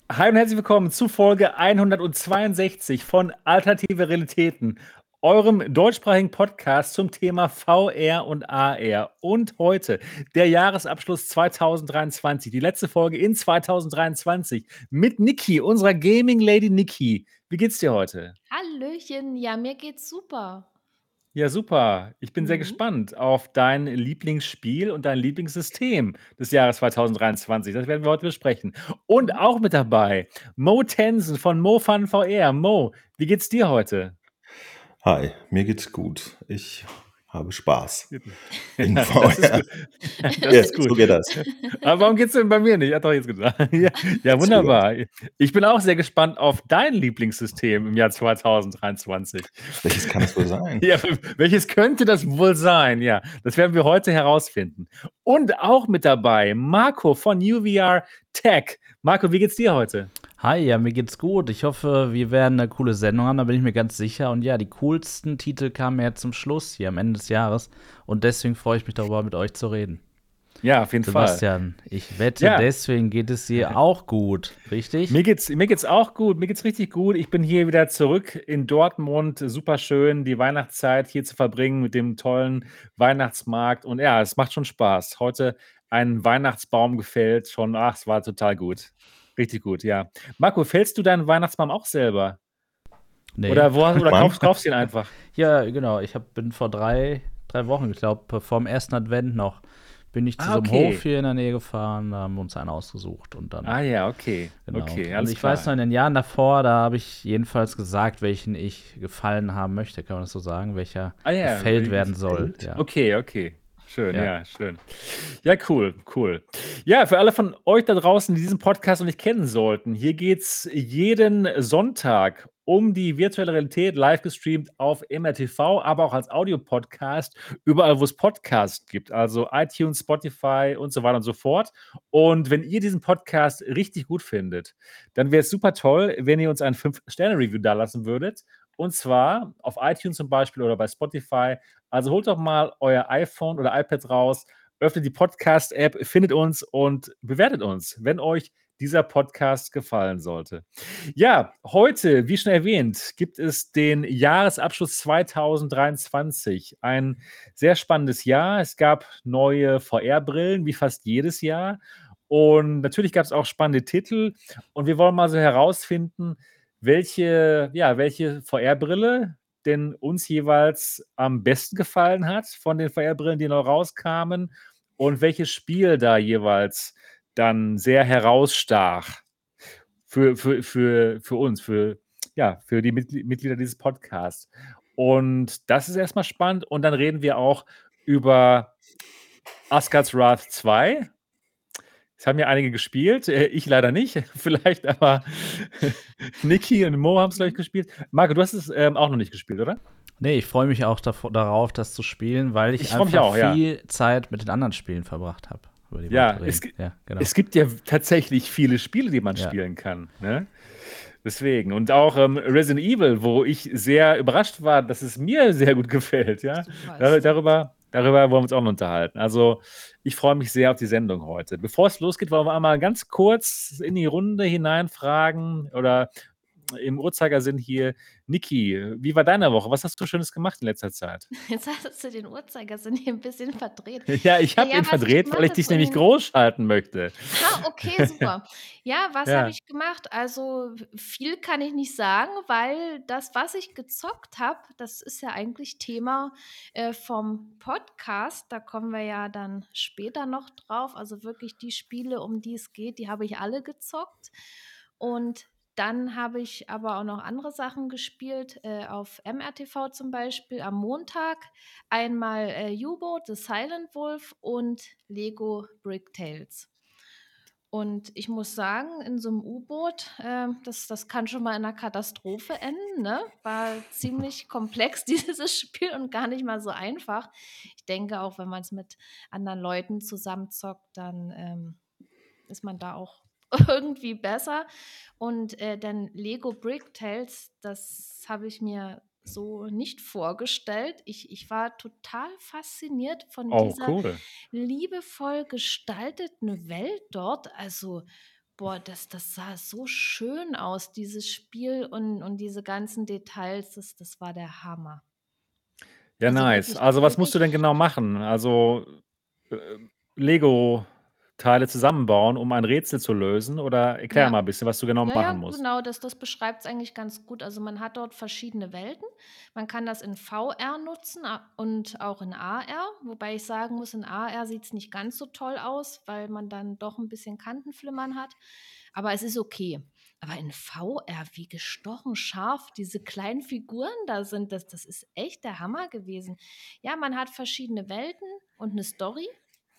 Hi und herzlich willkommen zu Folge 162 von Alternative Realitäten, eurem deutschsprachigen Podcast zum Thema VR und AR. Und heute der Jahresabschluss 2023, die letzte Folge in 2023 mit Niki, unserer Gaming Lady Niki. Wie geht's dir heute? Hallöchen, ja, mir geht's super. Ja, super. Ich bin sehr Mhm. gespannt auf dein Lieblingsspiel und dein Lieblingssystem des Jahres 2023. Das werden wir heute besprechen. Und Mhm. auch mit dabei Mo Tensen von MoFun VR. Mo, wie geht's dir heute? Hi, mir geht's gut. Ich habe Spaß in Das ist VR. gut. Das Ja, ist so gut. geht das. Aber warum geht's denn bei mir nicht? Hat doch jetzt gesagt. Ja, ja, So geht das. wunderbar. Ich bin auch sehr gespannt auf dein Lieblingssystem im Jahr 2023. Welches kann es wohl sein? Ja, welches könnte das wohl sein? Ja, das werden wir heute herausfinden. Und auch mit dabei Marco von UVR Tech. Marco, wie geht's dir heute? Hi, ja, mir geht's gut. Ich hoffe, wir werden eine coole Sendung haben, da bin ich mir ganz sicher. Und ja, die coolsten Titel kamen ja zum Schluss hier am Ende des Jahres. Und deswegen freue ich mich darüber, mit euch zu reden. Ja, auf jeden Fall. Sebastian, ich wette, Ja, deswegen geht es dir auch gut, richtig? mir geht's auch gut. Mir geht's richtig gut. Ich bin hier wieder zurück in Dortmund. Super schön, die Weihnachtszeit hier zu verbringen mit dem tollen Weihnachtsmarkt. Und ja, es macht schon Spaß. Heute einen Weihnachtsbaum gefällt. Schon, ach, es war total gut. Richtig gut, ja. Marco, fällst du deinen Weihnachtsbaum auch selber? Nee. Oder Mann, kaufst du ihn einfach? Ja, genau. Bin vor drei Wochen, ich glaube, vorm ersten Advent noch, bin ich zu Ah, so einem Hof okay. hier in der Nähe gefahren, da haben wir uns einen ausgesucht und dann Ah ja, okay. genau. Okay, Und alles ich weiß noch, klar. in den Jahren davor, da habe ich jedenfalls gesagt, welchen ich gefallen haben möchte, kann man das so sagen, welcher Ah ja, gefällt werden soll. gefällt. Ja, okay, okay. Schön, ja. ja, schön. Ja, cool, cool. Ja, für alle von euch da draußen, die diesen Podcast noch nicht kennen sollten, hier geht's jeden Sonntag um die virtuelle Realität, live gestreamt auf MRTV, aber auch als Audiopodcast, überall, wo es Podcasts gibt, also iTunes, Spotify und so weiter und so fort. Und wenn ihr diesen Podcast richtig gut findet, dann wäre es super toll, wenn ihr uns ein 5-Sterne-Review dalassen würdet. Und zwar auf iTunes zum Beispiel oder bei Spotify. Also holt doch mal euer iPhone oder iPad raus, öffnet die Podcast-App, findet uns und bewertet uns, wenn euch dieser Podcast gefallen sollte. Ja, heute, wie schon erwähnt, gibt es den Jahresabschluss 2023. Ein sehr spannendes Jahr. Es gab neue VR-Brillen, wie fast jedes Jahr. Und natürlich gab es auch spannende Titel. Und wir wollen mal so herausfinden, welche VR-Brille denn uns jeweils am besten gefallen hat von den VR-Brillen, die neu rauskamen und welches Spiel da jeweils dann sehr herausstach für uns, für die Mitglieder dieses Podcasts. Und das ist erstmal spannend. Und dann reden wir auch über Asgard's Wrath 2. Das haben ja einige gespielt, ich leider nicht, vielleicht aber Niki und Mo haben es gleich gespielt. Marco, du hast es auch noch nicht gespielt, oder? Nee, ich freue mich auch darauf, das zu spielen, weil ich Ich freue mich einfach auch, ja. viel Zeit mit den anderen Spielen verbracht habe, über die wir Ja, heute reden. Ja, genau. es gibt ja tatsächlich viele Spiele, die man Ja. spielen kann. Ne? Deswegen. Und auch Resident Evil, wo ich sehr überrascht war, dass es mir sehr gut gefällt. Ja? Super ist das. Darüber wollen wir uns auch noch unterhalten. Also, ich freue mich sehr auf die Sendung heute. Bevor es losgeht, wollen wir einmal ganz kurz in die Runde hineinfragen oder im Uhrzeigersinn hier. Niki, wie war deine Woche? Was hast du Schönes gemacht in letzter Zeit? Jetzt hast du den Uhrzeigersinn hier ein bisschen verdreht. Ja, ich habe Ja, ihn was ich verdreht, weil gemacht ich habe, dich so in nämlich den groß schalten möchte. okay, super. Ja, was habe Ja. ich gemacht? Also, viel kann ich nicht sagen, weil das, was ich gezockt habe, das ist ja eigentlich Thema, vom Podcast. Da kommen wir ja dann später noch drauf. Also, wirklich die Spiele, um die es geht, die habe ich alle gezockt. Und dann habe ich aber auch noch andere Sachen gespielt, auf MRTV zum Beispiel am Montag. Einmal, U-Boat: The Silent Wolf und Lego Brick Tales. Und ich muss sagen, in so einem U-Boot, das kann schon mal in 'ner Katastrophe enden, ne? War ziemlich komplex, dieses Spiel, und gar nicht mal so einfach. Ich denke auch, wenn man's mit anderen Leuten zusammen zockt, dann, ist man da auch irgendwie besser. Und, dann Lego Brick Tales, das habe ich mir so nicht vorgestellt. Ich war total fasziniert von Oh, dieser cool. liebevoll gestalteten Welt dort. Also, Boah, das sah so schön aus, dieses Spiel und diese ganzen Details, das war der Hammer. Ja, Also nice. wirklich, Also, was musst du wirklich, denn genau machen? Also, äh, Lego-Teile zusammenbauen, um ein Rätsel zu lösen? Oder erklär ja. mal ein bisschen, was du genau Ja, ja, machen musst. genau, das beschreibt es eigentlich ganz gut. Also, man hat dort verschiedene Welten. Man kann das in VR nutzen und auch in AR, wobei ich sagen muss, in AR sieht es nicht ganz so toll aus, weil man dann doch ein bisschen Kantenflimmern hat, aber es ist okay. Aber in VR, wie gestochen scharf diese kleinen Figuren da sind, das ist echt der Hammer gewesen. Ja, man hat verschiedene Welten und eine Story.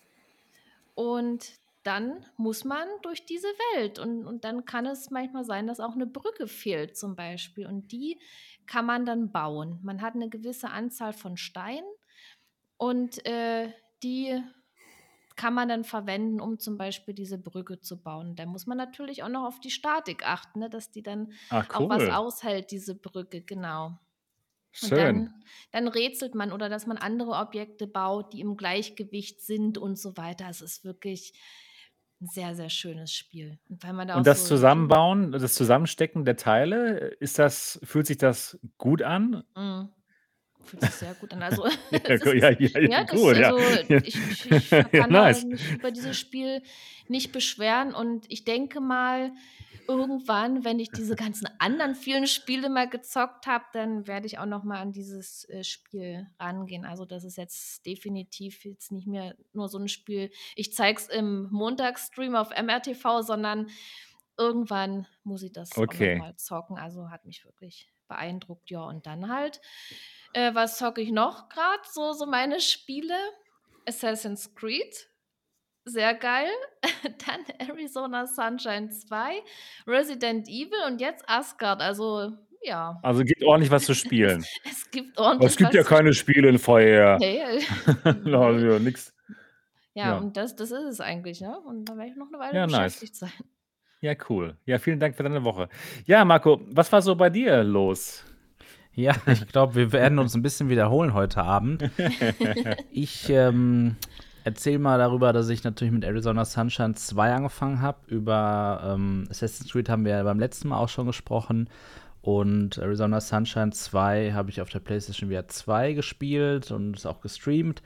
Und dann muss man durch diese Welt und dann kann es manchmal sein, dass auch eine Brücke fehlt zum Beispiel und die kann man dann bauen. Man hat eine gewisse Anzahl von Steinen und, die kann man dann verwenden, um zum Beispiel diese Brücke zu bauen. Da muss man natürlich auch noch auf die Statik achten, ne, dass die dann Ah, auch was cool. aushält, diese Brücke, genau. Und Schön. dann rätselt man oder dass man andere Objekte baut, die im Gleichgewicht sind und so weiter. Es ist wirklich ein sehr, sehr schönes Spiel. Und weil man da auch Und das so viel Zusammenbauen, das Zusammenstecken der Teile, fühlt sich das gut an? mhm. Fühlt sich sehr gut an. Also, Ja, es ist ja, ja, ja, ja, das gut, ja. also, ich Ja, kann da nice. mich über dieses Spiel nicht beschweren und ich denke mal, irgendwann, wenn ich diese ganzen anderen vielen Spiele mal gezockt habe, dann werde ich auch noch mal an dieses, Spiel rangehen. Also, das ist jetzt definitiv jetzt nicht mehr nur so ein Spiel, ich zeige es im Montagsstream auf MRTV, sondern irgendwann muss ich das auch noch Okay. mal zocken. Also, hat mich wirklich beeindruckt, ja. Und dann halt, was zocke ich noch grad? So meine Spiele. Assassin's Creed, sehr geil. Dann Arizona Sunshine 2, Resident Evil und jetzt Asgard. Also, ja, Also, gibt ordentlich was zu spielen. es gibt Aber es ordentlich gibt ja was zu keine spielen. Spiele in VR. Ne, Also, ne. ja, nix. Ja, Ja. und das ist es eigentlich, ne? Und da werde ich noch 'ne Weile Ja, nice. beschäftigt sein. Ja, cool. Ja, vielen Dank für deine Woche. Ja, Marco, was war so bei dir los? Ja, ich glaube, wir werden uns ein bisschen wiederholen heute Abend. Ich erzähle mal darüber, dass ich natürlich mit Arizona Sunshine 2 angefangen habe. Über Assassin's Creed haben wir ja beim letzten Mal auch schon gesprochen. Und Arizona Sunshine 2 habe ich auf der PlayStation VR 2 gespielt und es auch gestreamt.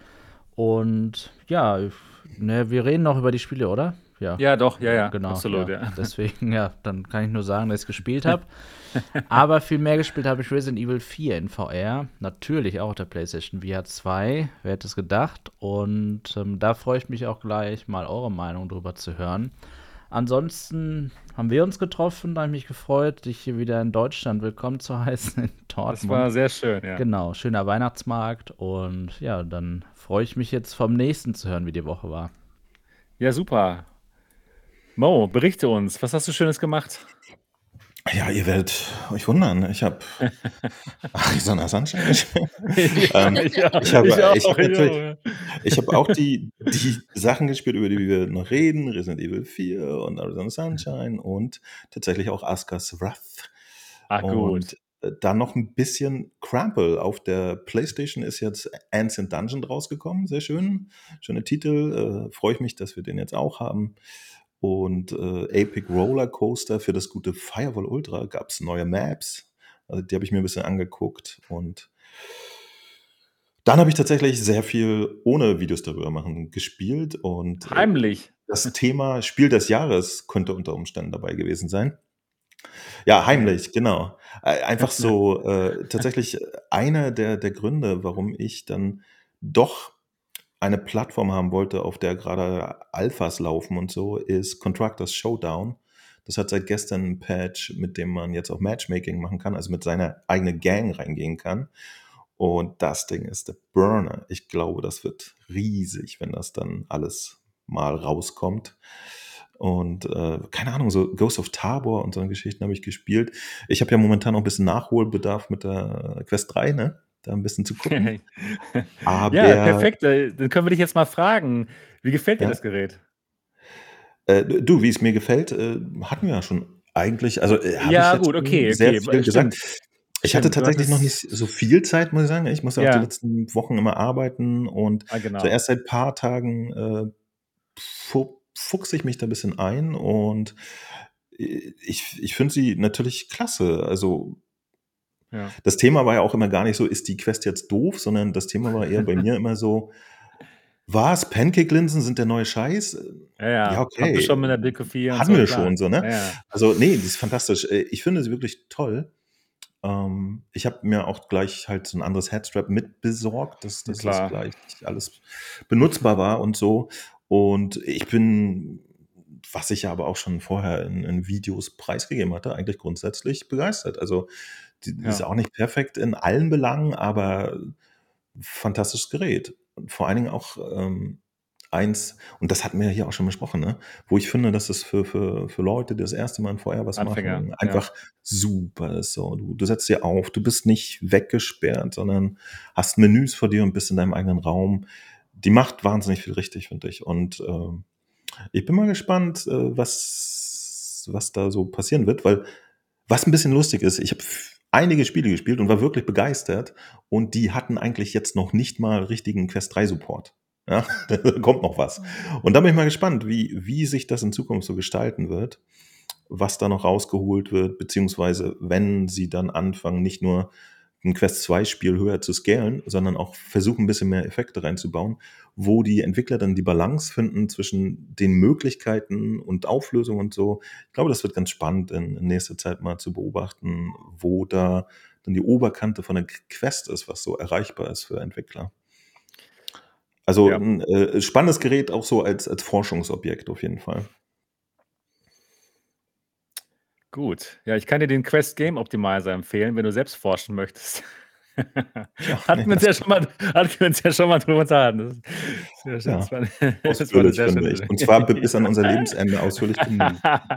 Und ja, wir reden noch über die Spiele, oder? Ja, Ja, doch, ja, genau, absolut, ja. ja. Deswegen, ja, dann kann ich nur sagen, dass ich gespielt habe. Aber viel mehr gespielt habe ich Resident Evil 4 in VR. Natürlich auch auf der PlayStation VR 2. Wer hätte es gedacht? Und da freue ich mich auch gleich, mal eure Meinung drüber zu hören. Ansonsten haben wir uns getroffen, da habe ich mich gefreut, dich hier wieder in Deutschland willkommen zu heißen, in Das war Dortmund. sehr schön, ja. Genau, schöner Weihnachtsmarkt. Und ja, dann freue ich mich jetzt vom nächsten zu hören, wie die Woche war. Ja, super. Mo, berichte uns. Was hast du Schönes gemacht? Ja, ihr werdet euch wundern. Ich habe Arizona Sunshine gespielt. Ja, Ich ich habe auch, natürlich, ja. ich habe auch die Sachen gespielt, über die wir noch reden. Resident Evil 4 und Arizona Sunshine und tatsächlich auch Asgard's Wrath. Ach, Und gut. dann noch ein bisschen Crumple. Auf der PlayStation ist jetzt Ancient Dungeon rausgekommen. Sehr schön. Schöne Titel. Freue ich mich, dass wir den jetzt auch haben. Und Epic Roller Coaster für das gute Firewall Ultra gab es neue Maps. Also die habe ich mir ein bisschen angeguckt. Und dann habe ich tatsächlich sehr viel ohne Videos darüber machen gespielt. Und Heimlich. das Thema Spiel des Jahres könnte unter Umständen dabei gewesen sein. Ja, heimlich, genau. Einfach so, tatsächlich einer der Gründe, warum ich dann doch eine Plattform haben wollte, auf der gerade Alphas laufen und so, ist Contractors Showdown. Das hat seit gestern ein Patch, mit dem man jetzt auch Matchmaking machen kann, also mit seiner eigenen Gang reingehen kann. Und das Ding ist der Burner. Ich glaube, das wird riesig, wenn das dann alles mal rauskommt. Und keine Ahnung, so Ghost of Tabor und so eine Geschichten habe ich gespielt. Ich habe ja momentan noch ein bisschen Nachholbedarf mit der Quest 3, ne? Da ein bisschen zu gucken. Ja, Aber perfekt. Dann können wir dich jetzt mal fragen. Wie gefällt dir ja, das Gerät? du, wie es mir gefällt, hatten wir ja schon eigentlich, also habe ich Ja, jetzt gut, schon okay, sehr okay. viel gesagt. Stimmt. Ich hatte Stimmt. Du tatsächlich noch nicht hattest. so viel Zeit, muss ich sagen. Ich musste auch die Ja, letzten Wochen immer arbeiten und so genau. erst seit ein paar Tagen fuchse ich mich da ein bisschen ein und ich finde sie natürlich klasse. Also Ja. das Thema war ja auch immer gar nicht so, ist die Quest jetzt doof, sondern das Thema war eher bei mir immer so, was, Pancake-Linsen sind der neue Scheiß? Ja, Ja, ja. Habt ihr okay, schon mit der Big 4 und hatten so, wir klar. schon so, Ja, ne? ja. Also nee, die ist fantastisch. Ich finde sie wirklich toll. Ich habe mir auch gleich halt so ein anderes Headstrap mitbesorgt, dass das Klar. gleich alles benutzbar war und so. Und ich bin, was ich ja aber auch schon vorher in Videos preisgegeben hatte, eigentlich grundsätzlich begeistert. Also die ist Ja. auch nicht perfekt in allen Belangen, aber fantastisches Gerät. Und vor allen Dingen auch eins, und das hatten wir ja hier auch schon besprochen, ne? Wo ich finde, dass es für Leute, die das erste Mal in VR was Anfänger, machen, ja. einfach super ist. So. Du setzt dir auf, du bist nicht weggesperrt, sondern hast Menüs vor dir und bist in deinem eigenen Raum. Die macht wahnsinnig viel richtig, finde ich. Und ich bin mal gespannt, was da so passieren wird, weil was ein bisschen lustig ist, ich habe einige Spiele gespielt und war wirklich begeistert und die hatten eigentlich jetzt noch nicht mal richtigen Quest 3 Support. Ja, da kommt noch was. Und da bin ich mal gespannt, wie sich das in Zukunft so gestalten wird, was da noch rausgeholt wird, beziehungsweise wenn sie dann anfangen, nicht nur ein Quest 2 Spiel höher zu scalen, sondern auch versuchen, ein bisschen mehr Effekte reinzubauen, wo die Entwickler dann die Balance finden zwischen den Möglichkeiten und Auflösung und so. Ich glaube, das wird ganz spannend in nächster Zeit mal zu beobachten, wo da dann die Oberkante von der Quest ist, was so erreichbar ist für Entwickler. Also Ja. ein spannendes Gerät auch so als Forschungsobjekt auf jeden Fall. Gut. Ja, ich kann dir den Quest Game Optimizer empfehlen, wenn du selbst forschen möchtest. Ja, Hatten wir uns ja schon mal drüber unterhalten. Das Ja, war eine ausführlich, sehr finde schöne ich. Und zwar bis an unser Lebensende ausführlich genug.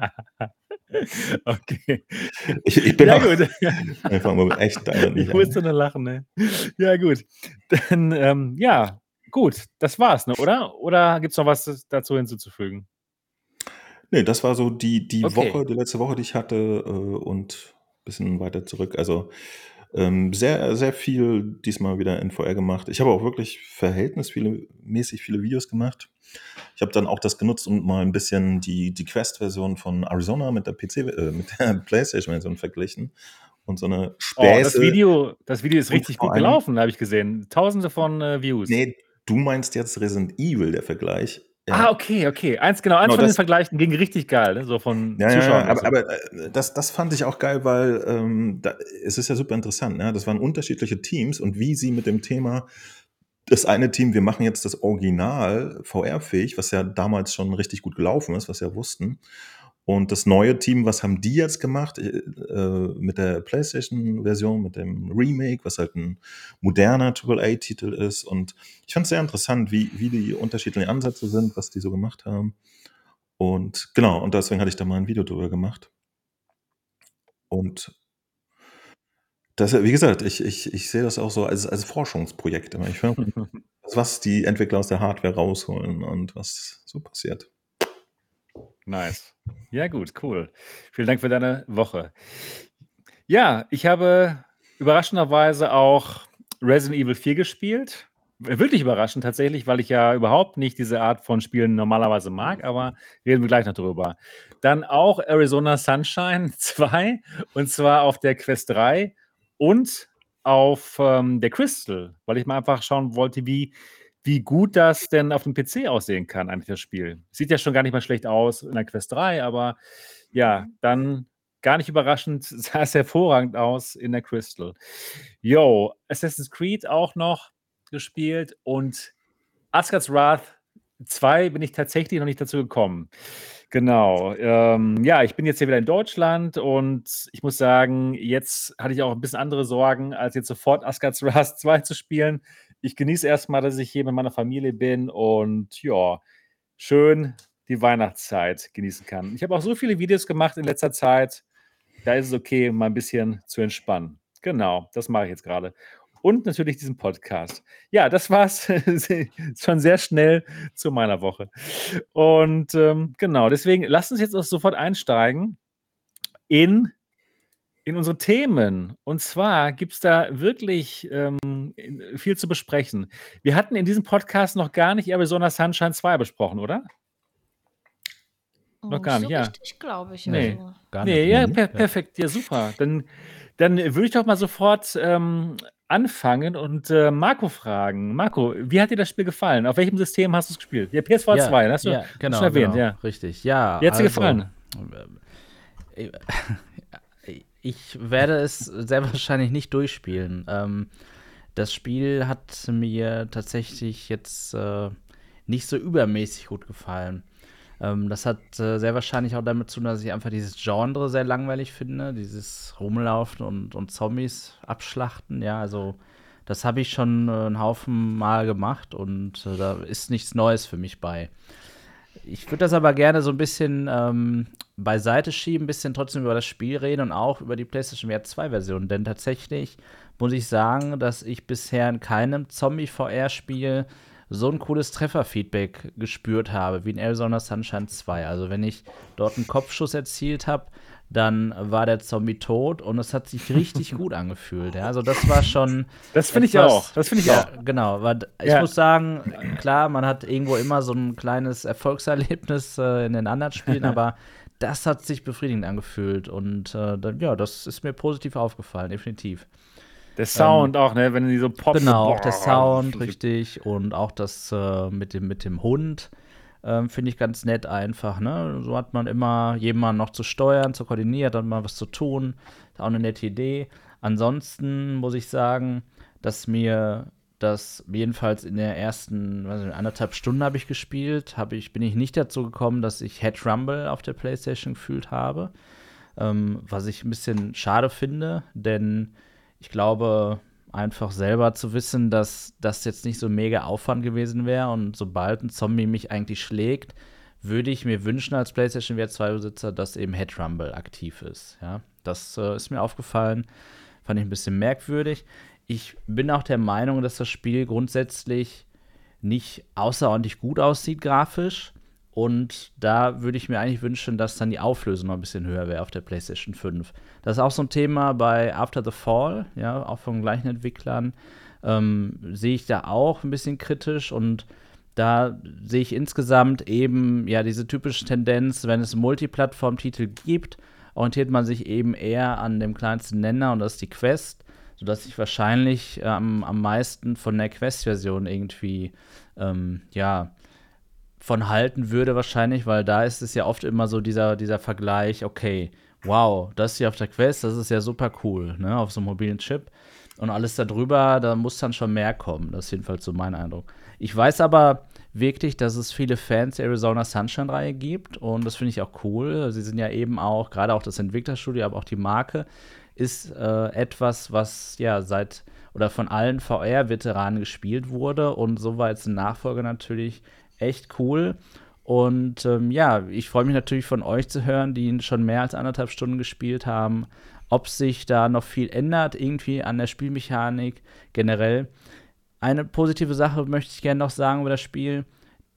Okay. Ich bin Ja, auch gut. einfach mal echt damit Ich nicht musste nur lachen, ne? Ja, gut. Dann, ja, gut, das war's, ne, oder? Oder gibt's noch was dazu hinzuzufügen? Ne, das war so die Okay. die letzte Woche, die ich hatte, und bisschen weiter zurück. Also, sehr, sehr viel diesmal wieder in VR gemacht. Ich habe auch wirklich mäßig viele Videos gemacht. Ich habe dann auch das genutzt und mal ein bisschen die Quest-Version von Arizona mit der mit der PlayStation-Version verglichen und so eine Oh, das Späße Video ist und richtig vor gut allen Dingen gelaufen, habe ich gesehen. Tausende von, Views. ne, du meinst jetzt Resident Evil, der Vergleich, Ah, ja. okay. Eins Genau, von den das Vergleichen ging richtig geil, ne, so von ja, ja, Zuschauern ja, und so. aber das fand ich auch geil, weil es ist ja super interessant. Ne? Das waren unterschiedliche Teams und wie sie mit dem Thema, das eine Team, wir machen jetzt das Original VR-fähig, was ja damals schon richtig gut gelaufen ist, was wir wussten. Und das neue Team, was haben die jetzt gemacht mit der PlayStation-Version, mit dem Remake, was halt ein moderner AAA-Titel ist. Und ich fand es sehr interessant, wie die unterschiedlichen Ansätze sind, was die so gemacht haben. Und genau, und deswegen hatte ich da mal ein Video drüber gemacht. Und das, wie gesagt, ich sehe das auch so als Forschungsprojekt immer. Ich finde, was die Entwickler aus der Hardware rausholen und was so passiert. Nice. Ja, gut, cool. Vielen Dank für deine Woche. Ja, ich habe überraschenderweise auch Resident Evil 4 gespielt. Wirklich überraschend tatsächlich, weil ich ja überhaupt nicht diese Art von Spielen normalerweise mag, aber reden wir gleich noch drüber. Dann auch Arizona Sunshine 2 und zwar auf der Quest 3 und auf, der Crystal, weil ich mal einfach schauen wollte, wie gut das denn auf dem PC aussehen kann eigentlich das Spiel. Sieht ja schon gar nicht mal schlecht aus in der Quest 3, aber ja, dann gar nicht überraschend sah es hervorragend aus in der Crystal. Jo, Assassin's Creed auch noch gespielt und Asgard's Wrath 2 bin ich tatsächlich noch nicht dazu gekommen. Genau. Ja, ich bin jetzt hier wieder in Deutschland und ich muss sagen, jetzt hatte ich auch ein bisschen andere Sorgen, als jetzt sofort Asgard's Wrath 2 zu spielen. Ich genieße erstmal, dass ich hier mit meiner Familie bin und ja, schön die Weihnachtszeit genießen kann. Ich habe auch so viele Videos gemacht in letzter Zeit, da ist es okay, mal ein bisschen zu entspannen. Genau, das mache ich jetzt gerade. Und natürlich diesen Podcast. Ja, das war's schon sehr schnell zu meiner Woche. Und, genau, deswegen lasst uns jetzt auch sofort einsteigen in unsere Themen. Und zwar gibt's da wirklich, viel zu besprechen. Wir hatten in diesem Podcast noch gar nicht Arizona Sunshine 2 besprochen, oder? Noch Nicht gar so nicht, ja. richtig, glaube ich. Nee, Nee. Also, gar Nee, nicht. ja, Nee. perfekt. Ja, super. Dann würde ich doch mal sofort anfangen und Marco fragen. Marco, wie hat dir das Spiel gefallen? Auf welchem System hast du es gespielt? Ja, PS4 Ja, 2, hast du ja, schon erwähnt, ja. richtig. Ja, Wie hat dir also, gefallen? äh, ich werde es sehr wahrscheinlich nicht durchspielen. Das Spiel hat mir tatsächlich jetzt nicht so übermäßig gut gefallen. Das hat sehr wahrscheinlich auch damit zu tun, dass ich einfach dieses Genre sehr langweilig finde, dieses Rumlaufen und Zombies abschlachten. Ja, also das habe ich schon einen Haufen Mal gemacht und da ist nichts Neues für mich bei. Ich würde das aber gerne so ein bisschen beiseite schieben, ein bisschen trotzdem über das Spiel reden und auch über die PlayStation VR 2 Version. Denn tatsächlich muss ich sagen, dass ich bisher in keinem Zombie-VR-Spiel so ein cooles Trefferfeedback gespürt habe wie in Arizona Sunshine 2. Also wenn ich dort einen Kopfschuss erzielt habe, dann war der Zombie tot und es hat sich richtig gut angefühlt. Ja? Also das war schon Das finde ich auch. Das finde ich ja, auch. genau. Ich Ja. muss sagen, klar, man hat irgendwo immer so ein kleines Erfolgserlebnis in den anderen Spielen, aber das hat sich befriedigend angefühlt und ja, das ist mir positiv aufgefallen, definitiv. Der Sound auch, ne? Wenn die so poppen. Genau, so, auch der Sound, richtig, und auch das mit dem Hund finde ich ganz nett einfach, ne? So hat man immer jemanden noch zu steuern, zu koordinieren, dann mal was zu tun. Ist auch eine nette Idee. Ansonsten muss ich sagen, dass mir das jedenfalls in der ersten, weiß nicht, 1,5 Stunden habe ich gespielt, bin ich nicht dazu gekommen, dass ich Head Rumble auf der PlayStation gefühlt habe. Was ich ein bisschen schade finde, denn ich glaube, einfach selber zu wissen, dass das jetzt nicht so mega Aufwand gewesen wäre und sobald ein Zombie mich eigentlich schlägt, würde ich mir wünschen als PlayStation VR 2 Besitzer, dass eben Head Rumble aktiv ist. Ja, das ist mir aufgefallen, fand ich ein bisschen merkwürdig. Ich bin auch der Meinung, dass das Spiel grundsätzlich nicht außerordentlich gut aussieht grafisch. Und da würde ich mir eigentlich wünschen, dass dann die Auflösung noch ein bisschen höher wäre auf der PlayStation 5. Das ist auch so ein Thema bei After the Fall, ja, auch von gleichen Entwicklern. Sehe ich da auch ein bisschen kritisch und da sehe ich insgesamt eben ja diese typische Tendenz, wenn es Multiplattform-Titel gibt, orientiert man sich eben eher an dem kleinsten Nenner und das ist die Quest, sodass ich wahrscheinlich am meisten von der Quest-Version irgendwie ja, von halten würde wahrscheinlich, weil da ist es ja oft immer so dieser Vergleich, okay, wow, das hier auf der Quest, das ist ja super cool, ne, auf so einem mobilen Chip. Und alles darüber, da muss dann schon mehr kommen. Das ist jedenfalls so mein Eindruck. Ich weiß aber wirklich, dass es viele Fans der Arizona Sunshine-Reihe gibt und das finde ich auch cool. Sie sind ja eben auch, gerade auch das Entwicklerstudio, aber auch die Marke, ist etwas, was ja seit oder von allen VR-Veteranen gespielt wurde und so war jetzt ein Nachfolger natürlich echt cool. Und ja, ich freue mich natürlich von euch zu hören, die ihn schon mehr als 1,5 Stunden gespielt haben, ob sich da noch viel ändert, irgendwie an der Spielmechanik generell. Eine positive Sache möchte ich gerne noch sagen über das Spiel.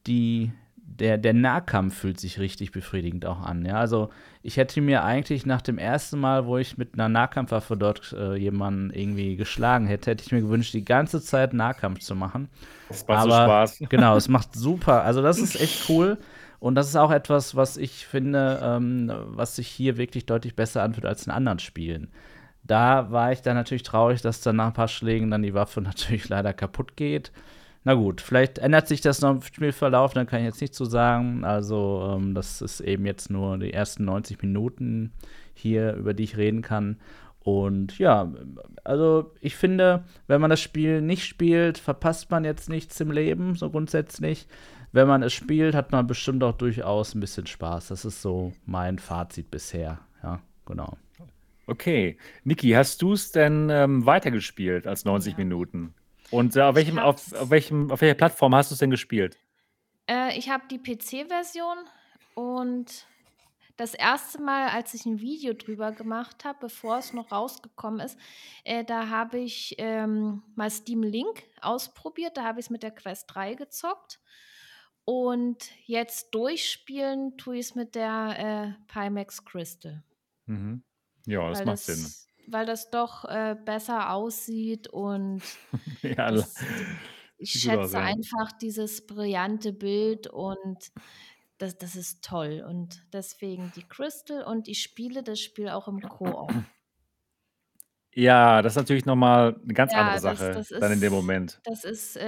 Der Nahkampf fühlt sich richtig befriedigend auch an. Ja? Also ich hätte mir eigentlich nach dem ersten Mal, wo ich mit einer Nahkampfwaffe dort jemanden irgendwie geschlagen hätte ich mir gewünscht, die ganze Zeit Nahkampf zu machen. Das macht so Aber Spaß. genau, es macht super. Also das ist echt cool. Und das ist auch etwas, was ich finde, was sich hier wirklich deutlich besser anfühlt als in anderen Spielen. Da war ich dann natürlich traurig, dass dann nach ein paar Schlägen dann die Waffe natürlich leider kaputt geht. Na gut, vielleicht ändert sich das noch im Spielverlauf, dann kann ich jetzt nicht so sagen. Also, das ist eben jetzt nur die ersten 90 Minuten hier, über die ich reden kann. Und ja, also ich finde, wenn man das Spiel nicht spielt, verpasst man jetzt nichts im Leben, so grundsätzlich. Wenn man es spielt, hat man bestimmt auch durchaus ein bisschen Spaß. Das ist so mein Fazit bisher. Ja, genau. Okay. Niki, hast du es denn weitergespielt als 90 Ja. Minuten? Und auf Ich hab's- welcher Plattform hast du es denn gespielt? Ich habe die PC-Version und das erste Mal, als ich ein Video drüber gemacht habe, bevor es noch rausgekommen ist, da habe ich mal Steam Link ausprobiert. Da habe ich es mit der Quest 3 gezockt. Und jetzt durchspielen tue ich es mit der Pimax Crystal, Mhm. Ja, das macht Sinn. weil das doch besser aussieht und Ja, das, ich sieht gut aus, schätze ja. einfach dieses brillante Bild und das ist toll. Und deswegen die Crystal, und ich spiele das Spiel auch im Koop. Ja, das ist natürlich noch mal 'ne ganz andere Ja, Sache dann in dem Moment. das ist,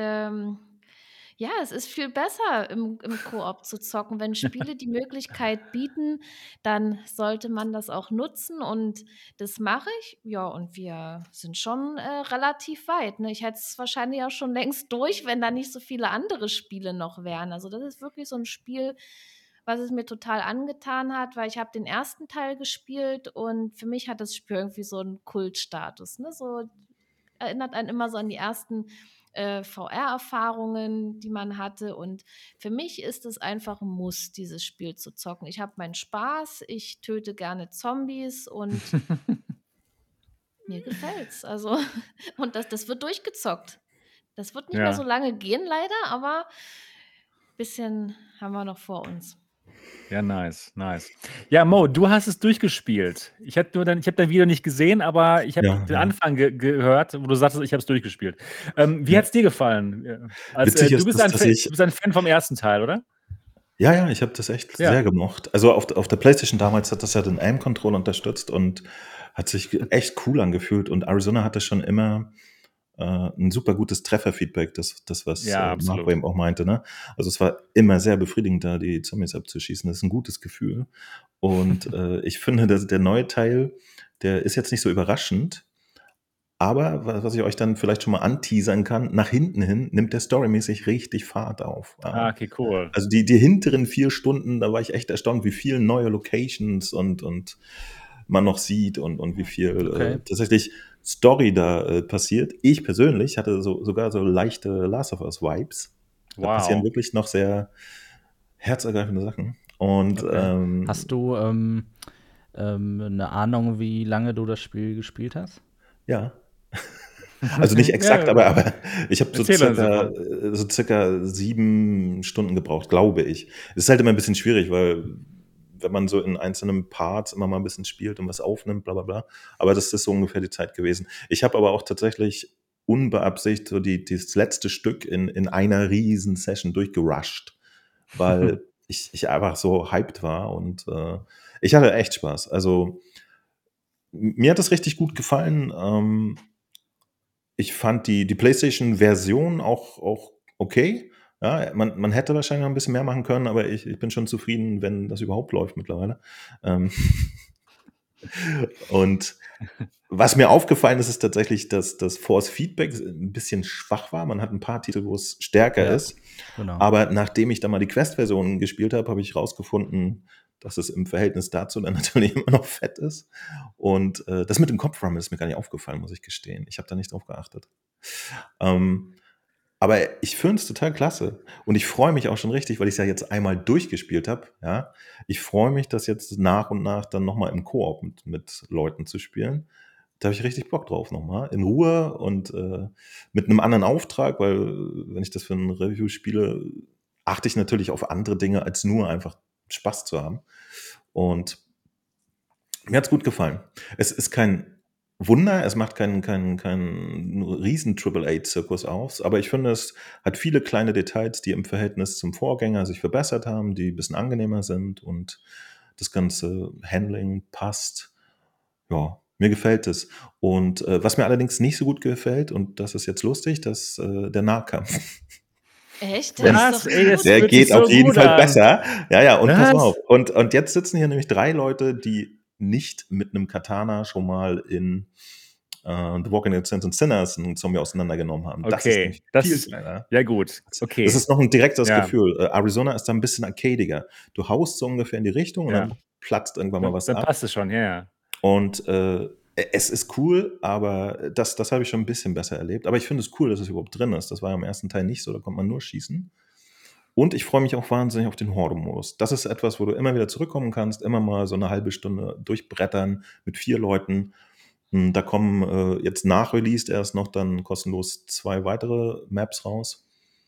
ja, es ist viel besser im Koop zu zocken. Wenn Spiele die Möglichkeit bieten, dann sollte man das auch nutzen, und das mache ich. Ja, und wir sind schon, relativ weit, ne? Ich hätte es wahrscheinlich auch schon längst durch, wenn da nicht so viele andere Spiele noch wären. Also, das ist wirklich so 'n Spiel, was es mir total angetan hat, weil ich habe den ersten Teil gespielt, und für mich hat das Spiel irgendwie so 'n Kultstatus, ne? So erinnert einen immer so an die ersten, VR-Erfahrungen, die man hatte, und für mich ist es einfach 'n Muss, dieses Spiel zu zocken. Ich habe meinen Spaß, ich töte gerne Zombies, und mir gefällt's. Also, und das wird durchgezockt. Das wird nicht mehr so Ja. lange gehen leider, aber bisschen haben wir noch vor uns. Ja, nice, nice. Ja, Mo, du hast es durchgespielt. Ich habe dein Video nicht gesehen, aber ich habe Ja, den ja. Anfang gehört, wo du sagtest: „Ich habe es durchgespielt." Wie Ja. hat's dir gefallen? Witzig Du ist, bist dass ich du bist ein Fan vom ersten Teil, oder? ja, ich habe das echt Ja. sehr gemocht. Also, auf der PlayStation damals hat das ja den Aim-Controller unterstützt und hat sich echt cool angefühlt, und Arizona hatte schon immer 'n super gutes Trefferfeedback, das was, Ja, Mark absolut. eben auch meinte, ne? Also, es war immer sehr befriedigend, da die Zombies abzuschießen. Das ist 'n gutes Gefühl. Und, ich finde, dass der neue Teil, der ist jetzt nicht so überraschend, aber was ich euch dann vielleicht schon mal anteasern kann, nach hinten hin nimmt der storymäßig richtig Fahrt auf, ja. Ah, okay, cool. Also, die hinteren 4 Stunden, da war ich echt erstaunt, wie viel neue Locations und man noch sieht und wie viel, Okay. tatsächlich Story da, passiert. Ich persönlich hatte sogar so leichte Last of Us Vibes. Da passieren Wow. wirklich noch sehr herzergreifende Sachen. Und, Okay. Hast du, 'ne Ahnung, wie lange du das Spiel gespielt hast? ja. Also, nicht exakt, Ja, aber ich habe erzähl uns davon. so circa 7 Stunden gebraucht, glaube ich. Es ist halt immer 'n bisschen schwierig, weil wenn man so in einzelnen Parts immer mal 'n bisschen spielt und was aufnimmt, bla bla bla. Aber das ist so ungefähr die Zeit gewesen. Ich habe aber auch tatsächlich unbeabsichtigt so das letzte Stück in einer riesen Session durchgerusht, weil ich einfach so hyped war, und, ich hatte echt Spaß. Also, mir hat das richtig gut gefallen. Ich fand die PlayStation-Version auch okay. Ja, man hätte wahrscheinlich noch 'n bisschen mehr machen können, aber ich bin schon zufrieden, wenn das überhaupt läuft mittlerweile. Ähm, und was mir aufgefallen ist, ist tatsächlich, dass das Force Feedback 'n bisschen schwach war. Man hat 'n paar Titel, wo es stärker Ja, ist. genau. Aber nachdem ich dann mal die Quest-Version gespielt habe, habe ich rausgefunden, dass es im Verhältnis dazu dann natürlich immer noch fett ist. Und, das mit dem Kopfrummeln ist mir gar nicht aufgefallen, muss ich gestehen. Ich habe da nicht drauf geachtet. Ähm, aber ich finde es total klasse. Und ich freue mich auch schon richtig, weil ich's ja jetzt einmal durchgespielt habe, ja. Ich freue mich, das jetzt nach und nach dann noch mal im Koop mit Leuten zu spielen. Da habe ich richtig Bock drauf noch mal, in Ruhe und, mit 'nem anderen Auftrag, weil, wenn ich das für 'n Review spiele, achte ich natürlich auf andere Dinge, als nur einfach Spaß zu haben. Und mir hat's gut gefallen. Es ist kein Wunder, es macht keinen riesen Triple-A-Zirkus aus, aber ich finde, es hat viele kleine Details, die im Verhältnis zum Vorgänger sich verbessert haben, die 'n bisschen angenehmer sind, und das ganze Handling passt. Ja, mir gefällt es. Und, was mir allerdings nicht so gut gefällt, und das ist jetzt lustig, der Nahkampf. Echt? Der Der ist Was? doch Ey, das gut. der fühlt sich geht auf so jeden gut Fall an. besser. Ja, und pass Was? auf. Und jetzt sitzen hier nämlich 3 Leute, die nicht mit 'nem Katana schon mal in, The Walking Dead Saints and Sinners 'n Zombie auseinandergenommen haben. Das ist Okay, nämlich viel das geiler. ja gut, Das okay. ist noch 'n direkteres Ja, Gefühl. Arizona ist da 'n bisschen arcadiger. Du haust so ungefähr in die Richtung und ja. dann platzt irgendwann mal was Dann ab. passt es schon, ja, ja. Und, es ist cool, aber das habe ich schon 'n bisschen besser erlebt. Aber ich finde es cool, dass es überhaupt drin ist. Das war ja im ersten Teil nicht so, da konnte man nur schießen. Und ich freue mich auch wahnsinnig auf den Horde-Modus. Das ist etwas, wo du immer wieder zurückkommen kannst, immer mal so 'ne halbe Stunde durchbrettern mit 4 Leuten. Da kommen, jetzt nach Release erst noch dann kostenlos 2 weitere Maps raus.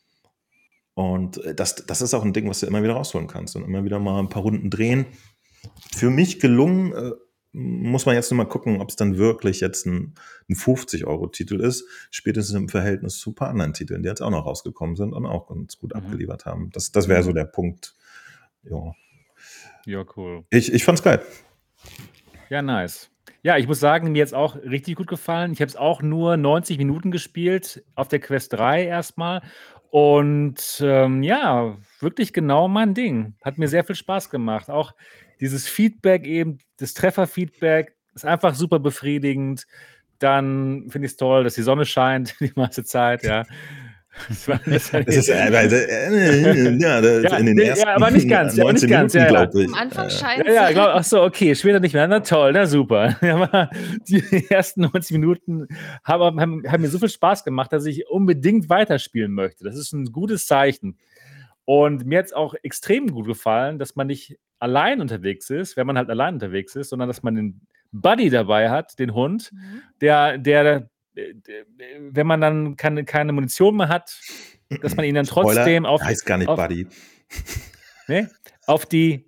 Und, das ist auch 'n Ding, was du immer wieder rausholen kannst und immer wieder mal 'n paar Runden drehen. Für mich gelungen, muss man jetzt nur mal gucken, ob's dann wirklich jetzt 'n 50 € Titel ist, spätestens im Verhältnis zu 'n paar anderen Titeln, die jetzt auch noch rausgekommen sind und auch ganz gut Mhm. abgeliefert haben. Das wäre so Mhm. der Punkt, ja. Ja, cool. Ich fand's geil. Ja, nice. Ja, ich muss sagen, mir hat's auch richtig gut gefallen. Ich habe es auch nur 90 Minuten gespielt, auf der Quest 3 erstmal. Und ja, wirklich genau mein Ding. Hat mir sehr viel Spaß gemacht. Auch dieses Feedback eben, das Trefferfeedback ist einfach super befriedigend. Dann finde ich es toll, dass die Sonne scheint die meiste Zeit, ja. Das ist ja, Ja, in den ersten aber nicht ganz, 19 Minuten, Minuten, glaube ich. Am Anfang scheint Ja, genau. Ach so, okay, später nicht mehr. Na toll, na super. Aber die ersten 90 Minuten haben mir so viel Spaß gemacht, dass ich unbedingt weiterspielen möchte. Das ist ein gutes Zeichen. Und mir hat es auch extrem gut gefallen, dass man nicht allein unterwegs ist, wenn man halt allein unterwegs ist, sondern dass man den Buddy dabei hat, den Hund, der wenn man dann keine Munition mehr hat, dass man ihn dann Spoiler, trotzdem heißt gar nicht Buddy. auf die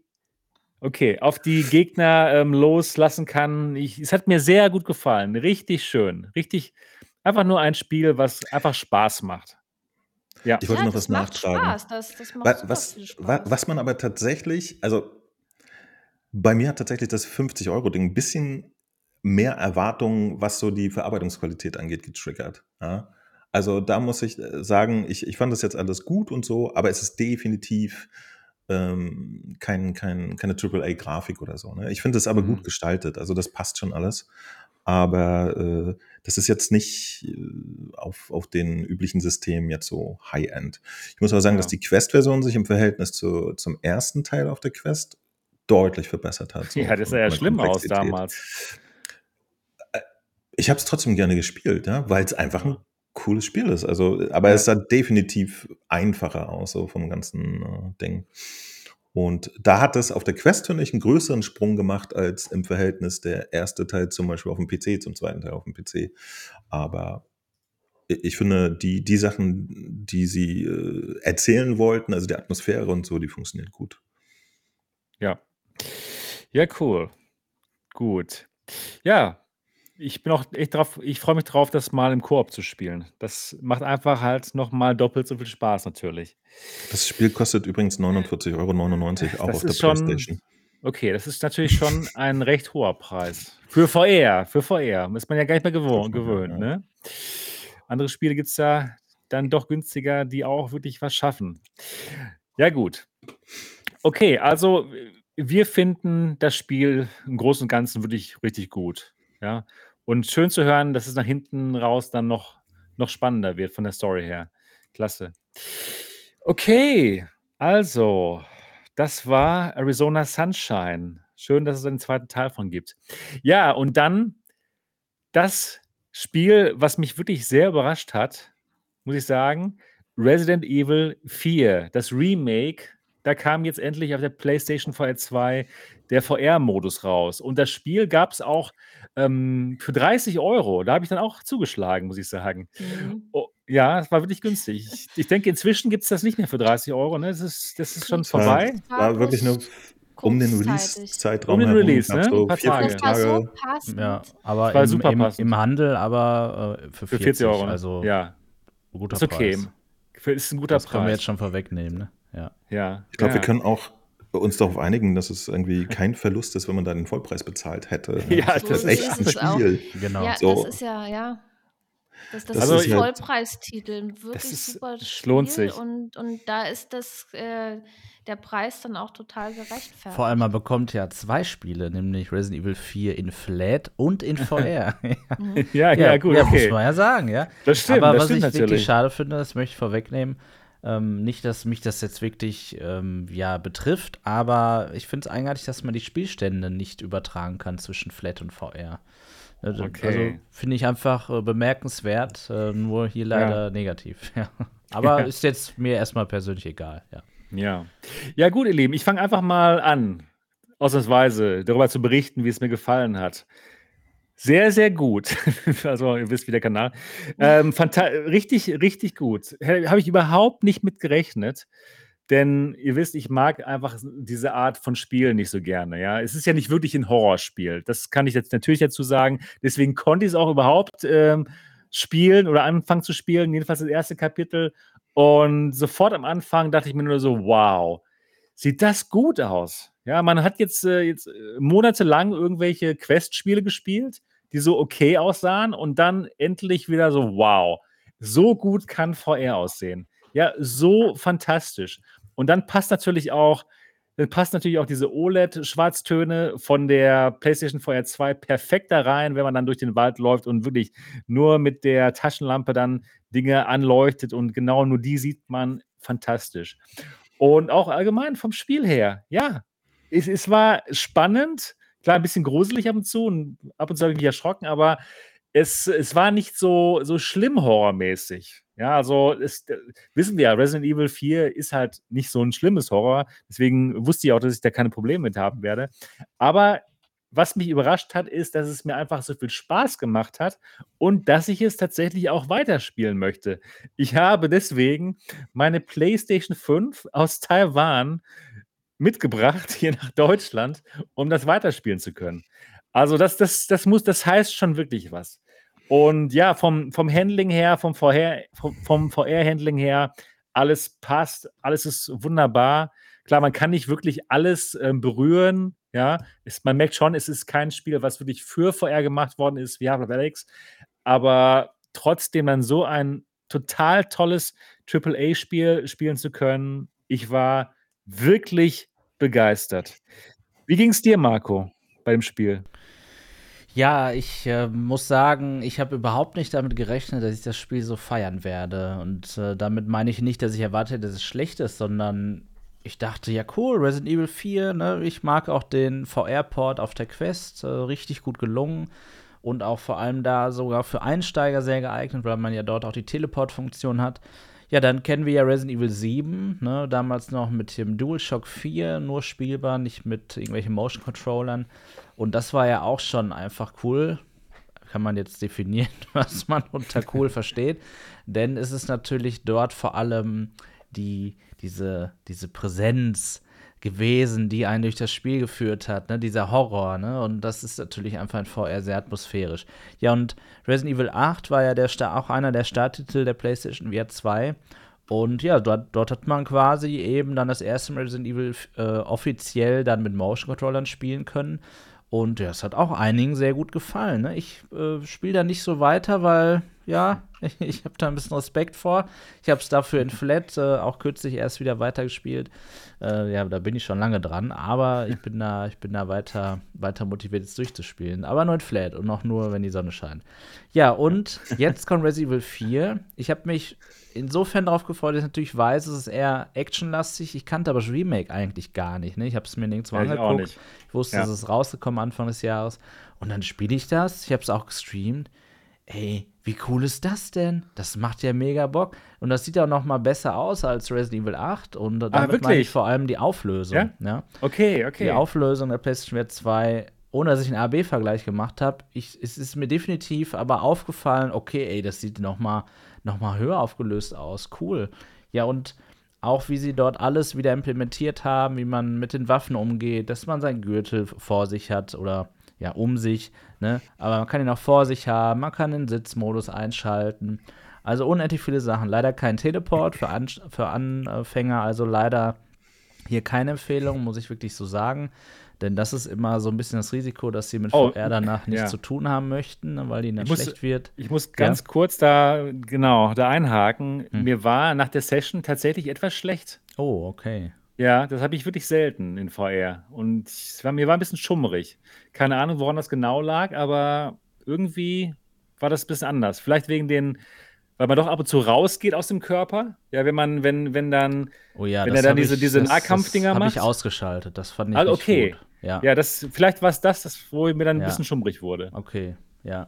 Gegner loslassen kann. Es hat mir sehr gut gefallen. Richtig schön. Richtig, einfach nur ein Spiel, was einfach Spaß macht. Ja. Ich wollte noch das was macht nachtragen. Spaß. Das macht super viel Spaß. Was man aber tatsächlich, also bei mir hat tatsächlich das 50-Euro-Ding ein bisschen mehr Erwartungen, was so die Verarbeitungsqualität angeht, getriggert. Ja? Also da muss ich sagen, ich fand das jetzt alles gut und so, aber es ist definitiv keine AAA-Grafik oder so. Ne? Ich finde es aber gut gestaltet, also das passt schon alles. Aber das ist jetzt nicht auf den üblichen Systemen jetzt so High-End. Ich muss aber sagen, dass die Quest-Version sich im Verhältnis zum ersten Teil auf der Quest deutlich verbessert hat. So Ja, das sah ja schlimm aus damals. Ich habe es trotzdem gerne gespielt, ja, weil es einfach ein cooles Spiel ist. Also, aber es sah definitiv einfacher aus, so vom ganzen Ding. Und da hat es auf der Quest, finde ich, einen größeren Sprung gemacht als im Verhältnis der erste Teil zum Beispiel auf dem PC zum zweiten Teil auf dem PC. Aber ich finde, die Sachen, die sie erzählen wollten, also die Atmosphäre und so, die funktioniert gut. Ja. Ja, cool. Gut. Ja, ich bin auch echt ich freue mich drauf, das mal im Koop zu spielen. Das macht einfach halt nochmal doppelt so viel Spaß natürlich. Das Spiel kostet übrigens 49,99 € auch Das auf der ist schon, PlayStation. okay, das ist natürlich schon ein recht hoher Preis. Für VR. Ist man ja gar nicht mehr gewöhnt, ja. ne? Andere Spiele gibt es da dann doch günstiger, die auch wirklich was schaffen. Ja, gut. Okay, also wir finden das Spiel im Großen und Ganzen wirklich richtig gut. Ja? Und schön zu hören, dass es nach hinten raus dann noch spannender wird von der Story her. Klasse. Okay, also, das war Arizona Sunshine. Schön, dass es einen zweiten Teil von gibt. Ja, und dann das Spiel, was mich wirklich sehr überrascht hat, muss ich sagen, Resident Evil 4, das Remake. Da kam jetzt endlich auf der PlayStation VR 2 der VR-Modus raus. Und das Spiel gab es auch für 30 €. Da habe ich dann auch zugeschlagen, muss ich sagen. Oh, ja, es war wirklich günstig. Ich denke, inzwischen gibt es das nicht mehr für 30 €. Ne? Das ist schon vorbei. War wirklich nur um den kurzzeitig. Release-Zeitraum Um den herum. Release, ne? So Ein paar 4, 5 Tage. Das war so Tage. passend. Ja, aber Das war super passend. im Handel, aber für Für 40 €. Ne? also Ja, guter ist okay. Preis. Ist ein guter Das können wir Preis. jetzt schon vorwegnehmen, ne? Ja. Ja. Ich glaube, ja. wir können auch uns darauf einigen, dass es irgendwie kein Verlust ist, wenn man da den Vollpreis bezahlt hätte. Ja, das ist so echt ist ein es auch. Spiel. Genau. Ja, So. das ist ja. Das Also ist ist ein halt- Vollpreistitel, ein wirklich Das ist- super es Spiel lohnt sich. und da ist der Preis dann auch total gerechtfertigt. Vor allem, man bekommt ja 2 Spiele, nämlich Resident Evil 4 in Flat und in VR. Ja, gut, Ja, okay. muss man ja sagen, ja. Das stimmt, Aber das was stimmt ich natürlich. wirklich schade finde, das möchte ich vorwegnehmen, nicht, dass mich das jetzt wirklich betrifft, aber ich finde es eigenartig, dass man die Spielstände nicht übertragen kann zwischen Flat und VR. Also Okay. finde ich einfach bemerkenswert, nur hier leider negativ. Ja. Aber ist jetzt mir erstmal persönlich egal, ja. Ja. Ja, gut, ihr Lieben, ich fange einfach mal an, ausnahmsweise darüber zu berichten, wie es mir gefallen hat. Sehr, sehr gut. Also, ihr wisst, wie der Kanal. Richtig, richtig gut. Habe ich überhaupt nicht mit gerechnet. Denn ihr wisst, ich mag einfach diese Art von Spiel nicht so gerne. Ja? Es ist ja nicht wirklich ein Horrorspiel. Das kann ich jetzt natürlich dazu sagen. Deswegen konnte ich es auch überhaupt spielen oder anfangen zu spielen. Jedenfalls das erste Kapitel. Und sofort am Anfang dachte ich mir nur so, wow, sieht das gut aus. Ja, man hat jetzt monatelang irgendwelche Quest-Spiele gespielt, die so okay aussahen und dann endlich wieder so, wow, so gut kann VR aussehen. Ja, so fantastisch. Und dann passt natürlich auch diese OLED-Schwarztöne von der PlayStation VR 2 perfekt da rein, wenn man dann durch den Wald läuft und wirklich nur mit der Taschenlampe dann Dinge anleuchtet und genau nur die sieht man fantastisch. Und auch allgemein vom Spiel her, ja, es war spannend, klar, ein bisschen gruselig ab und zu und ab und zu habe ich mich erschrocken, aber es war nicht so schlimm horrormäßig. Ja, also wissen wir ja, Resident Evil 4 ist halt nicht so ein schlimmes Horror, deswegen wusste ich auch, dass ich da keine Probleme mit haben werde. Aber was mich überrascht hat, ist, dass es mir einfach so viel Spaß gemacht hat und dass ich es tatsächlich auch weiterspielen möchte. Ich habe deswegen meine PlayStation 5 aus Taiwan mitgebracht hier nach Deutschland, um das weiterspielen zu können. Also das heißt schon wirklich was. Und ja, vom Handling her, vom VR-Handling her, alles passt, alles ist wunderbar. Klar, man kann nicht wirklich alles berühren. Ja, man merkt schon, es ist kein Spiel, was wirklich für VR gemacht worden ist, wie Half-Life Alyx. Aber trotzdem dann so ein total tolles AAA-Spiel spielen zu können. Ich war wirklich begeistert. Wie ging es dir, Marco, bei dem Spiel? Ja, ich muss sagen, ich habe überhaupt nicht damit gerechnet, dass ich das Spiel so feiern werde. Und damit meine ich nicht, dass ich erwarte, dass es schlecht ist, sondern ich dachte, ja cool, Resident Evil 4, ne? Ich mag auch den VR-Port auf der Quest, richtig gut gelungen. Und auch vor allem da sogar für Einsteiger sehr geeignet, weil man ja dort auch die Teleport-Funktion hat. Ja, dann kennen wir ja Resident Evil 7, ne? Damals noch mit dem DualShock 4 nur spielbar, nicht mit irgendwelchen Motion-Controllern. Und das war ja auch schon einfach cool. Kann man jetzt definieren, was man unter cool versteht. Denn es ist natürlich dort vor allem diese Präsenz gewesen, die einen durch das Spiel geführt hat, ne? Dieser Horror, ne? Und das ist natürlich einfach in VR sehr atmosphärisch. Ja, und Resident Evil 8 war ja auch einer der Starttitel der PlayStation VR 2. Und ja, dort hat man quasi eben dann das erste Resident Evil offiziell dann mit Motion Controllern spielen können. Und ja, es hat auch einigen sehr gut gefallen. Ne? Ich spiele da nicht so weiter, weil, ja, ich habe da ein bisschen Respekt vor. Ich habe es dafür in Flat auch kürzlich erst wieder weitergespielt. Ja, da bin ich schon lange dran, aber ich bin da weiter motiviert, es durchzuspielen. Aber nur in Flat und auch nur, wenn die Sonne scheint. Ja, und jetzt kommt Resident Evil 4. Ich habe mich insofern darauf gefreut, dass ich natürlich weiß, es ist eher actionlastig. Ich kannte aber das Remake eigentlich gar nicht. Ne? Ich habe es mir nirgendwo angeguckt. Ich wusste, es ist rausgekommen Anfang des Jahres. Und dann spiele ich das. Ich habe es auch gestreamt. Ey, wie cool ist das denn? Das macht ja mega Bock. Und das sieht auch noch mal besser aus als Resident Evil 8. Und damit meine ich vor allem die Auflösung. Ja? Okay. Die Auflösung der PlayStation VR 2, ohne dass ich einen AB-Vergleich gemacht habe. Es ist mir definitiv aber aufgefallen, okay, ey, das sieht noch mal höher aufgelöst aus. Cool. Ja, und auch wie sie dort alles wieder implementiert haben, wie man mit den Waffen umgeht, dass man seinen Gürtel vor sich hat oder ja, um sich, ne? Aber man kann ihn auch vor sich haben, man kann den Sitzmodus einschalten. Also unendlich viele Sachen. Leider kein Teleport für Anfänger, also leider hier keine Empfehlung, muss ich wirklich so sagen. Denn das ist immer so ein bisschen das Risiko, dass sie mit VR danach nichts zu tun haben möchten, ne, weil die dann schlecht wird. Ich muss ganz kurz da einhaken. Mir war nach der Session tatsächlich etwas schlecht. Oh, okay. Ja, das habe ich wirklich selten in VR. Und mir war ein bisschen schummrig. Keine Ahnung, woran das genau lag, aber irgendwie war das ein bisschen anders. Vielleicht weil man doch ab und zu rausgeht aus dem Körper. Ja, wenn dann er dann diese Nahkampfdinger macht. Das habe ich ausgeschaltet. Das fand ich nicht gut. Ja, vielleicht war es das, wo mir dann ein bisschen schummrig wurde. Okay, ja.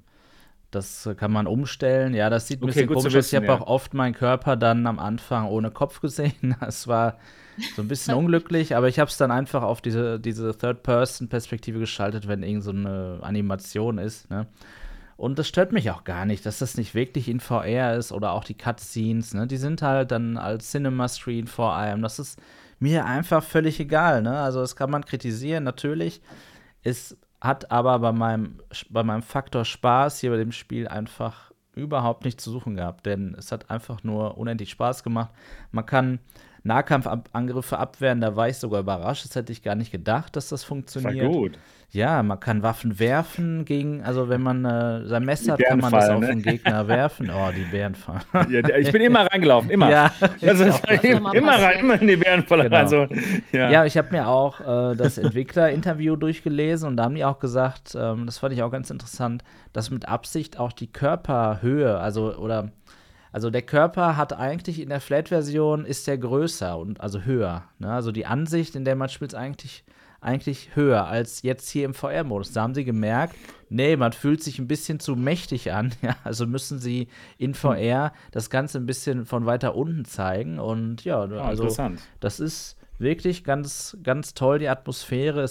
Das kann man umstellen. Ja, das sieht ein bisschen komisch aus. Ich habe auch oft meinen Körper dann am Anfang ohne Kopf gesehen. Das war so ein bisschen unglücklich, aber ich habe es dann einfach auf diese Third-Person-Perspektive geschaltet, wenn irgend so eine Animation ist, ne? Und das stört mich auch gar nicht, dass das nicht wirklich in VR ist oder auch die Cutscenes, ne? Die sind halt dann als Cinema-Screen vor allem. Das ist mir einfach völlig egal, ne? Also das kann man kritisieren, natürlich. Es hat aber bei meinem Faktor Spaß hier bei dem Spiel einfach überhaupt nichts zu suchen gehabt, denn es hat einfach nur unendlich Spaß gemacht. Man kann Nahkampfangriffe abwehren, da war ich sogar überrascht. Das hätte ich gar nicht gedacht, dass das War funktioniert. gut. Ja, man kann Waffen werfen also wenn man sein Messer Die hat, kann man das Bären auf fallen, den Gegner werfen. Oh, die Bären fallen. Ja, ich bin immer reingelaufen, immer. Ja, Das ich ist auch. immer immer rein, passiert. immer in die Bärenfalle Genau. rein. So. Ja, Ja. ich habe mir auch das Entwicklerinterview durchgelesen und da haben die auch gesagt, das fand ich auch ganz interessant, dass mit Absicht auch die Körperhöhe, also der Körper hat eigentlich in der Flat-Version ist der größer und also höher. Ne? Also die Ansicht, in der man spielt, ist eigentlich höher als jetzt hier im VR-Modus. Da haben sie gemerkt, nee, man fühlt sich ein bisschen zu mächtig an. Ja? Also müssen sie in VR das Ganze ein bisschen von weiter unten zeigen. Und ja, also Interessant. das ist wirklich ganz, ganz toll, die Atmosphäre.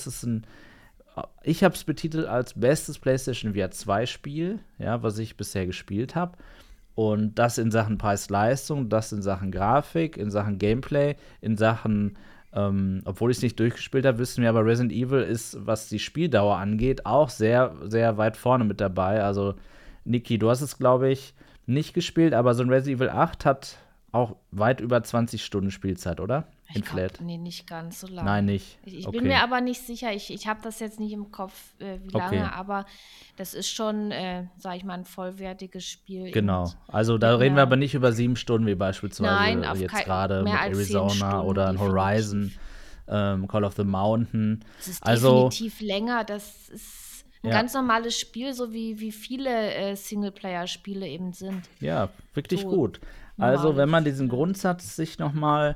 Ich habe es betitelt als bestes PlayStation VR 2 Spiel, ja, was ich bisher gespielt habe. Und das in Sachen Preis-Leistung, das in Sachen Grafik, in Sachen Gameplay, in Sachen, obwohl ich es nicht durchgespielt habe, wissen wir aber, Resident Evil ist, was die Spieldauer angeht, auch sehr, sehr weit vorne mit dabei. Also, Niki, du hast es, glaube ich, nicht gespielt, aber so ein Resident Evil 8 hat auch weit über 20 Stunden Spielzeit, oder? In Ich glaub, Flat. nee, nicht ganz so lange. Nein, nicht. Ich Okay. bin mir aber nicht sicher, ich habe das jetzt nicht im Kopf, wie lange, Okay. aber das ist schon, sag ich mal, ein vollwertiges Spiel. Genau. eben Also da mit reden wir einer- aber nicht über 7 Stunden, wie beispielsweise Nein, auf jetzt kei- gerade mehr mit als 10 Arizona Stunden, oder ein Horizon, definitiv. Call of the Mountain. Es ist Also, definitiv länger. Das ist ein Ja. ganz normales Spiel, so wie viele Singleplayer-Spiele eben sind. ja, wirklich So gut. Also, wenn man normale diesen Spiele. Grundsatz sich nochmal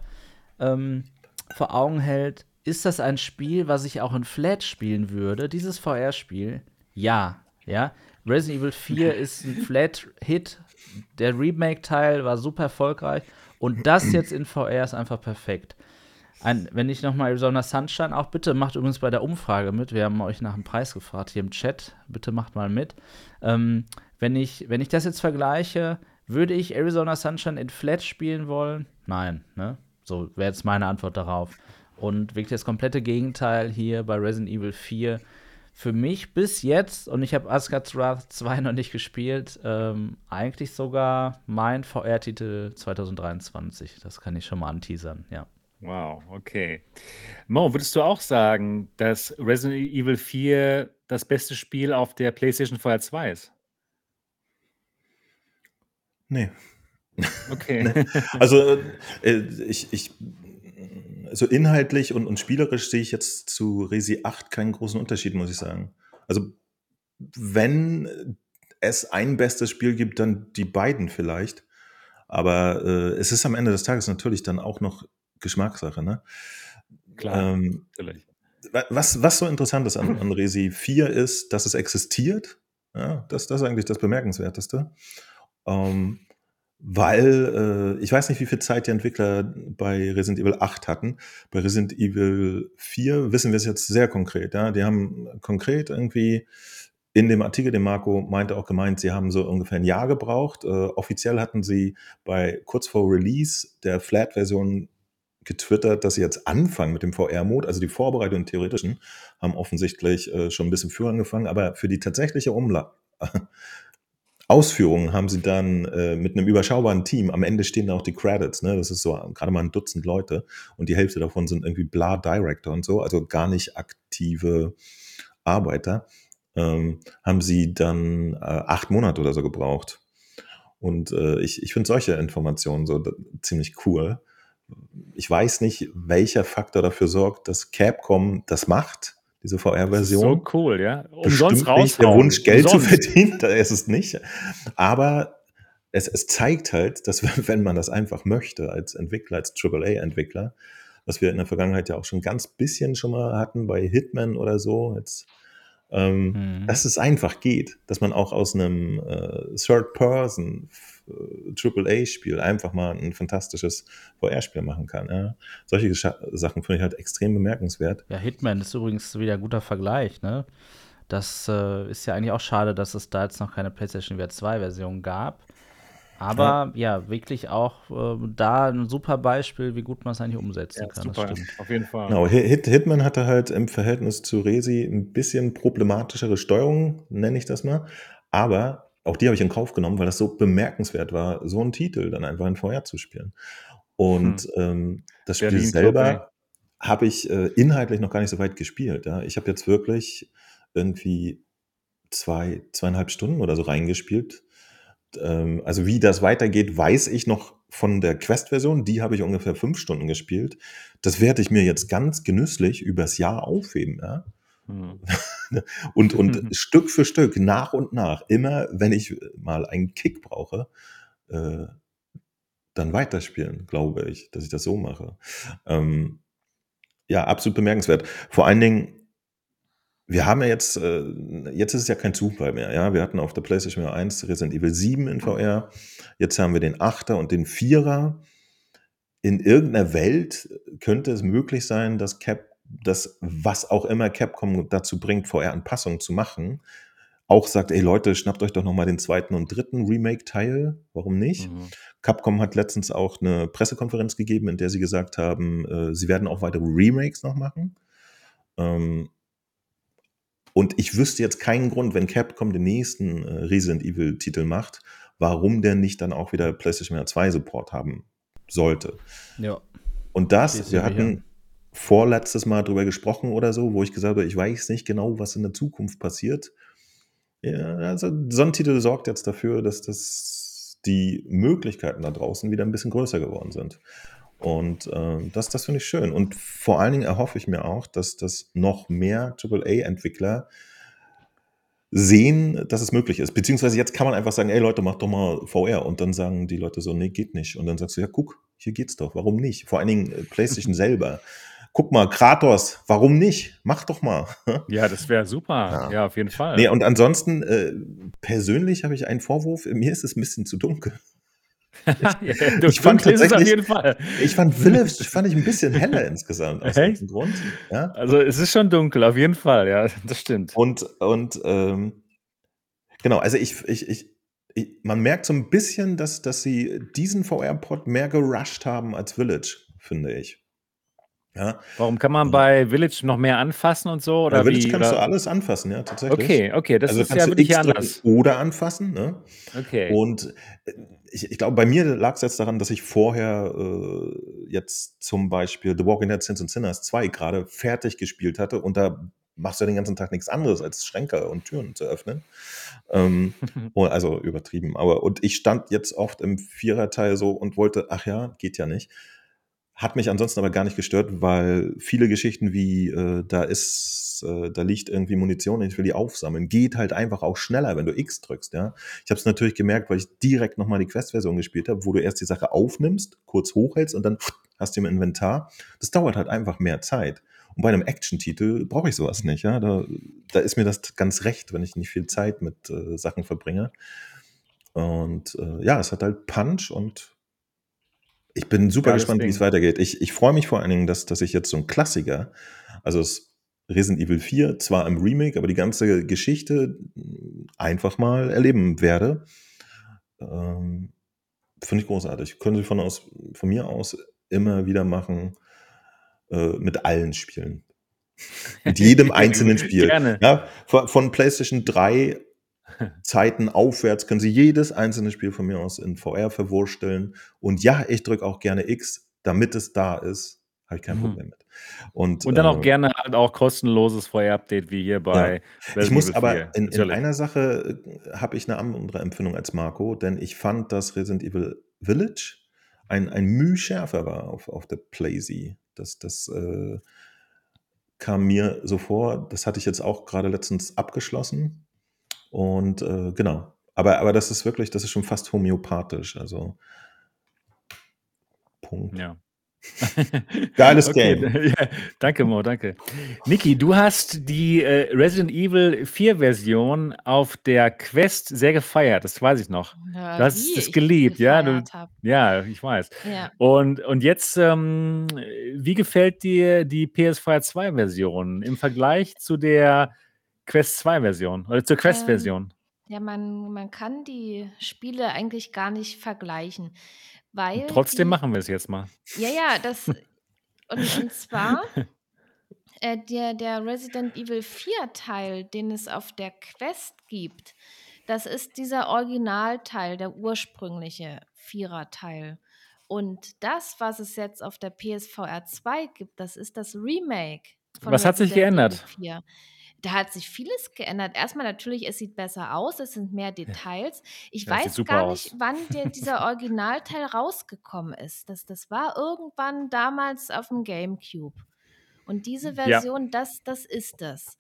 vor Augen hält, ist das ein Spiel, was ich auch in Flat spielen würde, dieses VR-Spiel? Ja. Resident Evil 4 ist ein Flat-Hit. Der Remake-Teil war super erfolgreich. Und das jetzt in VR ist einfach perfekt. Wenn ich nochmal Arizona Sunshine, auch bitte macht übrigens bei der Umfrage mit. Wir haben euch nach dem Preis gefragt hier im Chat. Bitte macht mal mit. Wenn ich das jetzt vergleiche, würde ich Arizona Sunshine in Flat spielen wollen? Nein, ne? So wäre jetzt meine Antwort darauf. Und wirklich das komplette Gegenteil hier bei Resident Evil 4. Für mich bis jetzt, und ich habe Asgard's Wrath 2 noch nicht gespielt, eigentlich sogar mein VR-Titel 2023. Das kann ich schon mal anteasern, ja. Wow, okay. Mo, würdest du auch sagen, dass Resident Evil 4 das beste Spiel auf der PlayStation VR 2 ist? Nee. Okay. Also so inhaltlich und spielerisch sehe ich jetzt zu Resi 8 keinen großen Unterschied, muss ich sagen. Also wenn es ein bestes Spiel gibt, dann die beiden vielleicht. Aber es ist am Ende des Tages natürlich dann auch noch Geschmackssache, ne? Klar, natürlich. Was so interessant ist an Resi 4 ist, dass es existiert. Ja, das ist eigentlich das Bemerkenswerteste. Weil ich weiß nicht, wie viel Zeit die Entwickler bei Resident Evil 8 hatten. Bei Resident Evil 4 wissen wir es jetzt sehr konkret. Ja? Die haben konkret irgendwie in dem Artikel, den Marco meinte, auch gemeint, sie haben so ungefähr ein Jahr gebraucht. Offiziell hatten sie kurz vor Release der Flat-Version getwittert, dass sie jetzt anfangen mit dem VR-Mode. Also die Vorbereitung und theoretischen haben offensichtlich schon ein bisschen früher angefangen, aber für die tatsächliche Ausführungen haben sie dann mit einem überschaubaren Team, am Ende stehen da auch die Credits, ne? Das ist so gerade mal ein Dutzend Leute und die Hälfte davon sind irgendwie bla Director und so, also gar nicht aktive Arbeiter, haben sie dann 8 Monate oder so gebraucht. Und ich finde solche Informationen so ziemlich cool. Ich weiß nicht, welcher Faktor dafür sorgt, dass Capcom das macht, diese VR-Version. So cool, ja. Umsonst raushauen. Der Wunsch, Geld zu verdienen, da ist es nicht. Aber es zeigt halt, dass wenn man das einfach möchte, als Entwickler, als AAA-Entwickler, was wir in der Vergangenheit ja auch schon ganz bisschen schon mal hatten bei Hitman oder so, jetzt, dass es einfach geht, dass man auch aus einem Third-Person AAA-Spiel einfach mal ein fantastisches VR-Spiel machen kann. Ja. Solche Sachen finde ich halt extrem bemerkenswert. Ja, Hitman ist übrigens wieder ein guter Vergleich, ne? Das ist ja eigentlich auch schade, dass es da jetzt noch keine PlayStation VR 2-Version gab. Aber ja, wirklich auch da ein super Beispiel, wie gut man es eigentlich umsetzen kann. Super, das stimmt. auf jeden Fall. Genau, Hitman hatte halt im Verhältnis zu Resi ein bisschen problematischere Steuerung, nenne ich das mal. Aber auch die habe ich in Kauf genommen, weil das so bemerkenswert war, so einen Titel dann einfach in VR zu spielen. Und das Spiel Berlin Club, ey. selber habe ich inhaltlich noch gar nicht so weit gespielt. Ja. Ich habe jetzt wirklich irgendwie 2,5 Stunden oder so reingespielt. Also wie das weitergeht, weiß ich noch von der Quest-Version. Die habe ich ungefähr 5 Stunden gespielt. Das werde ich mir jetzt ganz genüsslich übers Jahr aufheben. Ja. Hm. Und Stück für Stück, nach und nach, immer wenn ich mal einen Kick brauche, äh, dann weiterspielen, glaube ich, dass ich das so mache. Ja, absolut bemerkenswert. Vor allen Dingen, wir haben ja jetzt ist es ja kein Zufall mehr, ja? Wir hatten auf der PlayStation 1 Resident Evil 7 in VR, jetzt haben wir den 8er und den 4er. In irgendeiner Welt könnte es möglich sein, dass was auch immer Capcom dazu bringt, VR-Anpassungen zu machen, auch sagt: „Ey Leute, schnappt euch doch noch mal den 2. und 3. Remake-Teil. Warum nicht?“ Mhm. Capcom hat letztens auch eine Pressekonferenz gegeben, in der sie gesagt haben, sie werden auch weitere Remakes noch machen. Und ich wüsste jetzt keinen Grund, wenn Capcom den nächsten Resident Evil-Titel macht, warum der nicht dann auch wieder PlayStation 2 Support haben sollte. Ja. Und Schließe das, ich wir mich hatten an. vorletztes Mal drüber gesprochen oder so, wo ich gesagt habe, ich weiß nicht genau, was in der Zukunft passiert. Ja, also so ein Titel sorgt jetzt dafür, dass die Möglichkeiten da draußen wieder ein bisschen größer geworden sind. Und das finde ich schön. Und vor allen Dingen erhoffe ich mir auch, dass das noch mehr AAA-Entwickler sehen, dass es möglich ist. Beziehungsweise jetzt kann man einfach sagen, ey Leute, macht doch mal VR. Und dann sagen die Leute so, nee, geht nicht. Und dann sagst du, ja, guck, hier geht's doch. Warum nicht? Vor allen Dingen PlayStation selber. Guck mal, Kratos, warum nicht? Mach doch mal. Ja, das wäre super. Ja. Ja, auf jeden Nee, Fall. und ansonsten, persönlich habe ich einen Vorwurf, mir ist es ein bisschen zu dunkel. Ja, Ich fand dunkel ist es auf tatsächlich, jeden Fall. ich fand Village fand ich ein bisschen heller insgesamt aus Echt? irgendeinem Grund. Ja. Also es ist schon dunkel, auf jeden Fall, ja, das stimmt. Und genau, also man merkt so ein bisschen, dass sie diesen VR-Pod mehr gerusht haben als Village, finde ich. Ja. Warum kann man bei Village noch mehr anfassen und so Bei oder Village wie? kannst du Oder? alles anfassen, ja, tatsächlich. Okay, das Also, ist kannst ja du wirklich X ja drücken anders. oder anfassen, ne? Okay. Und ich glaube, bei mir lag es jetzt daran, dass ich vorher jetzt zum Beispiel The Walking Dead Sins and Sinners 2 gerade fertig gespielt hatte und da machst du ja den ganzen Tag nichts anderes, als Schränke und Türen zu öffnen. Also übertrieben. Und ich stand jetzt oft im Viererteil so und wollte, ach ja, geht ja nicht. Hat mich ansonsten aber gar nicht gestört, weil viele Geschichten wie da liegt irgendwie Munition und ich will die aufsammeln, geht halt einfach auch schneller, wenn du X drückst, ja. Ich habe es natürlich gemerkt, weil ich direkt nochmal die Quest-Version gespielt habe, wo du erst die Sache aufnimmst, kurz hochhältst und dann hast du im Inventar. Das dauert halt einfach mehr Zeit. Und bei einem Action-Titel brauche ich sowas nicht, ja. Da ist mir das ganz recht, wenn ich nicht viel Zeit mit Sachen verbringe. Und ja, es hat halt Punch und ich bin super Geiles gespannt, wie es Ding. weitergeht. Ich freue mich vor allen Dingen, dass ich jetzt so ein Klassiker, also das Resident Evil 4, zwar im Remake, aber die ganze Geschichte einfach mal erleben werde. Finde ich großartig. Können Sie von mir aus immer wieder machen, mit allen Spielen. Mit jedem einzelnen Spiel. Gerne. Ja, von PlayStation 3 Zeiten aufwärts können Sie jedes einzelne Spiel von mir aus in VR verwursteln. Und ja, ich drücke auch gerne X, damit es da ist. Habe ich kein Problem mit. Und Und dann auch gerne halt auch kostenloses VR-Update wie hier ja. bei Ich Resident muss Evil aber 4. in Natürlich. einer Sache habe ich eine andere Empfindung als Marco, denn ich fand, dass Resident Evil Village ein Müh schärfer war auf der PlayZ. Das kam mir so vor. Das hatte ich jetzt auch gerade letztens abgeschlossen. Und genau. Aber das ist schon fast homöopathisch. Also Punkt. Ja. Geiles Okay, Game. ja, danke Mo, danke. Niki, du hast die Resident Evil 4 Version auf der Quest sehr gefeiert, das weiß ich noch. Du hast Wie es ich geliebt, ja? gefeiert habe. Ja, ich weiß. Ja. Und jetzt, wie gefällt dir die PS4 2 Version im Vergleich zu der Quest 2 Version oder zur Quest Version? Ja, man kann die Spiele eigentlich gar nicht vergleichen, weil Trotzdem die machen wir es jetzt mal. ja, das und zwar, der Resident Evil 4 Teil, den es auf der Quest gibt, das ist dieser Originalteil, der ursprüngliche Vierer Teil. Und das, was es jetzt auf der PSVR 2 gibt, das ist das Remake von Was hat sich Resident Evil geändert? 4. Da hat sich vieles geändert. Erstmal natürlich, es sieht besser aus, es sind mehr Ja. Details. Ich Ja, sieht weiß super gar nicht, aus. wann dieser Originalteil rausgekommen ist. Das war irgendwann damals auf dem GameCube. Und diese Ja. Version, das ist das.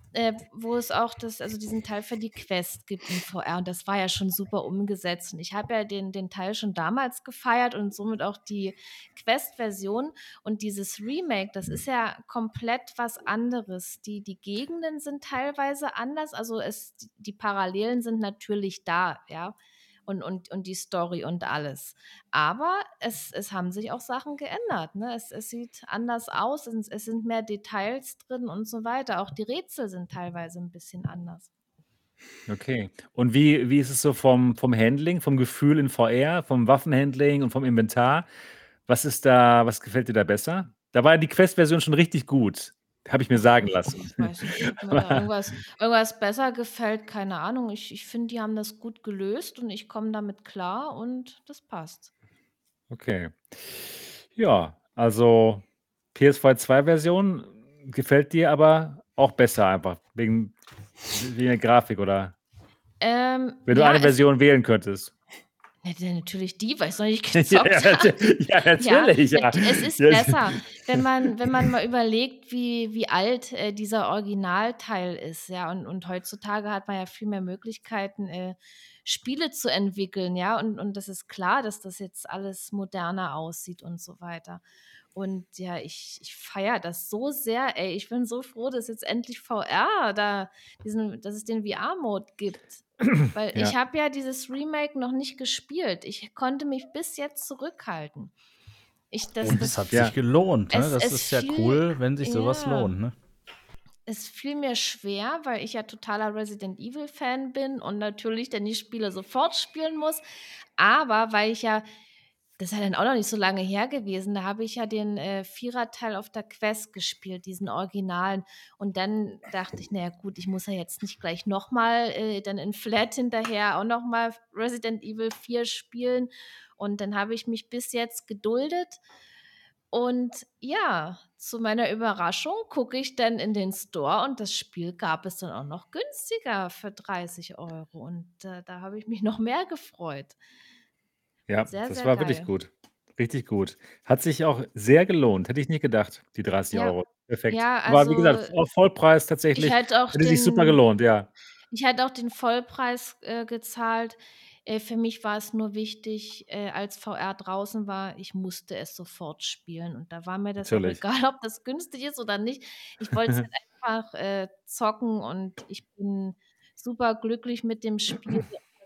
Wo es auch diesen Teil für die Quest gibt in VR. Und das war ja schon super umgesetzt. Und ich habe ja den Teil schon damals gefeiert und somit auch die Quest-Version. Und dieses Remake, das ist ja komplett was anderes. Die Gegenden sind teilweise anders. Also die Parallelen sind natürlich da, ja. Und die Story und alles. Aber es haben sich auch Sachen geändert. Ne? Es sieht anders aus, es sind mehr Details drin und so weiter. Auch die Rätsel sind teilweise ein bisschen anders. Okay. Und wie ist es so vom Handling, vom Gefühl in VR, vom Waffenhandling und vom Inventar? Was gefällt dir da besser? Da war ja die Quest-Version schon richtig gut, habe ich mir sagen lassen. Ich weiß nicht, ob mir da irgendwas besser gefällt, keine Ahnung. Ich finde, die haben das gut gelöst und ich komme damit klar und das passt. Okay. Ja, also PS2 2-Version gefällt dir aber auch besser einfach wegen der Grafik, oder? Wenn du Ja, eine Version wählen könntest. natürlich die, weil ich's noch nicht Ja, gezockt habe. ja, natürlich, ja. Es ist Yes. besser, wenn man mal überlegt, wie alt dieser Originalteil ist, ja. Und heutzutage hat man ja viel mehr Möglichkeiten, Spiele zu entwickeln, ja. Und das ist klar, dass das jetzt alles moderner aussieht und so weiter. Und ja, ich feiere das so sehr, ey. Ich bin so froh, dass jetzt endlich VR dass es den VR-Mode gibt. Weil ich Ja. habe ja dieses Remake noch nicht gespielt. Ich konnte mich bis jetzt zurückhalten. Und es hat Ja. sich gelohnt, ne? Es- Das es ist ja fiel- cool, wenn sich sowas ja. lohnt, ne? Es fiel mir schwer, weil ich ja totaler Resident Evil-Fan bin und natürlich dann die Spiele sofort spielen muss. Aber weil ich ja, das ist ja dann auch noch nicht so lange her gewesen, da habe ich ja den Vierer-Teil auf der Quest gespielt, diesen Originalen. Und dann dachte ich, naja gut, ich muss ja jetzt nicht gleich nochmal dann in Flat hinterher auch nochmal Resident Evil 4 spielen. Und dann habe ich mich bis jetzt geduldet. Und ja, zu meiner Überraschung gucke ich dann in den Store und das Spiel gab es dann auch noch günstiger für 30 €. Und da habe ich mich noch mehr gefreut. Ja, Sehr, das sehr war wirklich geil. gut. Richtig gut. Hat sich auch sehr gelohnt. Hätte ich nicht gedacht, die 30 Ja, €. Perfekt. ja, Aber wie gesagt, also auf Vollpreis ich tatsächlich hätte auch hätte sich super gelohnt, ja. den Vollpreis gezahlt. Für mich war es nur wichtig, als VR draußen war, ich musste es sofort spielen. Und da war mir das auch Natürlich. egal, ob das günstig ist oder nicht. Ich wollte es halt einfach zocken und ich bin super glücklich mit dem Spiel.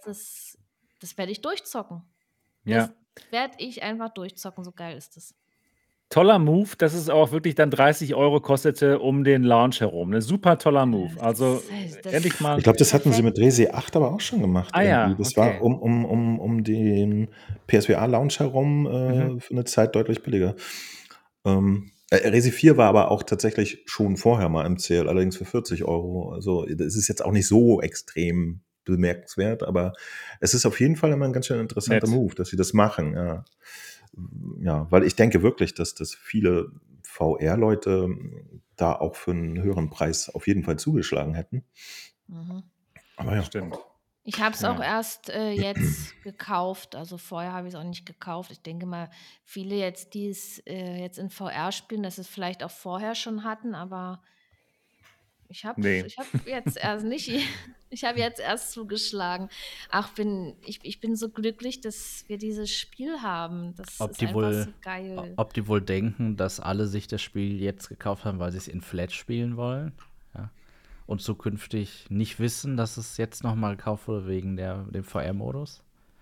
Das werde ich durchzocken. Das Ja. werde ich einfach durchzocken, so geil ist es. Toller Move, dass es auch wirklich dann 30 € kostete um den Launch herum, 'ne super toller Move. Also, endlich Ich mal glaube, das hatten sie perfekt. mit Resi 8 aber auch schon gemacht Ah ja, irgendwie. Das war okay. um den PSVR-Launch herum Mhm. für 'ne Zeit deutlich billiger. Resi 4 war aber auch tatsächlich schon vorher mal im Sale, allerdings für 40 €. Also, das ist jetzt auch nicht so extrem bemerkenswert, aber es ist auf jeden Fall immer 'n ganz schön interessanter Nett. Move, dass sie das machen, ja. Ja, weil ich denke wirklich, dass viele VR-Leute da auch für 'n höheren Preis auf jeden Fall zugeschlagen hätten. Mhm. Aber ja. Stimmt. Ich habe es auch Ja. erst jetzt gekauft. Also vorher habe ich es auch nicht gekauft. Ich denke mal, viele jetzt, die es jetzt in VR spielen, dass es vielleicht auch vorher schon hatten, aber Ne. ich habe jetzt erst nicht, ich habe jetzt erst zugeschlagen. Ich bin so glücklich, dass wir dieses Spiel haben. Das Ob ist die einfach wohl so geil. ob die wohl denken, dass alle sich das Spiel jetzt gekauft haben, weil sie es in Flat spielen wollen, ja, und zukünftig nicht wissen, dass es jetzt noch mal gekauft wurde wegen dem VR-Modus?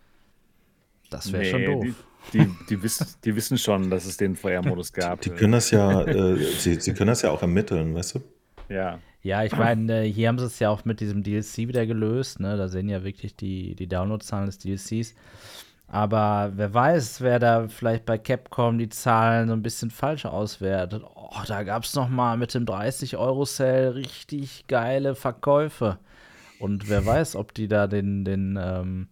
Das wäre schon Ne, doof. die wissen schon, dass es den VR-Modus gab. Die können das ja, sie können das ja auch ermitteln, weißt du? Ja. Ja, ich meine, hier haben sie es ja auch mit diesem DLC wieder gelöst, ne? Da sehen ja wirklich die Downloadzahlen des DLCs. Aber wer weiß, wer da vielleicht bei Capcom die Zahlen so ein bisschen falsch auswertet. Oh, da gab es noch mal mit dem 30-Euro-Sale richtig geile Verkäufe. Und wer weiß, ob die da den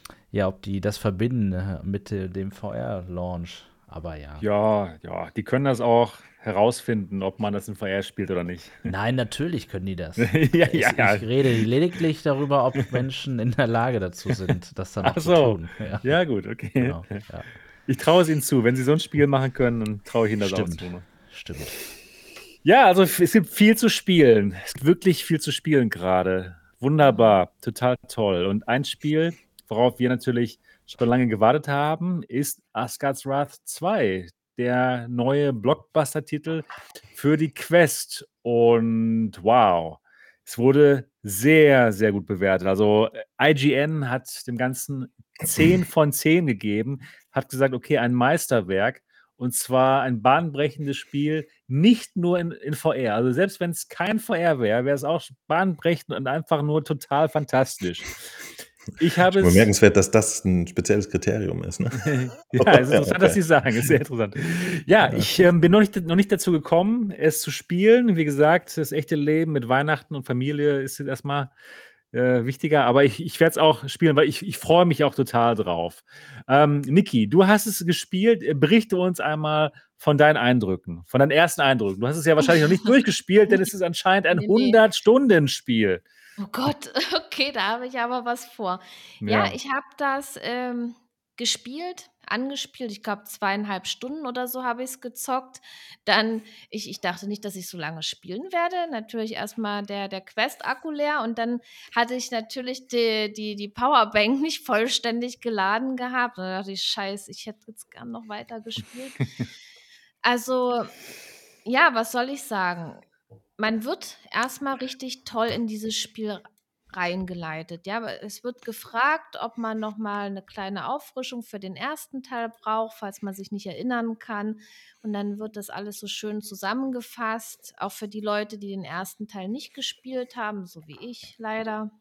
Ja, ob die das verbinden mit dem VR-Launch. Aber ja. Ja, die können das auch herausfinden, ob man das in VR spielt oder nicht. Nein, natürlich können die das. Ja. Ich rede lediglich darüber, ob Menschen in der Lage dazu sind, das dann auch Ach zu so. tun. Ja, Ja, gut, okay. genau. Ja. Ich traue es ihnen zu. Wenn sie so ein Spiel machen können, dann traue ich ihnen das auch Stimmt. zu. Stimmt. Ja, also es gibt viel zu spielen. Es gibt wirklich viel zu spielen gerade. Wunderbar, total toll. Und ein Spiel, worauf wir natürlich schon lange gewartet haben, ist Asgard's Wrath 2, der neue Blockbuster-Titel für die Quest. Und wow, es wurde sehr, sehr gut bewertet. Also IGN hat dem Ganzen 10 von 10 gegeben, hat gesagt, okay, ein Meisterwerk. Und zwar ein bahnbrechendes Spiel, nicht nur in VR. Also selbst wenn es kein VR wäre, wäre es auch bahnbrechend und einfach nur total fantastisch. Ich habe Schon es. bemerkenswert, dass das ein spezielles Kriterium ist. Ne? Ja, ist interessant, dass Sie sagen. Ist sehr interessant. Ja, ich bin noch nicht dazu gekommen, es zu spielen. Wie gesagt, das echte Leben mit Weihnachten und Familie ist jetzt erstmal wichtiger, aber ich werde es auch spielen, weil ich freue mich auch total drauf. Niki, du hast es gespielt. Berichte uns einmal von deinen Eindrücken, von deinen ersten Eindrücken. Du hast es ja wahrscheinlich noch nicht durchgespielt, denn es ist anscheinend ein Nee. 100-Stunden-Spiel. Oh Gott, okay, da habe ich aber was vor. Ja. Ja, ich habe das gespielt, angespielt. Ich glaube, 2,5 Stunden oder so habe ich es gezockt. Dann, ich dachte nicht, dass ich so lange spielen werde. Natürlich erstmal der Quest-Akku leer und dann hatte ich natürlich die Powerbank nicht vollständig geladen gehabt. Und dann dachte ich, scheiße, ich hätte jetzt gern noch weiter gespielt. Also, ja, was soll ich sagen? Man wird erstmal richtig toll in dieses Spiel reingeleitet. Ja, aber es wird gefragt, ob man noch mal 'ne kleine Auffrischung für den ersten Teil braucht, falls man sich nicht erinnern kann. Und dann wird das alles so schön zusammengefasst, auch für die Leute, die den ersten Teil nicht gespielt haben, so wie ich leider.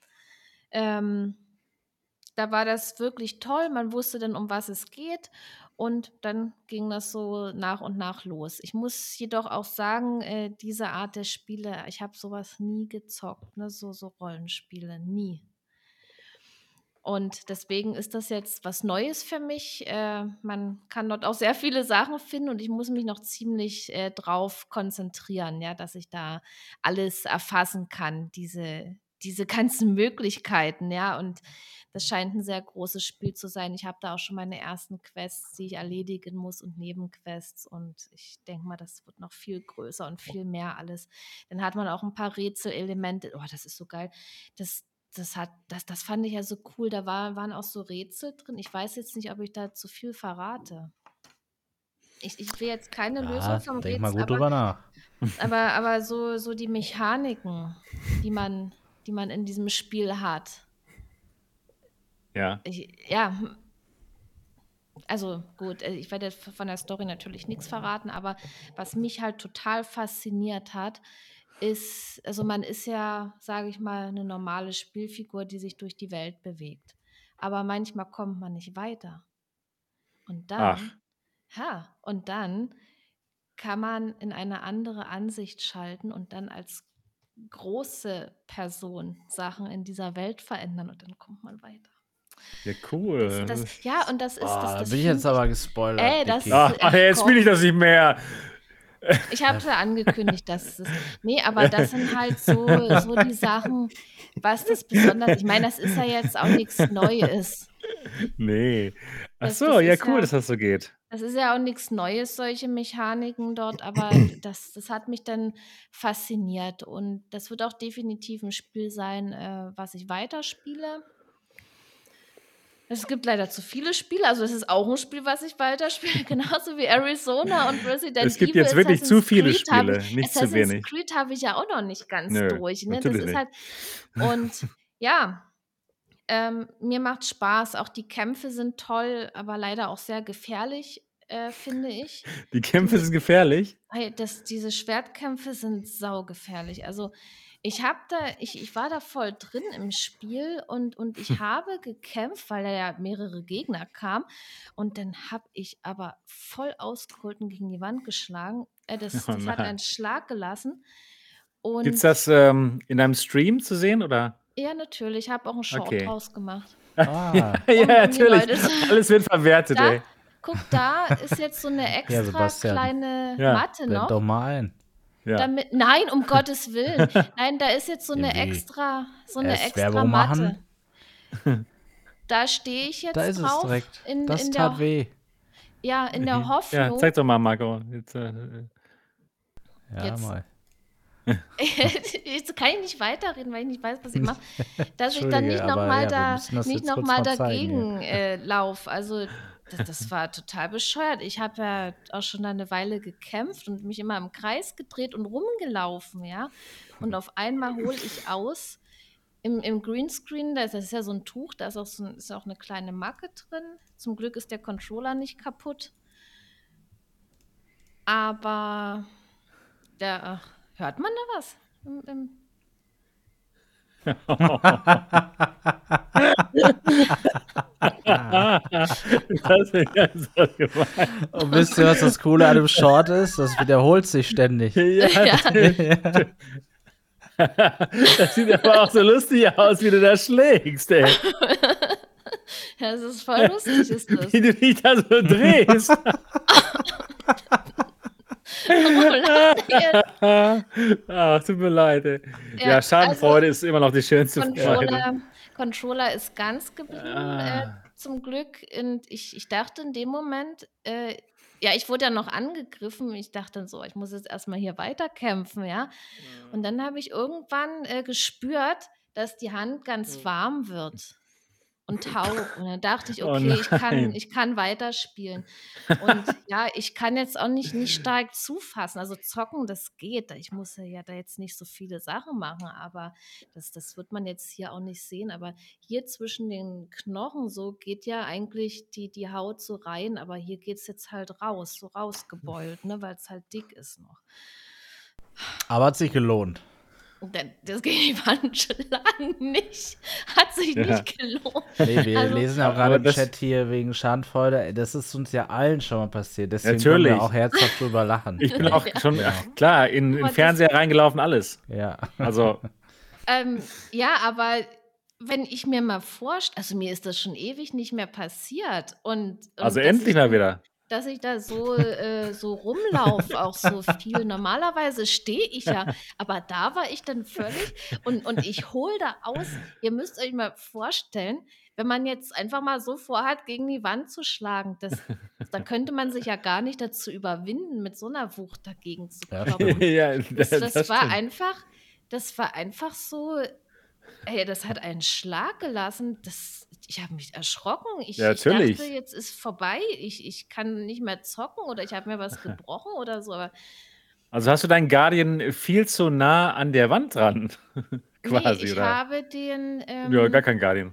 Ähm, Da war das wirklich toll. Man wusste dann, um was es geht. Und dann ging das so nach und nach los. Ich muss jedoch auch sagen, diese Art der Spiele, ich habe sowas nie gezockt, ne? So Rollenspiele, nie. Und deswegen ist das jetzt was Neues für mich. Man kann dort auch sehr viele Sachen finden und ich muss mich noch ziemlich drauf konzentrieren, ja, dass ich da alles erfassen kann, diese ganzen Möglichkeiten, ja. Und das scheint ein sehr großes Spiel zu sein. Ich habe da auch schon meine ersten Quests, die ich erledigen muss und Nebenquests. Und ich denke mal, das wird noch viel größer und viel mehr alles. Dann hat man auch ein paar Rätselelemente. Oh, das ist so geil. Das fand ich ja so cool. Da waren auch so Rätsel drin. Ich weiß jetzt nicht, ob ich da zu viel verrate. Ich will jetzt keine Lösung vom Denk mal Rätsel, gut drüber nach. aber so die Mechaniken, die man in diesem Spiel hat. Ja. Ja, also gut, ich werde jetzt von der Story natürlich nichts verraten, aber was mich halt total fasziniert hat, ist, also man ist ja, sage ich mal, eine normale Spielfigur, die sich durch die Welt bewegt. Aber manchmal kommt man nicht weiter. Und Ach. dann kann man in eine andere Ansicht schalten und dann als große Person Sachen in dieser Welt verändern und dann kommt man weiter. Ja, cool. Ja, und das ist Da das bin ich jetzt finde aber ich. gespoilert. Das- Niki. Ach, Ach, jetzt will ich komm. das nicht mehr. Ich habe ja angekündigt, dass es. Nee, aber das sind halt so die Sachen, was das besonders. Ich meine, das ist ja jetzt auch nichts Neues. Nee. Ach Das so, ja, ist cool, ja. dass das so geht. Das ist ja auch nichts Neues, solche Mechaniken dort, aber das hat mich dann fasziniert. Und das wird auch definitiv ein Spiel sein, was ich weiterspiele. Es gibt leider zu viele Spiele, also es ist auch ein Spiel, was ich weiterspiele, genauso wie Arizona und Resident Es gibt Evil. jetzt wirklich zu viele Creed habe Spiele, nicht zu Assassin's wenig. Creed habe ich ja auch noch nicht ganz Nö, durch, ne? Das natürlich ist nicht. halt und ja, mir macht Spaß. Auch die Kämpfe sind toll, aber leider auch sehr gefährlich, finde ich. Die Kämpfe sind gefährlich. Diese Schwertkämpfe sind saugefährlich. Also, ich war da voll drin im Spiel und ich habe gekämpft, weil da ja mehrere Gegner kamen und dann habe ich aber voll ausgeholt und gegen die Wand geschlagen. Das Oh hat nein. einen Schlag gelassen Gibt's und das in einem Stream zu sehen oder? ja, natürlich, ich habe auch 'n Short Okay. draus gemacht. Ah, Ja, um die natürlich. Leute zu. Alles wird verwertet, Da, ey. guck, da ist jetzt so eine ja, extra Sebastian, kleine Ja, Matte blend doch noch. mal ein. ja. Nein, um Gottes Willen. Nein, da ist jetzt so eine Wie? extra Erst Matte. Werbung machen? Da stehe ich Da jetzt ist es drauf direkt. in Das tat der weh. Ja, Ja, Hoffnung. zeig doch mal, Marco. Jetzt, Ja, Jetzt mal. jetzt kann ich nicht weiterreden, weil ich nicht weiß, was ich mache, dass ich dann Entschuldige, nicht aber nochmal ja, wir müssen das jetzt kurz mal mal zeigen hier. dagegen laufe. Also das war total bescheuert. Ich habe ja auch schon eine Weile gekämpft und mich immer im Kreis gedreht und rumgelaufen, ja. Und auf einmal hole ich aus im Greenscreen, das ist ja so ein Tuch, da ist auch eine kleine Macke drin. Zum Glück ist der Controller nicht kaputt. Aber hört man da was? das ist ja so gemein. Und wisst ihr, was das Coole an dem Short ist? Das wiederholt sich ständig. Ja, Ja. das sieht aber auch so lustig aus, wie du da schlägst, ey. Ja, das ist voll lustig, ist das. Wie du dich da so drehst. Ach, tut mir leid, ey. Ja, Schadenfreude ist immer noch die schönste Freude. Controller ist ganz geblieben, zum Glück. Und ich dachte in dem Moment, ja, ich wurde ja noch angegriffen. Ich dachte dann so, ich muss jetzt erstmal hier weiterkämpfen, ja. Und dann habe ich irgendwann gespürt, dass die Hand ganz warm wird und taub. Und dann dachte ich, Oh okay, nein. ich kann weiterspielen. Und ja, ich kann jetzt auch nicht stark zufassen. Also zocken, das geht. Ich muss ja da jetzt nicht so viele Sachen machen, aber das wird man jetzt hier auch nicht sehen. Aber hier zwischen den Knochen so geht ja eigentlich die Haut so rein, aber hier geht es jetzt halt raus, so rausgebeult, ne, weil es halt dick ist noch. Aber hat sich gelohnt. Das gegen die Wand schlagen nicht. Hat sich Ja. nicht gelohnt. Nee, wir Also- lesen ja auch gerade Aber im das- Chat hier wegen Schadenfreude. Das ist uns ja allen schon mal passiert. Deswegen Natürlich. können wir auch herzhaft drüber lachen. Ich bin auch schon, Ja. klar, in Aber Fernseher reingelaufen, alles. Ja. Also, Ja, aber wenn ich mir mal vorstelle, also mir ist das schon ewig nicht mehr passiert. Und also dass endlich ich, mal wieder. dass ich da so rumlaufe, auch so viel. Normalerweise stehe ich ja, aber da war ich dann völlig und ich hole da aus. Ihr müsst euch mal vorstellen, wenn man jetzt einfach mal so vorhat, gegen die Wand zu schlagen, da könnte man sich ja gar nicht dazu überwinden, mit so einer Wucht dagegen zu Ja, kloppen. Ja, Das war stimmt. das war einfach so, ey, das hat einen Schlag gelassen. Ich habe mich erschrocken. Ich natürlich. dachte, jetzt ist vorbei. Ich kann nicht mehr zocken oder ich habe mir was gebrochen oder so. Aber Also hast du deinen Guardian viel zu nah an der Wand dran, nee, quasi, ich oder? habe den, Ja, gar kein Guardian.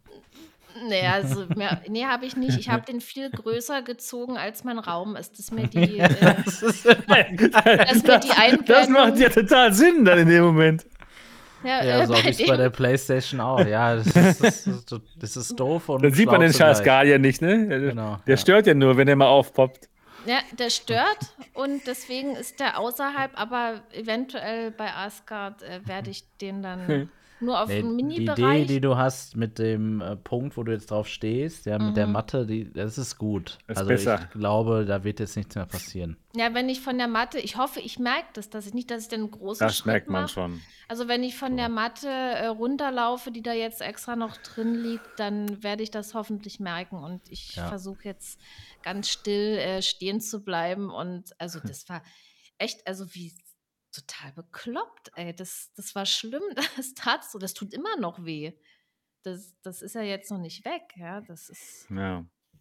nee, habe ich nicht. Ich habe den viel größer gezogen, als mein Raum ist. Dass mir die, Das ist das Einblendung- macht ja total Sinn dann in dem Moment. ja, so wie es bei der PlayStation auch. Ja, das ist doof und Dann sieht man schlau den scheiß zugleich. Guardian nicht, ne? Genau, Der ja. stört ja nur, wenn der mal aufpoppt. Ja, der stört und deswegen ist der außerhalb, aber eventuell bei Asgard werde ich den dann nur auf Nee, einen die Idee, Mini-Bereich. die du hast mit dem Punkt, wo du jetzt drauf stehst, ja, mit der Matte, das ist gut. Ist Also besser. ich glaube, da wird jetzt nichts mehr passieren. Ja, wenn ich von der Matte, ich hoffe, ich merke das, dass ich dann einen großen Das Schritt merkt man mache. schon. Also wenn ich von der Matte runterlaufe, die da jetzt extra noch drin liegt, dann werde ich das hoffentlich merken und ich Ja. versuche jetzt ganz still stehen zu bleiben und also das war echt, also wie total bekloppt, ey. Das war schlimm, das tat so, das tut immer noch weh. Das ist ja jetzt noch nicht weg, ja, das ist, Ja.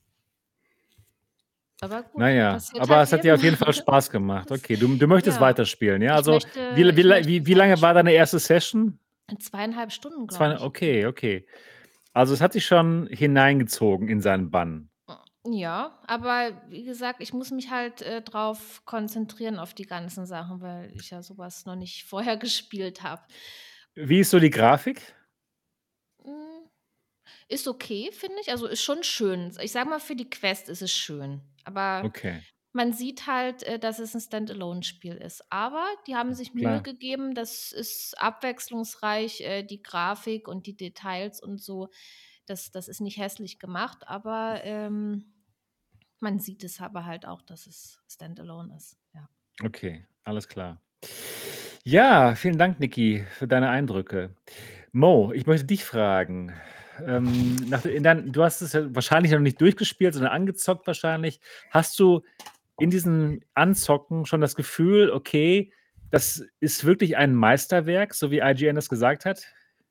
aber gut, Naja, passiert aber halt es hat dir auf jeden Fall jedem. Spaß gemacht. Okay, du möchtest Ja. weiterspielen, ja? Ich Also, möchte- wie, ich wie, möchte wie, wie lange war deine erste Session? 2,5 Stunden, glaube ich. Okay. Also, es hat dich schon hineingezogen in seinen Bann. Ja, aber wie gesagt, ich muss mich halt drauf konzentrieren auf die ganzen Sachen, weil ich ja sowas noch nicht vorher gespielt habe. Wie ist so die Grafik? Ist okay, finde ich. Also ist schon schön. Ich sag mal, für die Quest ist es schön. Aber Okay. man sieht halt, dass es ein Standalone-Spiel ist. Aber die haben sich Mühe Klar. gegeben, das ist abwechslungsreich, die Grafik und die Details und so. Das ist nicht hässlich gemacht, aber man sieht es aber halt auch, dass es Standalone ist. Ja. Okay, alles klar. Ja, vielen Dank, Niki, für deine Eindrücke. Mo, ich möchte dich fragen. Du hast es ja wahrscheinlich noch nicht durchgespielt, sondern angezockt wahrscheinlich. Hast du in diesem Anzocken schon das Gefühl, okay, das ist wirklich ein Meisterwerk, so wie IGN das gesagt hat?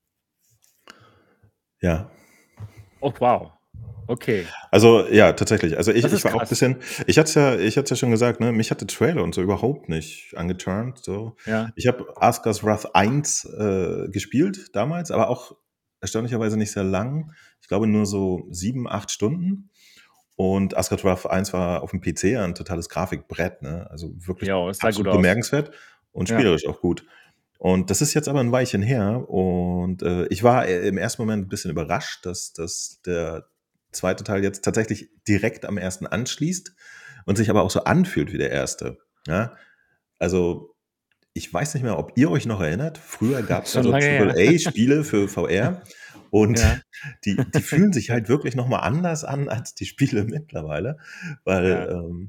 Ja. Oh, wow. Okay. Also, ja, tatsächlich. Also, Das ich ist war auch ein krass. bisschen ich hatte es ja schon gesagt, ne, mich hat der Trailer und so überhaupt nicht angeturnt, so. Ja. Ich habe Asgard's Wrath 1 gespielt damals, aber auch erstaunlicherweise nicht sehr lang. Ich glaube, nur so 7, 8 Stunden. Und Asgard's Wrath 1 war auf dem PC ja 'n totales Grafikbrett, ne? Also, wirklich Ja, es sah gut absolut aus. bemerkenswert und Ja. spielerisch auch gut. Und das ist jetzt aber ein Weilchen her und, ich war, im ersten Moment ein bisschen überrascht, dass der zweite Teil jetzt tatsächlich direkt am ersten anschließt und sich aber auch so anfühlt wie der erste, ja? Also, ich weiß nicht mehr, ob ihr euch noch erinnert, früher gab's ja Schon so lange her. Triple-A-Spiele für VR und Ja, die fühlen sich halt wirklich noch mal anders an als die Spiele mittlerweile, weil, ja.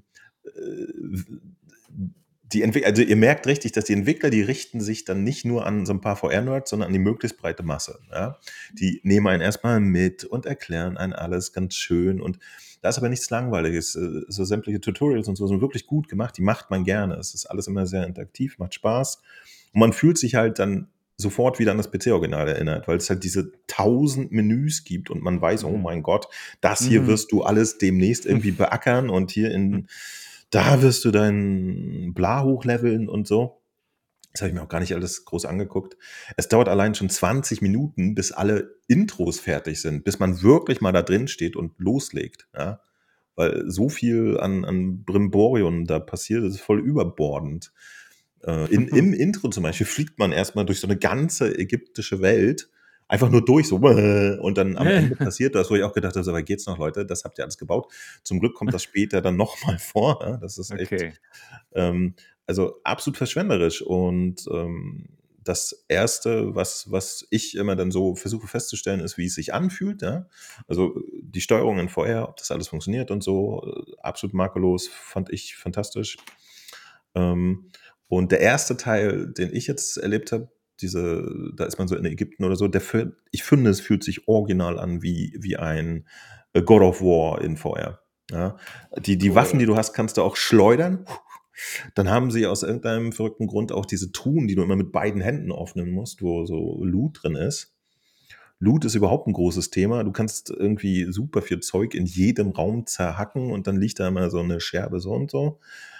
also ihr merkt richtig, dass die Entwickler, die richten sich dann nicht nur an so ein paar VR-Nerds, sondern an die möglichst breite Masse, ja? Die nehmen einen erstmal mit und erklären einen alles ganz schön und da ist aber nichts Langweiliges. So sämtliche Tutorials und so sind wirklich gut gemacht, die macht man gerne. Es ist alles immer sehr interaktiv, macht Spaß und man fühlt sich halt dann sofort wieder an das PC-Original erinnert, weil es halt diese 1000 Menüs gibt und man weiß, oh Mhm. mein Gott, das hier Mhm. wirst du alles demnächst irgendwie beackern und da wirst du dein Bla hochleveln und so. Das habe ich mir auch gar nicht alles groß angeguckt. Es dauert allein schon 20 Minuten, bis alle Intros fertig sind, bis man wirklich mal da drin steht und loslegt, ja? Weil so viel an Brimborium da passiert, das ist voll überbordend. Im Intro zum Beispiel fliegt man erstmal durch so eine ganze ägyptische Welt, einfach nur durch, so, und dann am Ende passiert das, wo ich auch gedacht habe, so, aber geht's noch, Leute? Das habt ihr alles gebaut. Zum Glück kommt das später dann noch mal vor, ja? Das ist echt, Okay. also absolut verschwenderisch. Und das Erste, was ich immer dann so versuche festzustellen, ist, wie es sich anfühlt. Ja? Also die Steuerungen vorher, ob das alles funktioniert und so, absolut makellos, fand ich fantastisch. Und der erste Teil, den ich jetzt erlebt habe, da ist man so in Ägypten oder so, ich finde, es fühlt sich original an wie ein God of War in VR. Ja? Die Waffen, die du hast, kannst du auch schleudern. Dann haben sie aus irgendeinem verrückten Grund auch diese Truhen, die du immer mit beiden Händen öffnen musst, wo so Loot drin ist. Loot ist überhaupt ein großes Thema. Du kannst irgendwie super viel Zeug in jedem Raum zerhacken und dann liegt da immer so eine Scherbe so und so.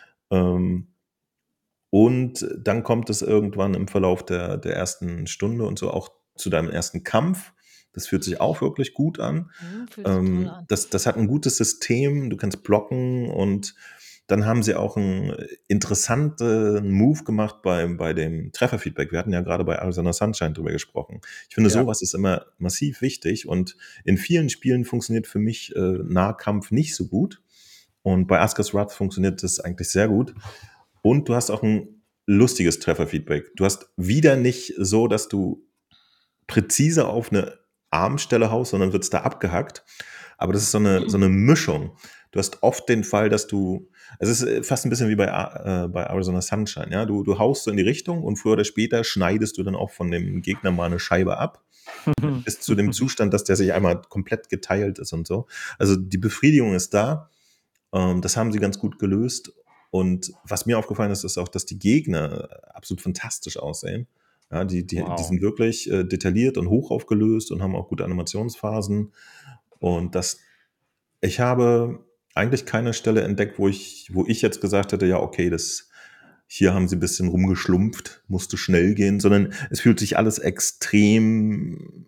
Und dann kommt es irgendwann im Verlauf der ersten Stunde und so auch zu deinem ersten Kampf. Das fühlt sich auch wirklich gut an. Fühlt sich toll an. Das hat ein gutes System, du kannst blocken und dann haben sie auch einen interessanten Move gemacht bei dem Trefferfeedback. Wir hatten ja gerade bei Arizona Sunshine drüber gesprochen. Ich finde, Ja. sowas ist immer massiv wichtig und in vielen Spielen funktioniert für mich Nahkampf nicht so gut und bei Asgard's Wrath funktioniert das eigentlich sehr gut. Und du hast auch ein lustiges Trefferfeedback. Du hast wieder nicht so, dass du präzise auf eine Armstelle haust, sondern wird's da abgehackt. Aber das ist so eine Mischung. Du hast oft den Fall, dass es ist fast ein bisschen wie bei Arizona Sunshine, ja? Du haust so in die Richtung und früher oder später schneidest du dann auch von dem Gegner mal eine Scheibe ab, bis zu dem Zustand, dass der sich einmal komplett geteilt ist und so. Also, die Befriedigung ist da. Das haben sie ganz gut gelöst. Und was mir aufgefallen ist, ist auch, dass die Gegner absolut fantastisch aussehen. Ja, die Wow. sind wirklich detailliert und hoch aufgelöst und haben auch gute Animationsphasen. Und ich habe eigentlich keine Stelle entdeckt, wo ich jetzt gesagt hätte, ja, okay, hier haben sie ein bisschen rumgeschlumpft, musste schnell gehen, sondern es fühlt sich alles extrem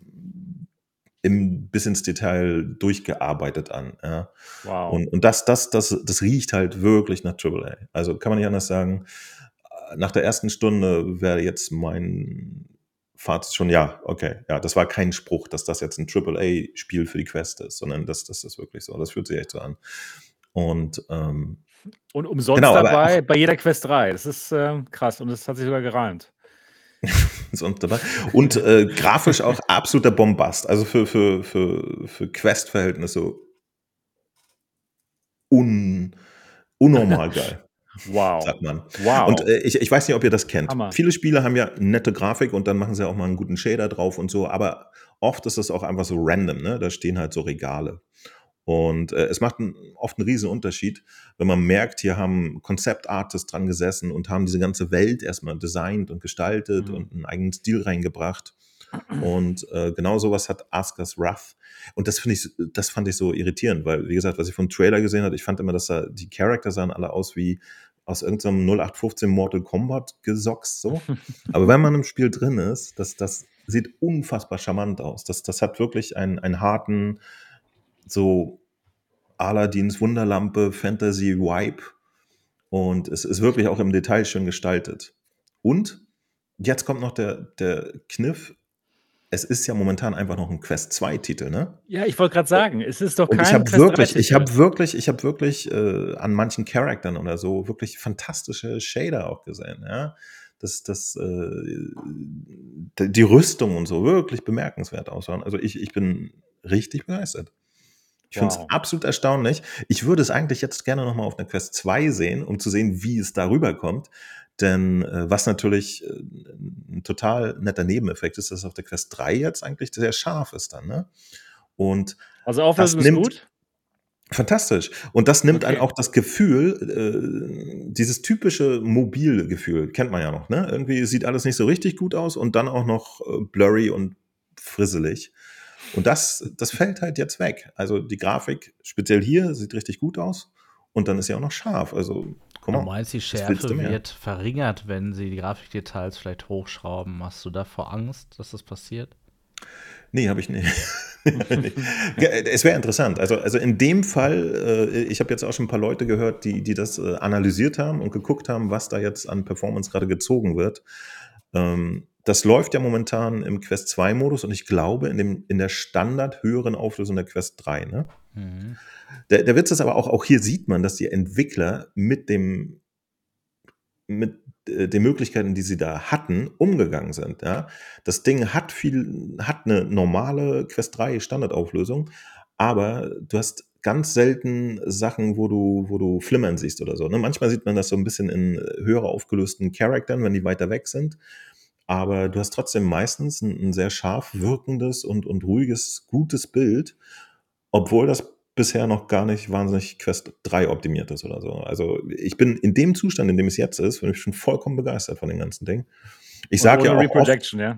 bis ins Detail durchgearbeitet an. Ja. Wow. Und das riecht halt wirklich nach AAA. Also kann man nicht anders sagen. Nach der ersten Stunde wäre jetzt mein Fazit schon, ja, okay, ja, das war kein Spruch, dass das jetzt ein AAA-Spiel für die Quest ist, sondern das ist wirklich so. Das fühlt sich echt so an. Und Und umsonst genau, aber auch, dabei bei jeder Quest 3. Das ist krass und das hat sich sogar gereimt. sonst dabei. Und grafisch auch absoluter Bombast. Also für Quest-Verhältnisse unnormal geil, Wow. sagt man. Wow. Und ich weiß nicht, ob ihr das kennt. Hammer. Viele Spiele haben ja nette Grafik und dann machen sie auch mal einen guten Shader drauf und so, aber oft ist es auch einfach so random, ne? Da stehen halt so Regale. Und es macht oft einen riesen Unterschied, wenn man merkt, hier haben Concept-Artists dran gesessen und haben diese ganze Welt erstmal designt und gestaltet und einen eigenen Stil reingebracht. Und genau sowas hat Asker's Wrath. Und das fand ich so irritierend, weil, wie gesagt, was ich vom Trailer gesehen habe, ich fand immer, dass die Charakter sahen alle aus wie aus irgendeinem 0815 Mortal Kombat Gesocks, so. Aber wenn man im Spiel drin ist, das sieht unfassbar charmant aus. Das hat wirklich einen harten, so Aladins Wunderlampe, Fantasy-Vibe. Und es ist wirklich auch im Detail schön gestaltet. Und jetzt kommt noch der Kniff. Es ist ja momentan einfach noch ein Quest 2-Titel, ne? Ja, ich wollte gerade sagen, es ist doch Und ich kein habe Quest wirklich, 3-Titel. an manchen Charaktern oder so wirklich fantastische Shader auch gesehen, ja. Die Rüstung und so wirklich bemerkenswert ausschauen. Also ich bin richtig begeistert. Ich finde es Wow. absolut erstaunlich. Ich würde es eigentlich jetzt gerne noch mal auf einer Quest 2 sehen, um zu sehen, wie es darüber kommt. Denn was natürlich ein total netter Nebeneffekt ist, dass auf der Quest 3 jetzt eigentlich sehr scharf ist dann, ne? Und Also das Auflösung ist nimmt gut? fantastisch. Und das nimmt einem Okay. auch das Gefühl, dieses typische mobile Gefühl, kennt man ja noch, ne? Irgendwie sieht alles nicht so richtig gut aus und dann auch noch blurry und frisselig. Und das fällt halt jetzt weg. Also die Grafik, speziell hier, sieht richtig gut aus. Und dann ist sie auch noch scharf. Also, komm Du on. meinst, die Was willst du Schärfe mehr? wird verringert, wenn sie die Grafikdetails vielleicht hochschrauben. Hast du davor Angst, dass das passiert? Nee, habe ich nicht. Es wäre interessant. Also in dem Fall, ich habe jetzt auch schon ein paar Leute gehört, die das analysiert haben und geguckt haben, was da jetzt an Performance gerade gezogen wird. Das läuft ja momentan im Quest 2 Modus und ich glaube in der Standard höheren Auflösung der Quest 3, ne? Mhm. Der Witz ist aber auch hier sieht man, dass die Entwickler mit den Möglichkeiten, die sie da hatten, umgegangen sind. Ja? Das Ding hat eine normale Quest 3 Standardauflösung, aber du hast ganz selten Sachen, wo du Flimmern siehst oder so. Ne? Manchmal sieht man das so ein bisschen in höher aufgelösten Charaktern, wenn die weiter weg sind. Aber du hast trotzdem meistens ein sehr scharf wirkendes und ruhiges, gutes Bild, obwohl das bisher noch gar nicht wahnsinnig Quest 3 optimiert ist oder so. Also ich bin in dem Zustand, in dem es jetzt ist, bin ich schon vollkommen begeistert von dem ganzen Ding. Ich Und sage ohne ja auch oft, Reprojection, ja?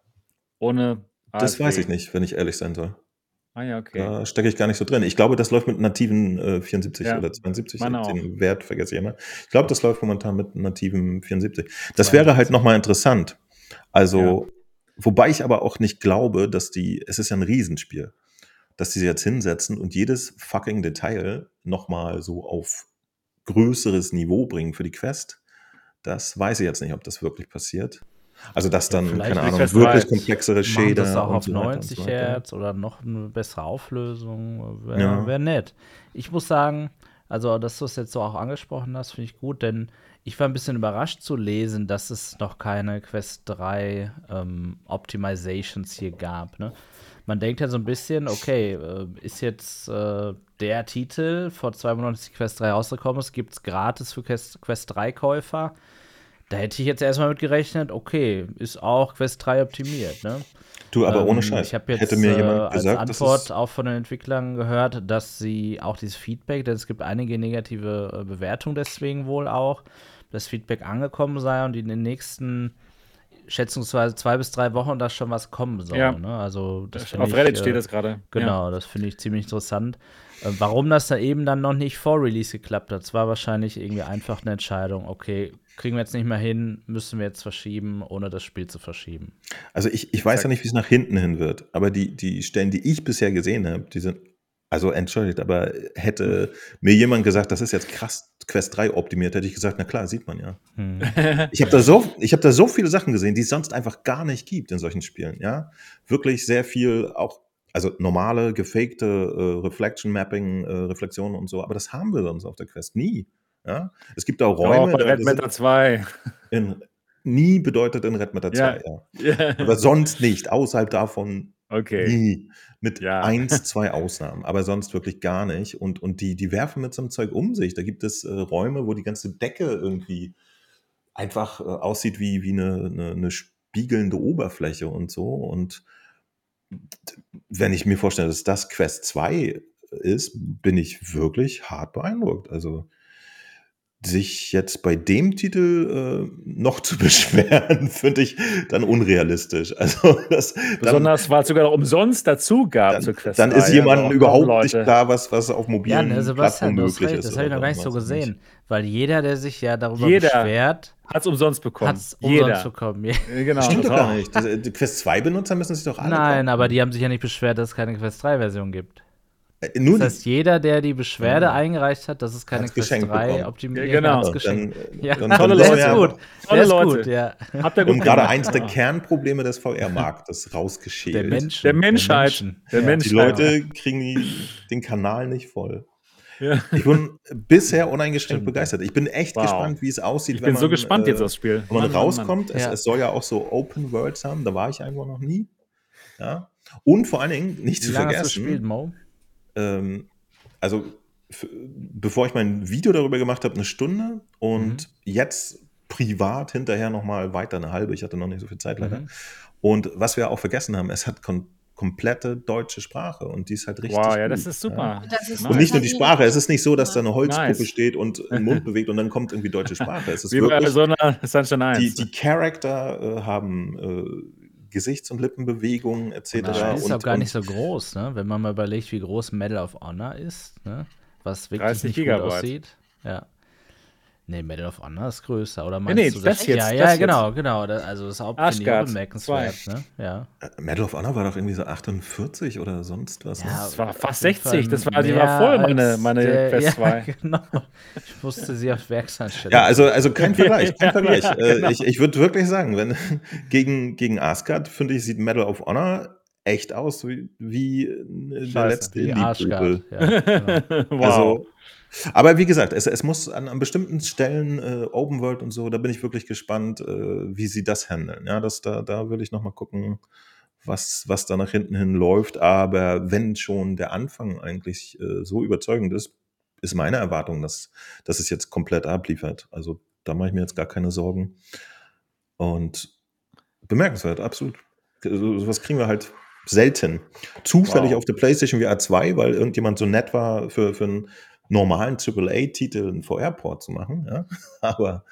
Ohne das weiß ich ASW. nicht, wenn ich ehrlich sein soll. Ah ja, okay. Da stecke ich gar nicht so drin. Ich glaube, das läuft mit nativen 74 Ja, oder 72. meine auch. Den Wert vergesse ich immer. Ich glaube, das läuft momentan mit nativen 74. Das wäre halt nochmal interessant. Also, wobei ich aber auch nicht glaube, es ist ja ein Riesenspiel, dass die sich jetzt hinsetzen und jedes fucking Detail nochmal so auf größeres Niveau bringen für die Quest. Das weiß ich jetzt nicht, ob das wirklich passiert. Also, dass Ja, dann, vielleicht keine die Ahnung, Quest wirklich 3 komplexere machen sie das Shader auch und auf so weiter und 90 so weiter. Hertz oder noch eine bessere Auflösung. Ja. Wär nett. Ich muss sagen, also, dass du es jetzt so auch angesprochen hast, finde ich gut, denn ich war ein bisschen überrascht zu lesen, dass es noch keine Quest 3 Optimizations hier gab. Ne? Man denkt ja so ein bisschen, okay, ist jetzt der Titel vor 2,99 Quest 3 rausgekommen ist, gibt es gratis für Quest 3 Käufer. Da hätte ich jetzt erstmal mit gerechnet, okay, ist auch Quest 3 optimiert, ne? Du, aber ohne Scheiß. Ich habe Hätte jetzt mir jemand als gesagt, dass Antwort es auch von den Entwicklern gehört, dass sie auch dieses Feedback, denn es gibt einige negative Bewertungen deswegen wohl auch, das Feedback angekommen sei und in den nächsten schätzungsweise 2 bis 3 Wochen da schon was kommen soll. Ja. Ne? Also das finde Auf ich, Reddit steht das gerade. genau, das finde ich ziemlich interessant. Warum das da eben dann noch nicht vor Release geklappt hat, es war wahrscheinlich irgendwie einfach eine Entscheidung, okay, kriegen wir jetzt nicht mehr hin, müssen wir jetzt verschieben, ohne das Spiel zu verschieben. Also ich weiß ja nicht, wie es nach hinten hin wird, aber die Stellen, die ich bisher gesehen habe, die sind, also entschuldigt, aber hätte mir jemand gesagt, das ist jetzt krass Quest 3 optimiert, hätte ich gesagt, na klar, sieht man ja. Ich habe da so viele Sachen gesehen, die es sonst einfach gar nicht gibt in solchen Spielen, ja. Wirklich sehr viel auch, also normale, gefakte Reflection Mapping, Reflexionen und so, aber das haben wir sonst auf der Quest nie. Ja? Es gibt auch Aber auch Räume, bei Red Matter 2. nie bedeutet in Red Matter 2, ja. Ja. Aber sonst nicht, außerhalb davon Okay. nie. Mit Ja. 1, 2 Ausnahmen, aber sonst wirklich gar nicht. Und die werfen mit so einem Zeug um sich. Da gibt es Räume, wo die ganze Decke irgendwie einfach aussieht wie eine spiegelnde Oberfläche und so. Und wenn ich mir vorstelle, dass das Quest 2 ist, bin ich wirklich hart beeindruckt. Also sich jetzt bei dem Titel noch zu beschweren, finde ich dann unrealistisch. Also Besonders, weil es sogar noch umsonst dazu gab zur Quest dann 3. ist jemandem Also überhaupt Leute. nicht klar, was auf Ja, mobilen ne, Sebastian, Plattformen du hast möglich recht, ist. das habe ich noch gar nicht so gesehen. Weil jeder, der sich ja darüber Jeder beschwert, hat es umsonst bekommen. hat es umsonst bekommen. Genau, Stimmt das doch auch. gar nicht. Die Quest 2-Benutzer müssen sich doch alle Nein, kaufen. aber die haben sich ja nicht beschwert, dass es keine Quest 3-Version gibt. Nur Das heißt, jeder, der die Beschwerde eingereicht hat, dass es keine Hat's Quest geschenkt 3 bekommen. optimiert, Genau. hat es geschenkt. Ja, Tolle der Leute. ist gut. Tolle Der ist Leute. gut, ja. Habt ihr gut und gerade gemacht. eins der Kernprobleme des VR-Marktes rausgeschält. Der Menschen. Der Menschheit. Menschen. Der Ja. Mensch- Die Leute kriegen den Kanal nicht voll. Ja. Ich bin bisher uneingeschränkt Stimmt. begeistert. Ich bin echt Wow. gespannt, wie es aussieht, Ich wenn bin so man, gespannt jetzt aufs Spiel. wenn man Mann, Mann, rauskommt. Mann. Ja. Es soll ja auch so Open Worlds haben. Da war ich einfach noch nie. Ja. Und vor allen Dingen, nicht Wie zu lange hast du gespielt, vergessen, Mo? also bevor ich mein Video darüber gemacht habe, 1 Stunde und jetzt privat hinterher nochmal weiter 1/2. Ich hatte noch nicht so viel Zeit leider. Und was wir auch vergessen haben, es hat komplette deutsche Sprache und die ist halt richtig Wow, ja, gut. das ist super. Das ist Und nicht nur die super. Sprache, es ist nicht so, dass da eine Holzpuppe Nice. steht und einen Mund bewegt und dann kommt irgendwie deutsche Sprache. Es ist Wie bei wirklich, Arizona Sunshine 1. die Charakter haben Gesichts- und Lippenbewegungen etc. Das Spiel ist und, auch gar und nicht so groß, ne? Wenn man mal überlegt, wie groß Medal of Honor ist, ne? Was wirklich 30 nicht Gigabyte. gut aussieht. Ja. Nee, Medal of Honor ist größer, oder Nee, meinst du das jetzt, Ja, das ja, jetzt. genau. Also das ist auch, finde ich, auch Asgard bemerkenswert, ne? Ja. Medal of Honor war doch irgendwie so 48 oder sonst was. Ne? Ja, Das war auf fast jeden 60. Das Fall war, die war mehr voll, als meine der- Quest 2. Ja, genau. Ich musste sie auf Werksanstellung. Ja, also kein Vergleich, kein Ja, Vergleich. ja, genau. Ich würde wirklich sagen, wenn gegen Asgard, finde ich, sieht Medal of Honor echt aus wie der Scheiße, letzte Wie Indie-Popel. Arschgard. Ja, genau. Wow. Also, aber wie gesagt, es muss an bestimmten Stellen Open World und so, da bin ich wirklich gespannt, wie sie das handeln. Ja, da will ich noch mal gucken, was da nach hinten hin läuft. Aber wenn schon der Anfang eigentlich so überzeugend ist, ist meine Erwartung, dass es jetzt komplett abliefert. Also da mache ich mir jetzt gar keine Sorgen. Und bemerkenswert, absolut. Sowas kriegen wir halt selten. Zufällig Wow. auf der PlayStation VR 2, weil irgendjemand so nett war, für einen normalen AAA-Titel einen VR-Port zu machen. Ja? Aber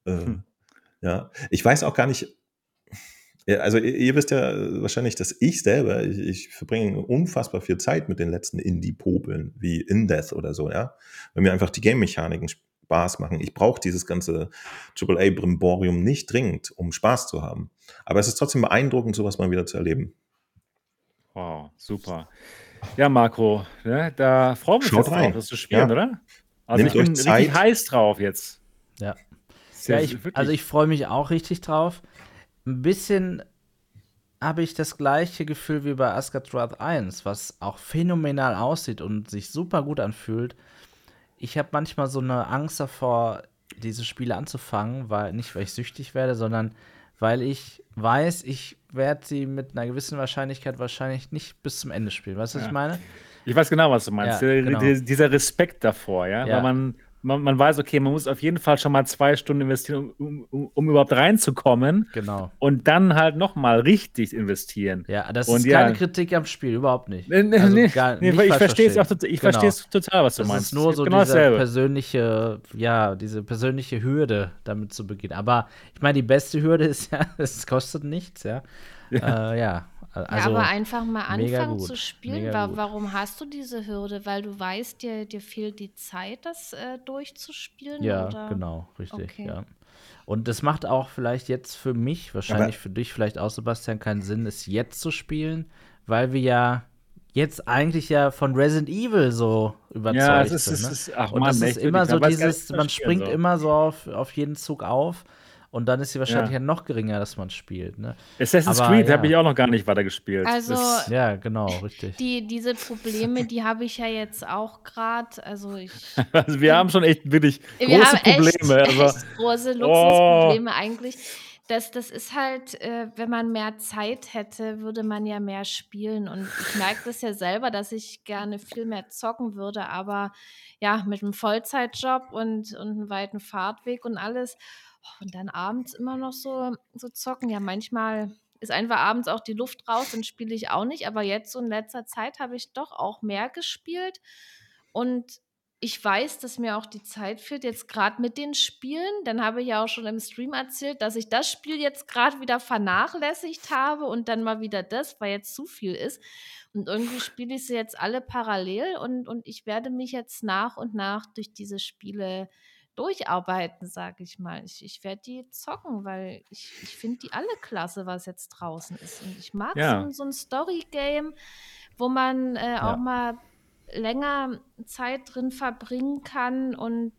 ja, ich weiß auch gar nicht. Ja, also ihr wisst ja wahrscheinlich, dass ich selber, ich verbringe unfassbar viel Zeit mit den letzten Indie-Popeln, wie Indeath oder so, ja. Weil mir einfach die Game-Mechaniken Spaß machen. Ich brauche dieses ganze AAA-Brimborium nicht dringend, um Spaß zu haben. Aber es ist trotzdem beeindruckend, sowas mal wieder zu erleben. Wow, super. Ja, Marco, ne, da freuen wir uns Schaut jetzt rein. drauf, das zu spielen, Ja. oder? Also Nehmt ich bin euch Zeit. richtig heiß drauf jetzt. Ja. Ist Ja, wirklich- also ich freue mich auch richtig drauf. Ein bisschen habe ich das gleiche Gefühl wie bei Asgard Wrath 1, was auch phänomenal aussieht und sich super gut anfühlt. Ich habe manchmal so eine Angst davor, diese Spiele anzufangen, nicht weil ich süchtig werde, sondern weil ich weiß, ich werde sie mit einer gewissen Wahrscheinlichkeit wahrscheinlich nicht bis zum Ende spielen. Weißt du, was Ja. ich meine? Ich weiß genau, was du meinst. Ja, genau. Dieser Respekt davor, ja. Ja. Weil man weiß, okay, man muss auf jeden Fall schon mal 2 Stunden investieren, um überhaupt reinzukommen Genau. und dann halt nochmal richtig investieren. Ja, das Und ist ja. keine Kritik am Spiel, überhaupt nicht. Nee, Also nee, gar- nee, nicht weil ich falsch verstehe es auch verstehen. total, ich Genau. verstehe es total, was du Das meinst. ist nur so genau diese dasselbe. diese persönliche Hürde, damit zu beginnen. Aber ich meine, die beste Hürde ist ja, es kostet nichts, ja. Ja. Also, aber einfach mal mega anfangen gut, zu spielen. mega gut. Warum hast du diese Hürde? Weil du weißt, dir fehlt die Zeit, das durchzuspielen? ja, oder? genau, richtig, Okay. ja. Und das macht auch vielleicht jetzt für mich, wahrscheinlich für dich vielleicht auch, Sebastian, keinen Sinn, es jetzt zu spielen, weil wir ja jetzt eigentlich ja von Resident Evil so überzeugt Ja, es sind. Ne? ist, ach Und Mann, das echt ist immer wirklich, so man weiß gar nicht, dieses, was man spielen springt soll. immer so auf jeden Zug auf und dann ist die Wahrscheinlichkeit Ja. noch geringer, dass man spielt. Ne? Assassin's Aber Creed ja. habe ich auch noch gar nicht weitergespielt. Also, Das- Ja, genau, richtig. Diese Probleme, die habe ich ja jetzt auch gerade. Also also wir haben schon echt wirklich wir große haben echt, Probleme. Also, echt große Luxusprobleme eigentlich. Das ist halt, wenn man mehr Zeit hätte, würde man ja mehr spielen. Und ich merke das ja selber, dass ich gerne viel mehr zocken würde, aber ja, mit einem Vollzeitjob und 'n weiten Fahrtweg und alles und dann abends immer noch so zocken. Ja, manchmal ist einfach abends auch die Luft raus, dann spiele ich auch nicht. Aber jetzt so in letzter Zeit habe ich doch auch mehr gespielt und ich weiß, dass mir auch die Zeit fehlt, jetzt gerade mit den Spielen. Dann habe ich ja auch schon im Stream erzählt, dass ich das Spiel jetzt gerade wieder vernachlässigt habe und dann mal wieder das, weil jetzt zu viel ist. Und irgendwie spiele ich sie jetzt alle parallel und ich werde mich jetzt nach und nach durch diese Spiele durcharbeiten, sage ich mal. Ich werde die zocken, weil ich finde die alle klasse, was jetzt draußen ist. Und ich mag so Ja, 'n Story-Game, wo man, auch Ja. mal länger Zeit drin verbringen kann und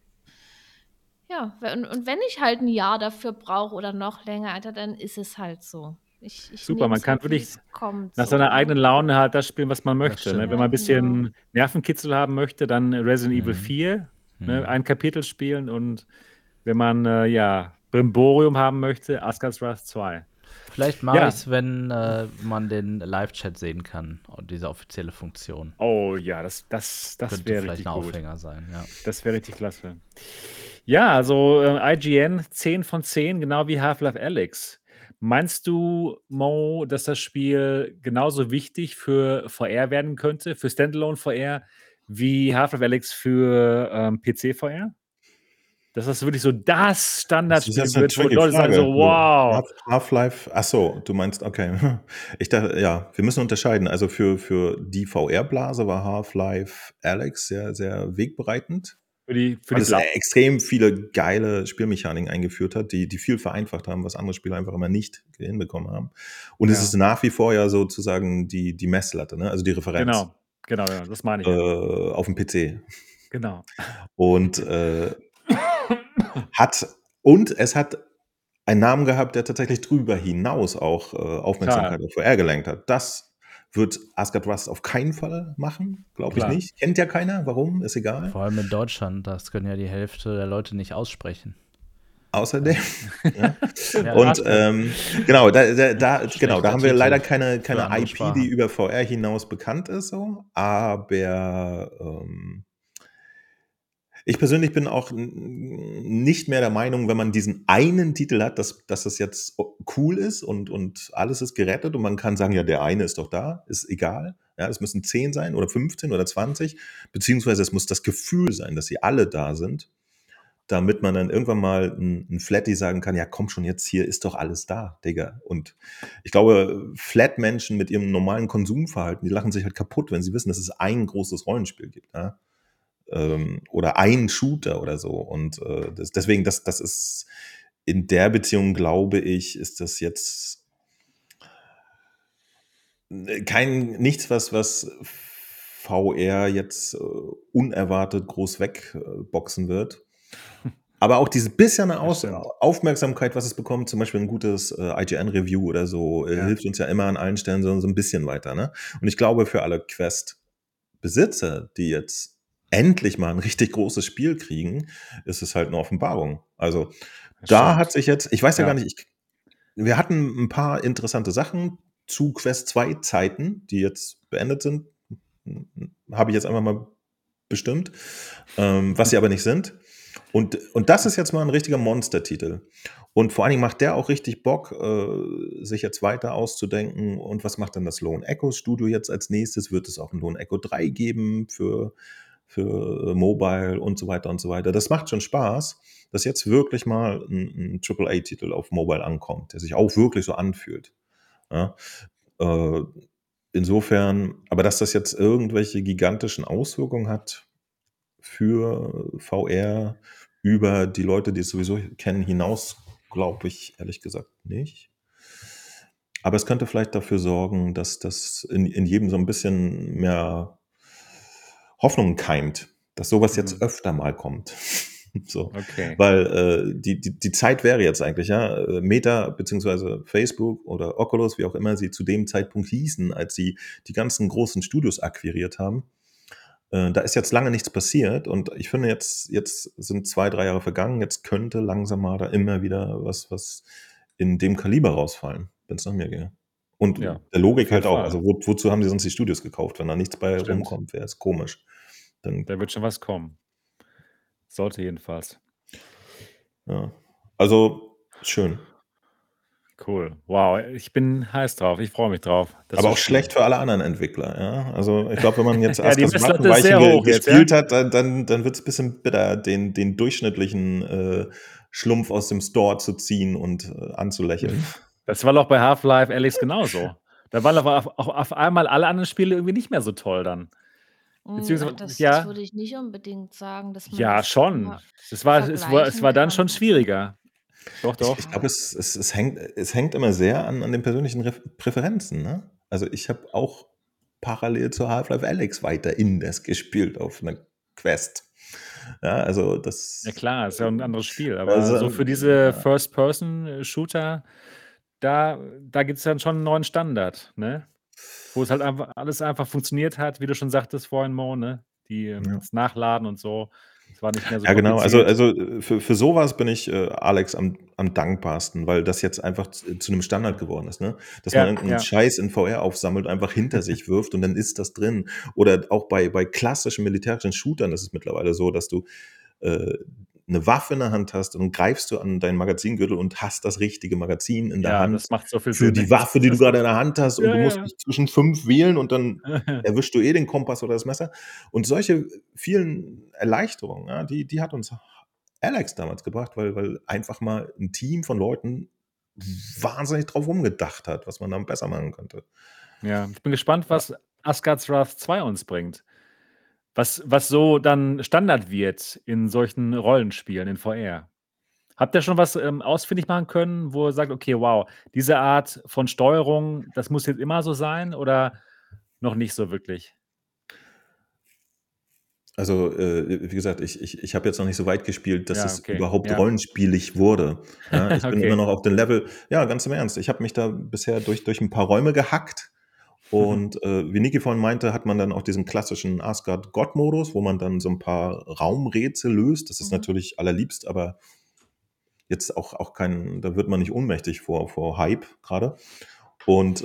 ja, we und wenn ich halt 'n Jahr dafür brauche oder noch länger, Alter, dann ist es halt so. Ich super. nehme Man es kann halt, wie wirklich es kommt nach so, seiner ne? eigenen Laune halt das spielen, was man Das möchte, ne? Wenn stimmt. man Ja, ein genau. bisschen Nervenkitzel haben möchte, dann Resident Evil Mhm. 4, ne, Mhm. ein Kapitel spielen und wenn man, ja, Brimborium haben möchte, Asgard's Wrath 2. Vielleicht mache Ja. ich's, wenn man den Live-Chat sehen kann und diese offizielle Funktion. Oh ja, das Könnte wäre vielleicht richtig ein gut. Aufhänger sein, ja. Das wäre richtig klasse. Ja, also, IGN 10 von 10, genau wie Half-Life Alyx. Meinst du, Mo, dass das Spiel genauso wichtig für VR werden könnte, für Standalone VR, wie Half-Life Alyx für, PC VR? Dass das wirklich so das Das ist Standardspiel jetzt eine wird, wo tricky Leute sagen so: Frage. So, „Wow!" Half-Life, ach so, du meinst, okay. Ich dachte, ja, wir müssen unterscheiden. Also für die VR-Blase war Half-Life Alyx sehr, sehr wegbereitend, Für weil die es Blase. extrem viele geile Spielmechaniken eingeführt hat, die viel vereinfacht haben, was andere Spieler einfach immer nicht hinbekommen haben. Und es Ja, ist nach wie vor ja sozusagen die Messlatte, ne? Also die Referenz genau. Genau, das meine ich ja. auf dem PC. Genau. Und es hat einen Namen gehabt, der tatsächlich drüber hinaus auch Klar, Aufmerksamkeit auf VR gelenkt hat. Das wird Asgard Rust auf keinen Fall machen, glaube ich klar. nicht. Kennt ja keiner, warum, ist egal. Vor allem in Deutschland, das können ja die Hälfte der Leute nicht aussprechen. Außerdem, ja. Ja, Und genau, da schlechter haben wir Titel leider für keine andere IP, die Sprachen. über VR hinaus bekannt ist, so. Aber ich persönlich bin auch nicht mehr der Meinung, wenn man diesen einen Titel hat, dass das jetzt cool ist und alles ist gerettet und man kann sagen, ja, der eine ist doch da, ist egal. Ja, es müssen 10 sein oder 15 oder 20, beziehungsweise es muss das Gefühl sein, dass sie alle da sind, damit man dann irgendwann mal ein Flatty sagen kann, ja, komm schon jetzt, hier ist doch alles da, Digga. Und ich glaube, Flat-Menschen mit ihrem normalen Konsumverhalten, die lachen sich halt kaputt, wenn sie wissen, dass es ein großes Rollenspiel gibt. Ja? Oder ein Shooter oder so. Und deswegen, das ist in der Beziehung, glaube ich, ist das jetzt nichts, was VR jetzt unerwartet groß wegboxen wird. Aber auch diese bisschen Das stimmt. Aufmerksamkeit, was es bekommt, zum Beispiel ein gutes IGN-Review oder so, Ja. hilft uns ja immer an allen Stellen so ein bisschen weiter. Ne? Und ich glaube, für alle Quest-Besitzer, die jetzt endlich mal ein richtig großes Spiel kriegen, ist es halt eine Offenbarung. Also Das da hat stimmt. sich jetzt, ich weiß ja gar Ja. nicht, wir hatten ein paar interessante Sachen zu Quest 2 Zeiten, die jetzt beendet sind. Habe ich jetzt einfach mal bestimmt, was sie aber nicht sind. Und das ist jetzt mal ein richtiger Monstertitel. Und vor allen Dingen macht der auch richtig Bock, sich jetzt weiter auszudenken. Und was macht dann das Lone Echo Studio jetzt als nächstes? Wird es auch ein Lone Echo 3 geben für Mobile und so weiter und so weiter? Das macht schon Spaß, dass jetzt wirklich mal ein AAA-Titel auf Mobile ankommt, der sich auch wirklich so anfühlt. Ja? Äh, insofern, aber dass das jetzt irgendwelche gigantischen Auswirkungen hat für VR über die Leute, die es sowieso kennen, hinaus, glaube ich ehrlich gesagt nicht. Aber es könnte vielleicht dafür sorgen, dass das in jedem so ein bisschen mehr Hoffnung keimt, dass sowas jetzt öfter mal kommt. So, Okay. weil die Zeit wäre jetzt eigentlich, ja, Meta beziehungsweise Facebook oder Oculus, wie auch immer sie zu dem Zeitpunkt hießen, als sie die ganzen großen Studios akquiriert haben. Da ist jetzt lange nichts passiert und ich finde, jetzt sind 2, 3 Jahre vergangen, jetzt könnte langsam mal da immer wieder was in dem Kaliber rausfallen, wenn es nach mir ginge. Und Ja, der Logik auf jeden halt auch. Fall. Also wozu haben sie sonst die Studios gekauft? Wenn da nichts bei Stimmt. rumkommt, wäre es komisch. Dann, Da wird schon was kommen. Sollte jedenfalls. ja. Also schön. Cool. Wow, ich bin heiß drauf. Ich freue mich drauf. Das Aber zu auch schlecht spielen. für alle anderen Entwickler. Ja? Also ich glaube, wenn man jetzt Ja, die Askas Messlatte ist sehr Wattenweichen hoch jetzt, gespielt ja? hat, dann wird es ein bisschen bitter, den durchschnittlichen Schlumpf aus dem Store zu ziehen und anzulächeln. Das war doch bei Half-Life Alyx genauso. Da waren aber auf einmal alle anderen Spiele irgendwie nicht mehr so toll dann. Beziehungsweise, Das ja, würde ich nicht unbedingt sagen, dass man ja, das schon. immer Es war vergleichen dann schon kann. schwieriger. Doch, doch. Ich glaube, es hängt immer sehr an den persönlichen Präferenzen. Ne? Also ich habe auch parallel zu Half-Life Alyx weiter Indes gespielt auf einer Quest. Ja, also das. Ja klar, ist ja ein anderes Spiel. Aber Also, so für diese First-Person-Shooter, da gibt es dann schon einen neuen Standard, ne? Wo es halt einfach alles einfach funktioniert hat, wie du schon sagtest vorhin, Mo, ne? Das Nachladen und so. Es war nicht mehr so Ja, genau. kompliziert. Also für sowas bin ich Alex am dankbarsten, weil das jetzt einfach zu einem Standard geworden ist, ne? Dass man irgendeinen Scheiß in VR aufsammelt, einfach hinter sich wirft und dann ist das drin. Oder auch bei klassischen militärischen Shootern ist es mittlerweile so, dass du eine Waffe in der Hand hast und greifst du an deinen Magazingürtel und hast das richtige Magazin in der Ja, Hand das macht so viel für Sinn. die Waffe, die du gerade in der Hand hast, und Ja, du musst ja. dich zwischen 5 wählen und dann erwischst du den Kompass oder das Messer. Und solche vielen Erleichterungen, ja, die hat uns Alex damals gebracht, weil einfach mal ein Team von Leuten wahnsinnig drauf rumgedacht hat, was man dann besser machen könnte. Ja, ich bin gespannt, was Asgard's Wrath 2 uns bringt. Was so dann Standard wird in solchen Rollenspielen in VR. Habt ihr schon was ausfindig machen können, wo ihr sagt, okay, wow, diese Art von Steuerung, das muss jetzt immer so sein oder noch nicht so wirklich? Also, wie gesagt, ich habe jetzt noch nicht so weit gespielt, dass Ja, es okay. überhaupt Ja. rollenspielig wurde. Ja, ich bin Okay. immer noch auf dem Level. Ja, ganz im Ernst. Ich habe mich da bisher durch ein paar Räume gehackt. Und wie Niki vorhin meinte, hat man dann auch diesen klassischen Asgard-God-Modus, wo man dann so ein paar Raumrätsel löst. Das ist natürlich allerliebst, aber jetzt auch kein, da wird man nicht ohnmächtig vor Hype gerade. Und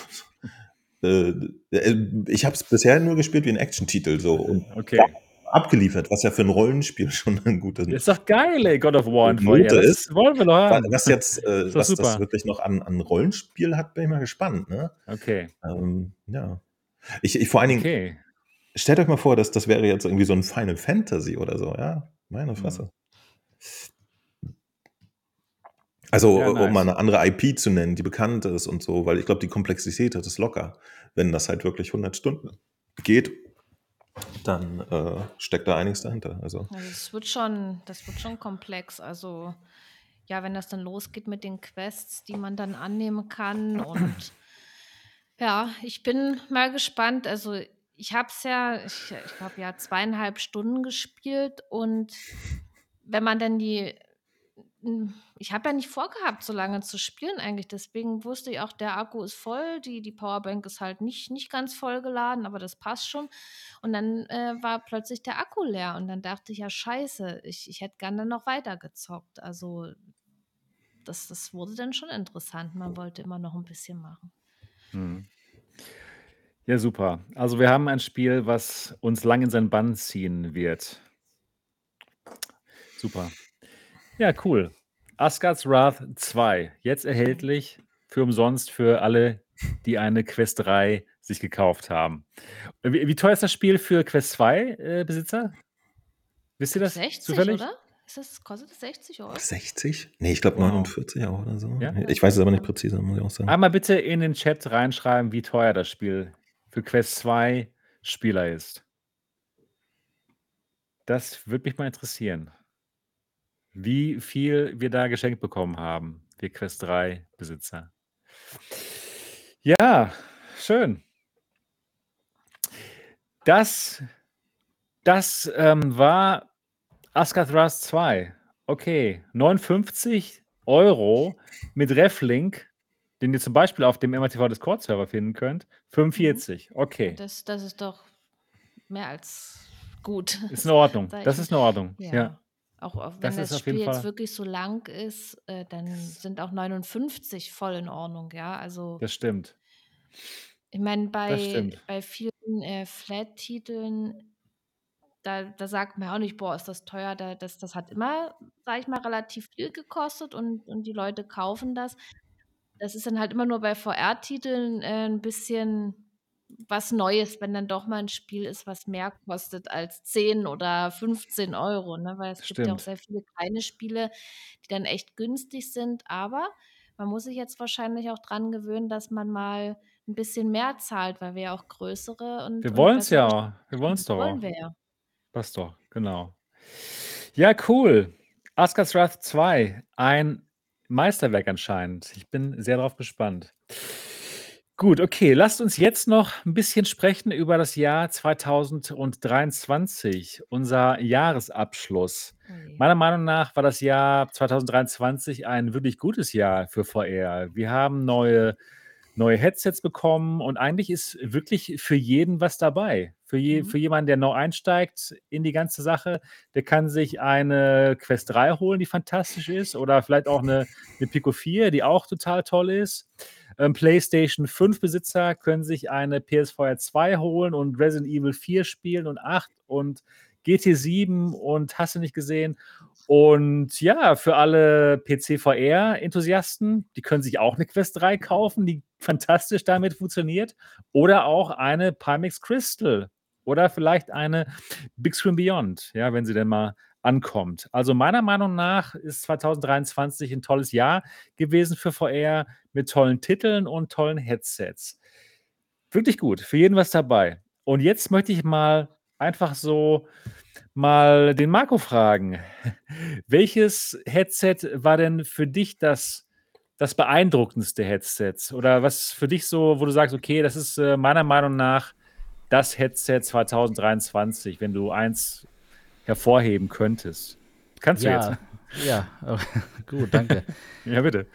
ich habe es bisher nur gespielt wie ein Action-Titel so und Okay. abgeliefert, was ja für ein Rollenspiel schon ein guter Ist doch geil, ey, God of War in VR. Note Das ist. wollen wir doch haben. Was jetzt, Ist doch was das super. wirklich noch an Rollenspiel hat, bin ich mal gespannt. Ne? Okay. Ja. Ich vor allen Dingen, Okay. stellt euch mal vor, das wäre jetzt irgendwie so ein Final Fantasy oder so, ja? Meine Fresse. Also, Ja, um mal nice. eine andere IP zu nennen, die bekannt ist und so, weil ich glaube, die Komplexität hat es locker. Wenn das halt wirklich 100 Stunden geht, dann steckt da einiges dahinter. Also, das wird schon komplex. Also, ja, wenn das dann losgeht mit den Quests, die man dann annehmen kann. Und ja, ich bin mal gespannt. Also, ich habe es ja, ich glaube, ja, 2,5 Stunden gespielt. Und wenn man dann ich habe ja nicht vorgehabt, so lange zu spielen eigentlich. Deswegen wusste ich auch, der Akku ist voll, die Powerbank ist halt nicht ganz voll geladen, aber das passt schon. Und dann war plötzlich der Akku leer und dann dachte ich, ja scheiße, ich hätte gerne noch weiter gezockt. Also das wurde dann schon interessant. Man wollte immer noch ein bisschen machen. Ja, super. Also wir haben ein Spiel, was uns lang in seinen Bann ziehen wird. Super. Ja, cool. Asgard's Wrath 2, jetzt erhältlich für umsonst für alle, die eine Quest 3 sich gekauft haben. Wie teuer ist das Spiel für Quest 2 Besitzer? Wisst ihr das 60, zufällig? oder? Kostet es 60 Euro? 60? Nee, ich glaube Wow. 49 auch oder so. Ja? Ich weiß es aber nicht präzise, muss ich auch sagen. Einmal bitte in den Chat reinschreiben, wie teuer das Spiel für Quest 2 Spieler ist. Das würde mich mal interessieren. Wie viel wir da geschenkt bekommen haben, wir Quest 3 Besitzer. Ja, schön. Das war Asgard's Wrath 2. Okay, 59 Euro mit Reflink, den ihr zum Beispiel auf dem MRTV Discord-Server finden könnt. 45, okay. Das ist doch mehr als gut. Ist in Ordnung. Sag ich Das mal. ist in Ordnung. Ja. Ja. Auch wenn Das ist das auf Spiel jeden jetzt Fall wirklich so lang ist, dann sind auch 59 voll in Ordnung, ja. Also, das stimmt. ich meine, Das bei stimmt. vielen, Flat-Titeln, da sagt man ja auch nicht: „Boah, ist das teuer." Das hat immer, sage ich mal, relativ viel gekostet und die Leute kaufen das. Das ist dann halt immer nur bei VR-Titeln, 'n bisschen was Neues, wenn dann doch mal 'n Spiel ist, was mehr kostet als 10 oder 15 €, ne? Weil es gibt ja auch Stimmt. sehr viele kleine Spiele, die dann echt günstig sind. Aber man muss sich jetzt wahrscheinlich auch dran gewöhnen, dass man mal 'n bisschen mehr zahlt, weil wir ja auch größere Wir und wollen's bessere Spiele ja. Wir haben. wollen's Das doch wollen auch. wir ja. Passt doch, genau. Ja, cool. Asgard's Wrath 2, ein Meisterwerk anscheinend. Ich bin sehr drauf gespannt. Gut, okay, lasst uns jetzt noch ein bisschen sprechen über das Jahr 2023, unser Jahresabschluss. Oh je. Meiner Meinung nach war das Jahr 2023 ein wirklich gutes Jahr für VR. Wir haben neue Headsets bekommen und eigentlich ist wirklich für jeden was dabei. Mhm. Für jemanden, der neu einsteigt in die ganze Sache, der kann sich eine Quest 3 holen, die fantastisch ist, oder vielleicht auch eine Pico 4, die auch total toll ist. PlayStation 5 Besitzer können sich eine PS4 2 holen und Resident Evil 4 spielen und 8 und GT 7 und hast du nicht gesehen. Und ja, für alle PC-VR-Enthusiasten, die können sich auch eine Quest 3 kaufen, die fantastisch damit funktioniert. Oder auch eine Pimax Crystal. Oder vielleicht eine Big Screen Beyond, ja, wenn sie denn mal ankommt. Also meiner Meinung nach ist 2023 ein tolles Jahr gewesen für VR mit tollen Titeln und tollen Headsets. Wirklich gut, für jeden was dabei. Und jetzt möchte ich mal einfach so mal den Marco fragen. Welches Headset war denn für dich das beeindruckendste Headset? Oder was für dich so, wo du sagst: „Okay, das ist, meiner Meinung nach das Headset 2023", wenn du eins hervorheben könntest? Kannst du jetzt. Ja, ja, gut, danke. Ja, bitte.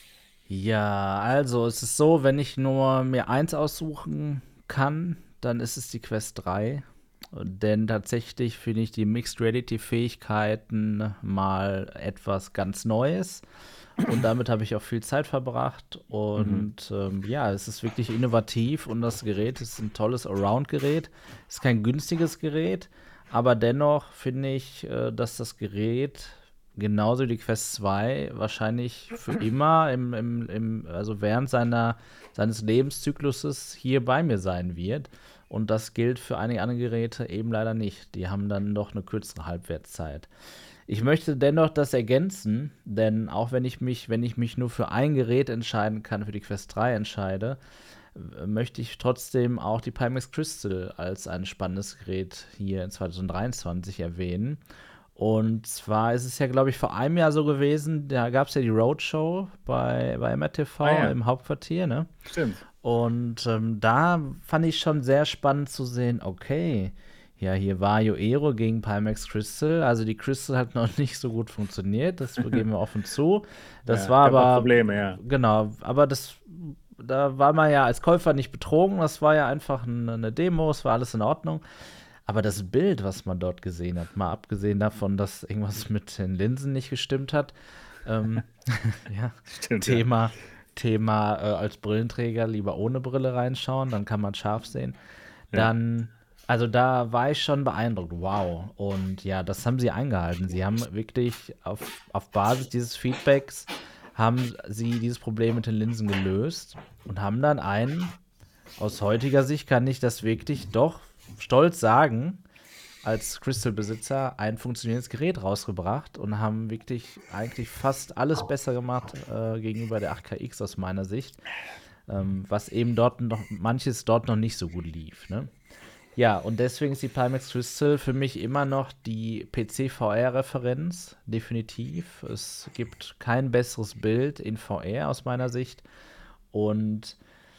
Ja, also es ist so, wenn ich nur mir eins aussuchen kann, dann ist es die Quest 3. Denn tatsächlich finde ich die Mixed Reality-Fähigkeiten mal etwas ganz Neues. Und damit habe ich auch viel Zeit verbracht. Mhm. Und ja, es ist wirklich innovativ und das Gerät ist ein tolles Allround-Gerät. Ist kein günstiges Gerät, aber dennoch finde ich, dass das Gerät genauso wie die Quest 2 wahrscheinlich für immer also während seines Lebenszykluses hier bei mir sein wird. Und das gilt für einige andere Geräte eben leider nicht. Die haben dann doch eine kürzere Halbwertszeit. Ich möchte dennoch das ergänzen, denn auch wenn ich mich nur für ein Gerät entscheiden kann, für die Quest 3 entscheide, möchte ich trotzdem auch die Pimax Crystal als ein spannendes Gerät hier in 2023 erwähnen. Und zwar ist es ja, glaube ich, vor einem Jahr so gewesen, da gab es ja die Roadshow bei Ah MRTV ja, im Hauptquartier, ne? stimmt. Und da fand ich schon sehr spannend zu sehen, okay, ja, hier war Aero gegen Pimax Crystal. Also die Crystal hat noch nicht so gut funktioniert, das geben wir offen zu. Das Ja, war gab mal aber, Probleme, ja. genau, aber da war man ja als Käufer nicht betrogen, das war ja einfach eine Demo, es war alles in Ordnung. Aber das Bild, was man dort gesehen hat, mal abgesehen davon, dass irgendwas mit den Linsen nicht gestimmt hat, ähm, ja, Stimmt, ja. Thema als Brillenträger lieber ohne Brille reinschauen, dann kann man scharf sehen. Ja. Dann, also da war ich schon beeindruckt, wow. Und ja, das haben sie eingehalten. Sie haben wirklich auf Basis dieses Feedbacks haben sie dieses Problem mit den Linsen gelöst und haben dann aus heutiger Sicht kann ich das wirklich doch stolz sagen, als Crystal-Besitzer ein funktionierendes Gerät rausgebracht und haben wirklich eigentlich fast alles besser gemacht gegenüber der 8KX aus meiner Sicht, was eben manches dort noch nicht so gut lief. Ne? Ja, und deswegen ist die Pimax Crystal für mich immer noch die PC-VR-Referenz, definitiv. Es gibt kein besseres Bild in VR aus meiner Sicht und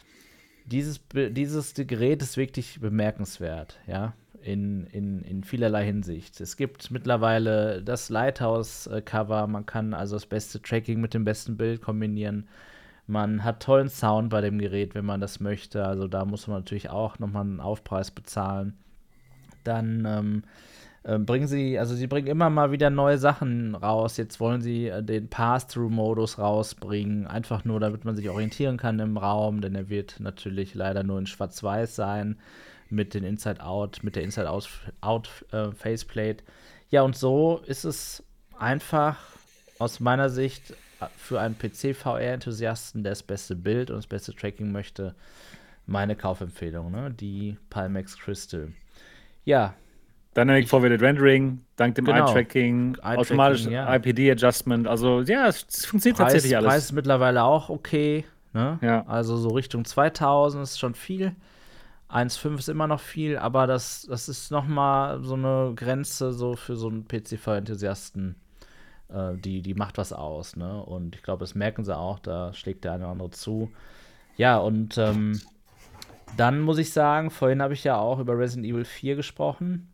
dieses Gerät ist wirklich bemerkenswert, ja, in vielerlei Hinsicht. Es gibt mittlerweile das Lighthouse-Cover, man kann also das beste Tracking mit dem besten Bild kombinieren. Man hat tollen Sound bei dem Gerät, wenn man das möchte. Also da muss man natürlich auch nochmal einen Aufpreis bezahlen. Dann sie bringen immer mal wieder neue Sachen raus. Jetzt wollen sie den Pass-Through-Modus rausbringen, einfach nur, damit man sich orientieren kann im Raum, denn er wird natürlich leider nur in Schwarz-Weiß sein, mit der Inside-Out-Faceplate. Ja, und so ist es einfach aus meiner Sicht für einen PC-VR-Enthusiasten, der das beste Bild und das beste Tracking möchte, meine Kaufempfehlung, ne? Die Pimax Crystal. Ja, Dynamic Forwarded Rendering, dank dem Genau. Eye-Tracking, Eye-Tracking, automatisch ja. IPD-Adjustment. Also ja, es funktioniert tatsächlich alles. Preis ist mittlerweile auch okay, ne? Ja. Also so Richtung 2000 ist schon viel. 1,5 ist immer noch viel, aber das ist noch mal so eine Grenze so für so einen PC-VR-Enthusiasten. Die macht was aus, ne? Und ich glaube, das merken sie auch, da schlägt der eine oder andere zu. Ja, und dann muss ich sagen, vorhin habe ich ja auch über Resident Evil 4 gesprochen.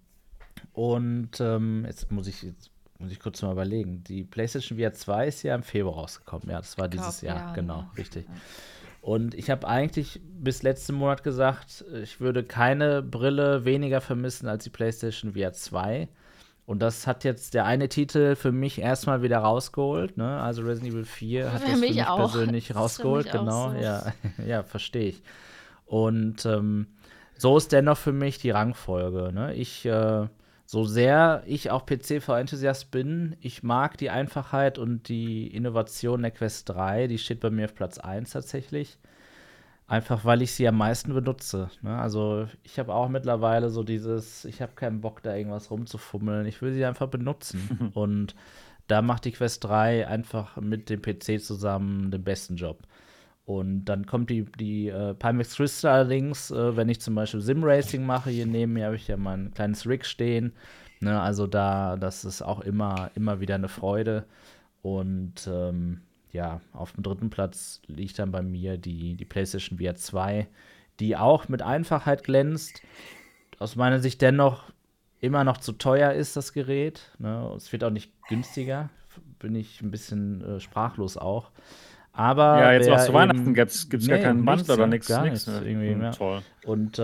Und jetzt muss ich kurz mal überlegen. Die PlayStation VR 2 ist ja im Februar rausgekommen. Ja, das war dieses Jahr, ja, genau, ja. richtig. Und ich habe eigentlich bis letzten Monat gesagt, ich würde keine Brille weniger vermissen als die PlayStation VR 2. Und das hat jetzt der eine Titel für mich erstmal wieder rausgeholt, ne? Also Resident Evil 4 hat Für das für mich mich auch. persönlich Das ist für rausgeholt, mich auch genau, so. ja, ja, verstehe ich. Und so ist dennoch für mich die Rangfolge, ne? So sehr ich auch PC-VR-Enthusiast bin, ich mag die Einfachheit und die Innovation der Quest 3, die steht bei mir auf Platz 1 tatsächlich. Einfach weil ich sie am meisten benutze. Ne? Also ich habe auch mittlerweile so ich habe keinen Bock, da irgendwas rumzufummeln. Ich will sie einfach benutzen. Und da macht die Quest 3 einfach mit dem PC zusammen den besten Job. Und dann kommt die Pimax Crystal allerdings, wenn ich zum Beispiel Sim-Racing mache, hier neben mir habe ich ja mein kleines Rig stehen. Ne? Also das ist auch immer wieder eine Freude. Und ja, auf dem 3. Platz liegt dann bei mir die PlayStation VR 2, die auch mit Einfachheit glänzt. Aus meiner Sicht dennoch immer noch zu teuer ist, das Gerät. Ne? Es wird auch nicht günstiger. Bin ich ein bisschen sprachlos auch. Aber Ja, jetzt auch wer zu Weihnachten eben, gibt's gar keinen nichts, Bundle oder ne? nichts. Gar Nix, nichts ne? irgendwie, ja. Toll. Und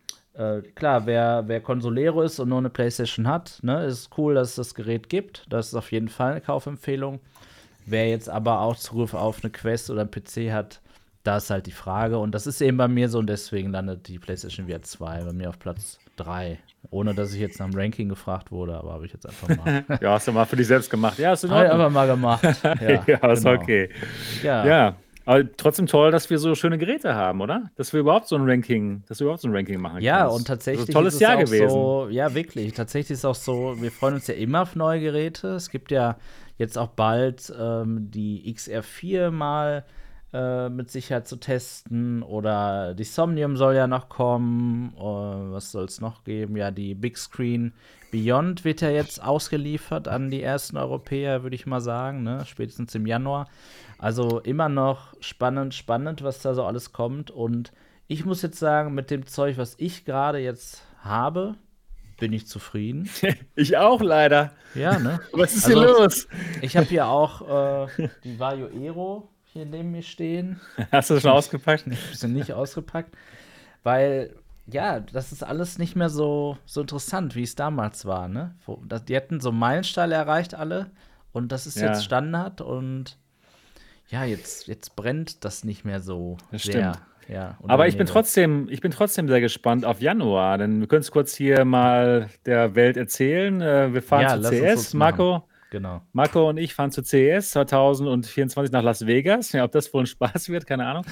klar, wer Consolero ist und nur eine PlayStation hat, ne, ist cool, dass es das Gerät gibt. Das ist auf jeden Fall eine Kaufempfehlung. Wer jetzt aber auch Zugriff auf eine Quest oder einen PC hat, da ist halt die Frage. Und das ist eben bei mir so und deswegen landet die PlayStation VR 2 bei mir auf Platz 3. Ohne dass ich jetzt nach dem Ranking gefragt wurde, aber habe ich jetzt einfach mal. Ja, hast du mal für dich selbst gemacht. Ja, ist in Habe ich Ordnung. einfach mal gemacht. Ja, ist genau. okay. Ja. Ja, aber trotzdem toll, dass wir so schöne Geräte haben, oder? Dass wir überhaupt so ein Ranking machen Ja, kannst. und tatsächlich also, tolles ist es Jahr auch gewesen. so, ja, wirklich. Tatsächlich ist es auch so, wir freuen uns ja immer auf neue Geräte. Es gibt ja jetzt auch bald die XR4 mal mit Sicherheit zu testen oder die Somnium soll ja noch kommen. Was soll es noch geben? Ja, die Big Screen Beyond wird ja jetzt ausgeliefert an die ersten Europäer, würde ich mal sagen, ne? Spätestens im Januar. Also immer noch spannend, was da so alles kommt. Und ich muss jetzt sagen, mit dem Zeug, was ich gerade jetzt habe, bin ich zufrieden. Ich auch leider. Ja, ne? Was ist Also, hier los? Ich habe hier auch die Vario Aero hier neben mir stehen. Hast du das schon ausgepackt? Ich habe sie nicht ausgepackt, weil ja, das ist alles nicht mehr so interessant, wie es damals war, ne? Die hatten so Meilensteine erreicht alle und das ist Ja. jetzt Standard und ja, jetzt brennt das nicht mehr so Das sehr. stimmt. Ja, und Aber wenn ich bin ihr- trotzdem sehr gespannt auf Januar, denn wir können es kurz hier mal der Welt erzählen. Wir fahren Ja, zu lass uns CES. das machen. Genau. Marco und ich fahren zu CES 2024 nach Las Vegas. Ja, ob das wohl ein Spaß wird, keine Ahnung.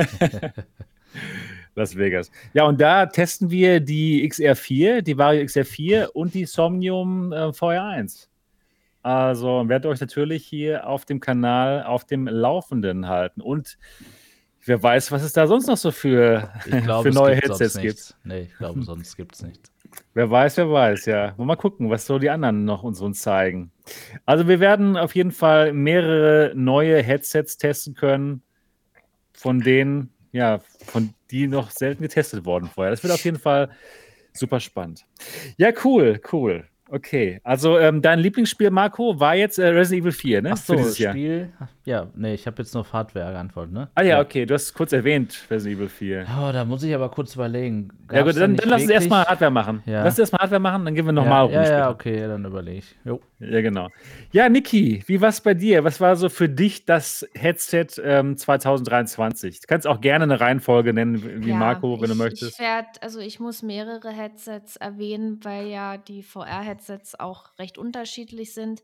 Las Vegas. Ja, und da testen wir die XR4, die Vario XR4 und die Somnium VR1. Also werdet euch natürlich hier auf dem Kanal auf dem Laufenden halten. Und wer weiß, was es da sonst noch so für, Ich glaube, für es neue gibt sonst Headsets gibt. nichts. Nee, ich glaube, sonst gibt es nichts. Wer weiß, ja. Mal gucken, was so die anderen noch uns zeigen. Also wir werden auf jeden Fall mehrere neue Headsets testen können, von die noch selten getestet wurden vorher. Das wird auf jeden Fall super spannend. Ja, cool. Okay, also dein Lieblingsspiel, Marco, war jetzt Resident Evil 4, ne? Ach Für so, dieses Jahr. Spiel. Ja, nee, ich habe jetzt nur auf Hardware geantwortet, ne? Ah ja, okay, du hast es kurz erwähnt, Resident Evil 4. Oh, da muss ich aber kurz überlegen. Ja Gab's gut, da dann nicht lass uns erstmal wirklich- Hardware machen. Ja. Lass uns erstmal Hardware machen, dann gehen wir nochmal rum Ja, später. okay, dann überlege ich. Jo. Ja, genau. Ja, Niki, wie war es bei dir? Was war so für dich das Headset 2023? Du kannst auch gerne eine Reihenfolge nennen, wie Marco, wenn du möchtest. Ich muss mehrere Headsets erwähnen, weil ja die VR-Headsets auch recht unterschiedlich sind.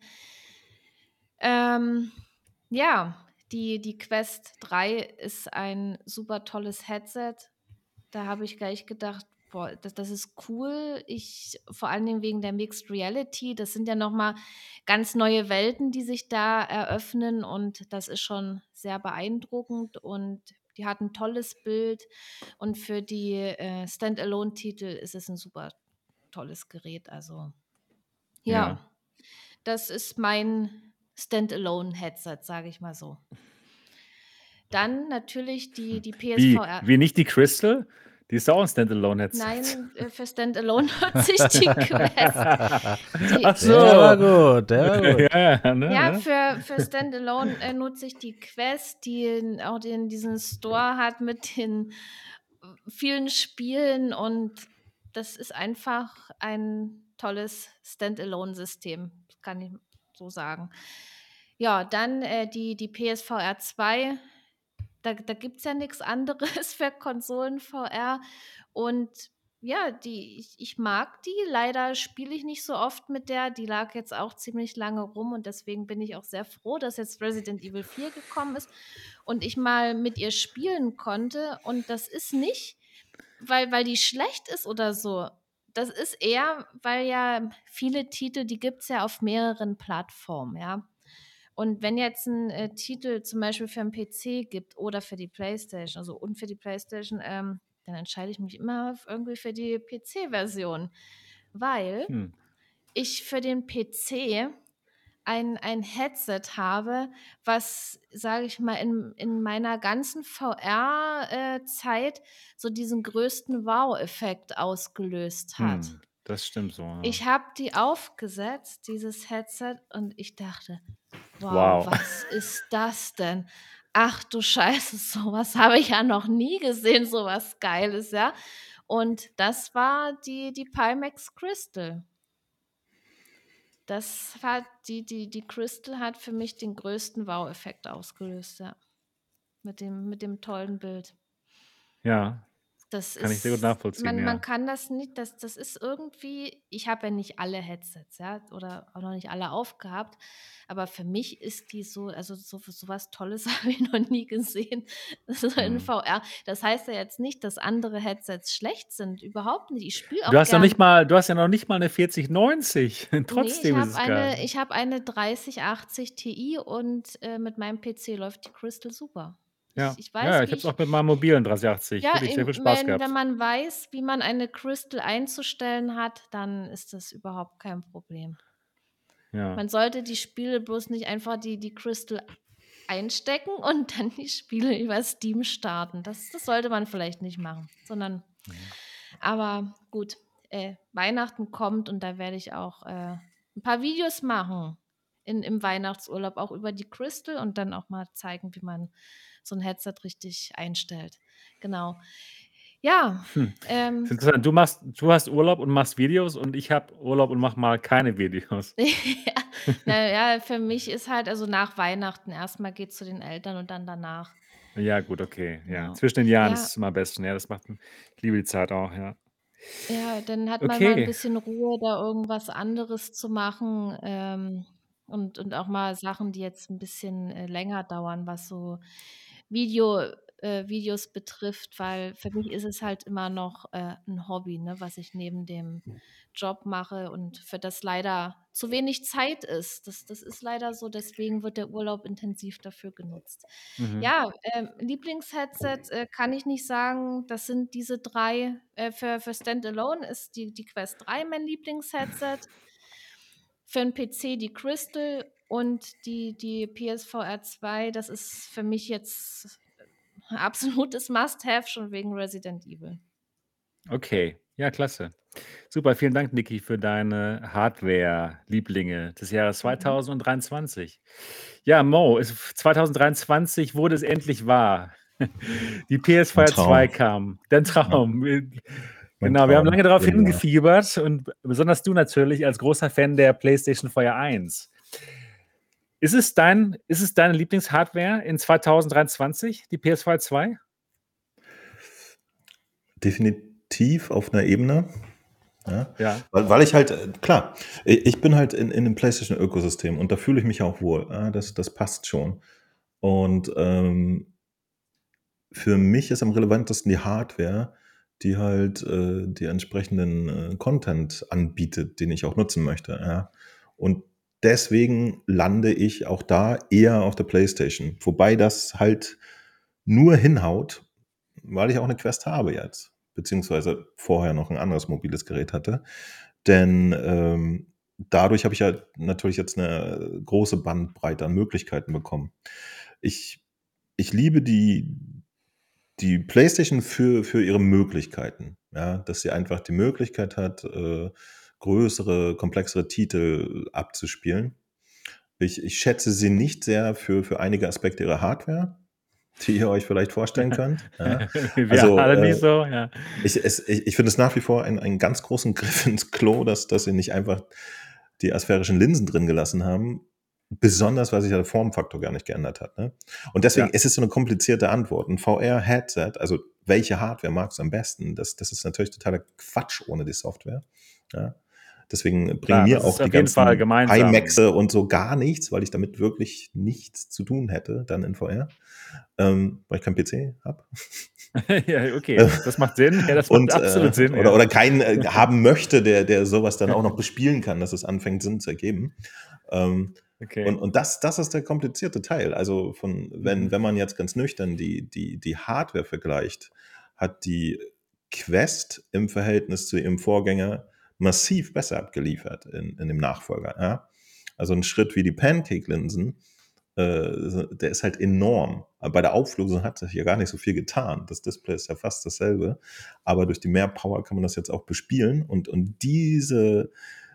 Ja, die Quest 3 ist ein super tolles Headset. Da habe ich gleich gedacht, boah, das ist cool. Vor allen Dingen wegen der Mixed Reality. Das sind ja nochmal ganz neue Welten, die sich da eröffnen und das ist schon sehr beeindruckend und die hat ein tolles Bild und für die Standalone-Titel ist es ein super tolles Gerät. Also ja, das ist mein Standalone-Headset, sage ich mal so. Dann natürlich die PSVR. Wie nicht die Crystal? Die ist auch ein Standalone-Headset. Nein, für Standalone nutze ich die Quest. Ach so. Der war gut, der war gut. Ja, ne? Ja, für Standalone nutze ich die Quest, die auch diesen Store hat mit den vielen Spielen und das ist einfach ein tolles Standalone-System, kann ich so sagen. Ja, dann die PSVR 2, da gibt es ja nichts anderes für Konsolen-VR und ja, ich mag die. Leider spiele ich nicht so oft mit der. Die lag jetzt auch ziemlich lange rum und deswegen bin ich auch sehr froh, dass jetzt Resident Evil 4 gekommen ist und ich mal mit ihr spielen konnte. Und das ist nicht, weil die schlecht ist oder so. Das ist eher, weil ja viele Titel, die gibt es ja auf mehreren Plattformen, ja. Und wenn jetzt ein Titel zum Beispiel für einen PC gibt oder für die PlayStation, also und für die PlayStation, dann entscheide ich mich immer irgendwie für die PC-Version, weil ich für den PC ein Headset habe, was, sage ich mal, in meiner ganzen VR-Zeit so diesen größten Wow-Effekt ausgelöst hat. Das stimmt so. Ja. Ich habe die aufgesetzt, dieses Headset, und ich dachte, Wow. was ist das denn? Ach du Scheiße, sowas habe ich ja noch nie gesehen, sowas Geiles, ja. Und das war die Pimax Crystal. Das war die Crystal hat für mich den größten Wow-Effekt ausgelöst, ja. Mit dem tollen Bild. Ja, Das kann ich sehr gut ist, nachvollziehen, ja. man kann das nicht, das ist irgendwie, ich habe ja nicht alle Headsets, ja, oder auch noch nicht alle aufgehabt, aber für mich ist die so, also so was Tolles habe ich noch nie gesehen, so in VR. Das heißt ja jetzt nicht, dass andere Headsets schlecht sind, überhaupt nicht. Ich spiele auch Du hast ja gern. noch nicht mal eine 4090. Nee, Trotzdem ist es geil. ich habe eine 3080 Ti und mit meinem PC läuft die Crystal super. Ja, Ich weiß, ich habe es auch mit meinem mobilen 3080. ja, Wirklich sehr viel Spaß wenn gehabt. man weiß, wie man eine Crystal einzustellen hat, dann ist das überhaupt kein Problem. Ja. Man sollte die Spiele bloß nicht einfach die Crystal einstecken und dann die Spiele über Steam starten. Das sollte man vielleicht nicht machen, sondern aber gut, Weihnachten kommt und da werde ich auch ein paar Videos machen im Weihnachtsurlaub, auch über die Crystal und dann auch mal zeigen, wie man so ein Headset richtig einstellt. Genau. Ja, Das ist interessant. Du hast Urlaub und machst Videos und ich habe Urlaub und mache mal keine Videos. naja, für mich ist halt, also nach Weihnachten erstmal geht es zu den Eltern und dann danach. Ja, gut, okay. Ja. Genau. Zwischen den Jahren Ja. ist es immer am besten. Ja, ich liebe die Zeit auch, ja. Ja, dann hat man mal ein Okay. bisschen Ruhe, da irgendwas anderes zu machen, und auch mal Sachen, die jetzt ein bisschen länger dauern, was so Videos betrifft, weil für mich ist es halt immer noch 'n Hobby, ne, was ich neben dem Job mache und für das leider zu wenig Zeit ist. Das ist leider so, deswegen wird der Urlaub intensiv dafür genutzt. Ja, Lieblingsheadset, kann ich nicht sagen. Das sind diese 3. Für Standalone ist die Quest 3 mein Lieblingsheadset. Für 'n PC die Crystal und die PSVR 2, das ist für mich jetzt ein absolutes Must-have, schon wegen Resident Evil. Okay. Ja, klasse. Super, vielen Dank, Niki, für deine Hardware-Lieblinge des Jahres 2023. Ja, Mo, 2023 wurde es endlich wahr. Die PS4 2 kam. Dein Traum. Genau, wir haben lange darauf hingefiebert und besonders du natürlich als großer Fan der PlayStation 4 1. Ist es deine Lieblingshardware in 2023, die PS4 2? Definitiv auf einer Ebene. Ja. Weil ich halt, klar, ich bin halt in dem PlayStation-Ökosystem und da fühle ich mich auch wohl. Das passt schon. Und für mich ist am relevantesten die Hardware, die halt die entsprechenden Content anbietet, den ich auch nutzen möchte. Ja. Und deswegen lande ich auch da eher auf der PlayStation. Wobei das halt nur hinhaut, weil ich auch eine Quest habe jetzt. Beziehungsweise vorher noch ein anderes mobiles Gerät hatte. Denn dadurch habe ich ja natürlich jetzt eine große Bandbreite an Möglichkeiten bekommen. Ich liebe die PlayStation für ihre Möglichkeiten, ja, dass sie einfach die Möglichkeit hat, größere, komplexere Titel abzuspielen. Ich schätze sie nicht sehr für einige Aspekte ihrer Hardware, die ihr euch vielleicht vorstellen könnt. Ja. Wir alle nicht so, ja. Ich finde es nach wie vor einen ganz großen Griff ins Klo, dass sie nicht einfach die asphärischen Linsen drin gelassen haben. Besonders, weil sich ja der Formfaktor gar nicht geändert hat. Ne? Und deswegen ist es so eine komplizierte Antwort. Ein VR-Headset, also welche Hardware magst du am besten? Das ist natürlich totaler Quatsch ohne die Software. Ja? Deswegen bringen mir auch die ganzen IMAXe und so gar nichts, weil ich damit wirklich nichts zu tun hätte, dann in VR. Weil ich keinen PC habe. Ja, okay, das macht Sinn. Ja, das macht absolut Sinn. Oder keinen haben möchte, der sowas dann auch noch bespielen kann, dass es anfängt, Sinn zu ergeben. Okay. Und das ist der komplizierte Teil. Also wenn man jetzt ganz nüchtern die Hardware vergleicht, hat die Quest im Verhältnis zu ihrem Vorgänger massiv besser abgeliefert in dem Nachfolger. Ja? Also ein Schritt wie die Pancake-Linsen, der ist halt enorm. Aber bei der Auflösung hat sich ja gar nicht so viel getan. Das Display ist ja fast dasselbe. Aber durch die mehr Power kann man das jetzt auch bespielen. Und diese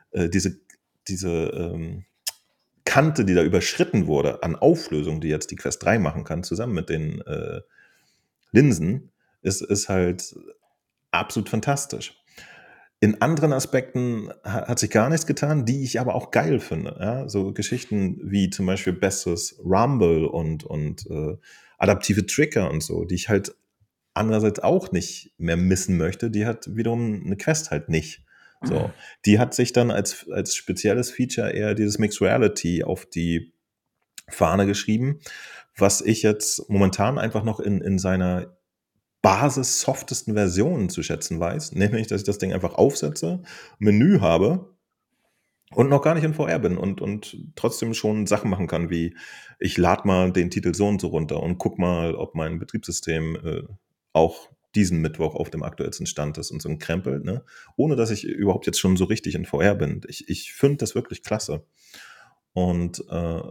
Kante, die da überschritten wurde an Auflösung, die jetzt die Quest 3 machen kann, zusammen mit den Linsen, ist halt absolut fantastisch. In anderen Aspekten hat sich gar nichts getan, die ich aber auch geil finde. Ja? So Geschichten wie zum Beispiel besseres Rumble und adaptive Trigger und so, die ich halt andererseits auch nicht mehr missen möchte, die hat wiederum eine Quest halt nicht. So, die hat sich dann als spezielles Feature eher dieses Mixed Reality auf die Fahne geschrieben, was ich jetzt momentan einfach noch in seiner basis-softesten Version zu schätzen weiß, nämlich, dass ich das Ding einfach aufsetze, Menü habe und noch gar nicht in VR bin und trotzdem schon Sachen machen kann, wie ich lade mal den Titel so und so runter und guck mal, ob mein Betriebssystem auch diesen Mittwoch auf dem aktuellsten Stand ist und so ein Krempel, ne? Ohne dass ich überhaupt jetzt schon so richtig in VR bin. Ich finde das wirklich klasse. Und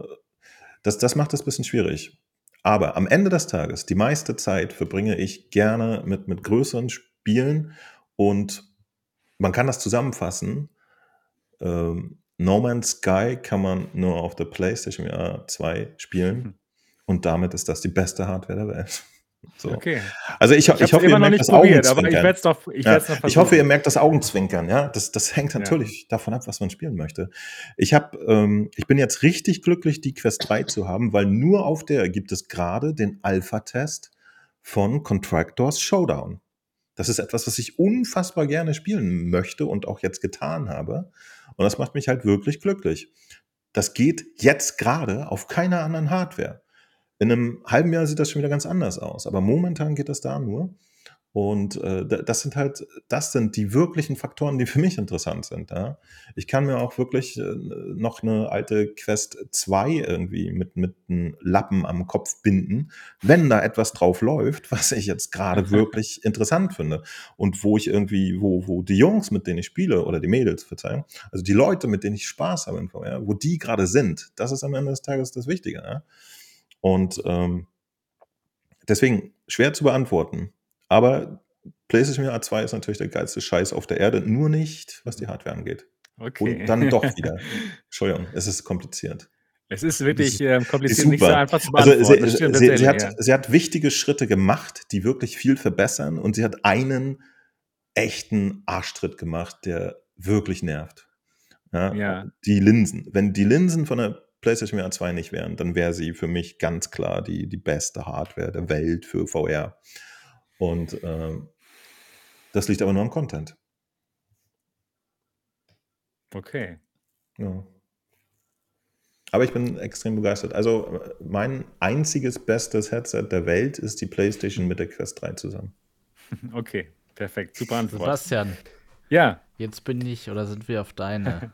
das macht es ein bisschen schwierig. Aber am Ende des Tages, die meiste Zeit verbringe ich gerne mit größeren Spielen und man kann das zusammenfassen. No Man's Sky kann man nur auf der PlayStation 2 spielen und damit ist das die beste Hardware der Welt. So. Okay. Also ich hoffe, ihr merkt das Augenzwinkern. Ich hoffe, ihr merkt das Augenzwinkern. Ja? Das hängt natürlich davon ab, was man spielen möchte. Ich bin jetzt richtig glücklich, die Quest 3 zu haben, weil nur auf der gibt es gerade den Alpha-Test von Contractors Showdown. Das ist etwas, was ich unfassbar gerne spielen möchte und auch jetzt getan habe. Und das macht mich halt wirklich glücklich. Das geht jetzt gerade auf keiner anderen Hardware. In einem halben Jahr sieht das schon wieder ganz anders aus. Aber momentan geht das da nur. Und das sind die wirklichen Faktoren, die für mich interessant sind. Ja? Ich kann mir auch wirklich noch eine alte Quest 2 irgendwie mit einem Lappen am Kopf binden, wenn da etwas drauf läuft, was ich jetzt gerade wirklich interessant finde. Und wo ich irgendwie, wo die Jungs, mit denen ich spiele, oder die Mädels, Verzeihung, also die Leute, mit denen ich Spaß habe, wo die gerade sind, das ist am Ende des Tages das Wichtige. Ja? Und deswegen schwer zu beantworten. Aber PlayStation VR 2 ist natürlich der geilste Scheiß auf der Erde, nur nicht, was die Hardware angeht. Okay. Und dann doch wieder. Entschuldigung, es ist kompliziert. Es ist wirklich Die ist kompliziert, nicht so super. einfach zu Also beantworten. Das stimmt tatsächlich, ja. sie hat wichtige Schritte gemacht, die wirklich viel verbessern, und sie hat einen echten Arschtritt gemacht, der wirklich nervt. Ja. Die Linsen. Wenn die Linsen von der PlayStation VR 2 nicht wären, dann wäre sie für mich ganz klar die beste Hardware der Welt für VR. Und das liegt aber nur am Content. Okay. Ja. Aber ich bin extrem begeistert. Also mein einziges bestes Headset der Welt ist die PlayStation mit der Quest 3 zusammen. Okay, perfekt. Super Antwort. Sebastian, Ja, jetzt bin ich, oder sind wir auf deine,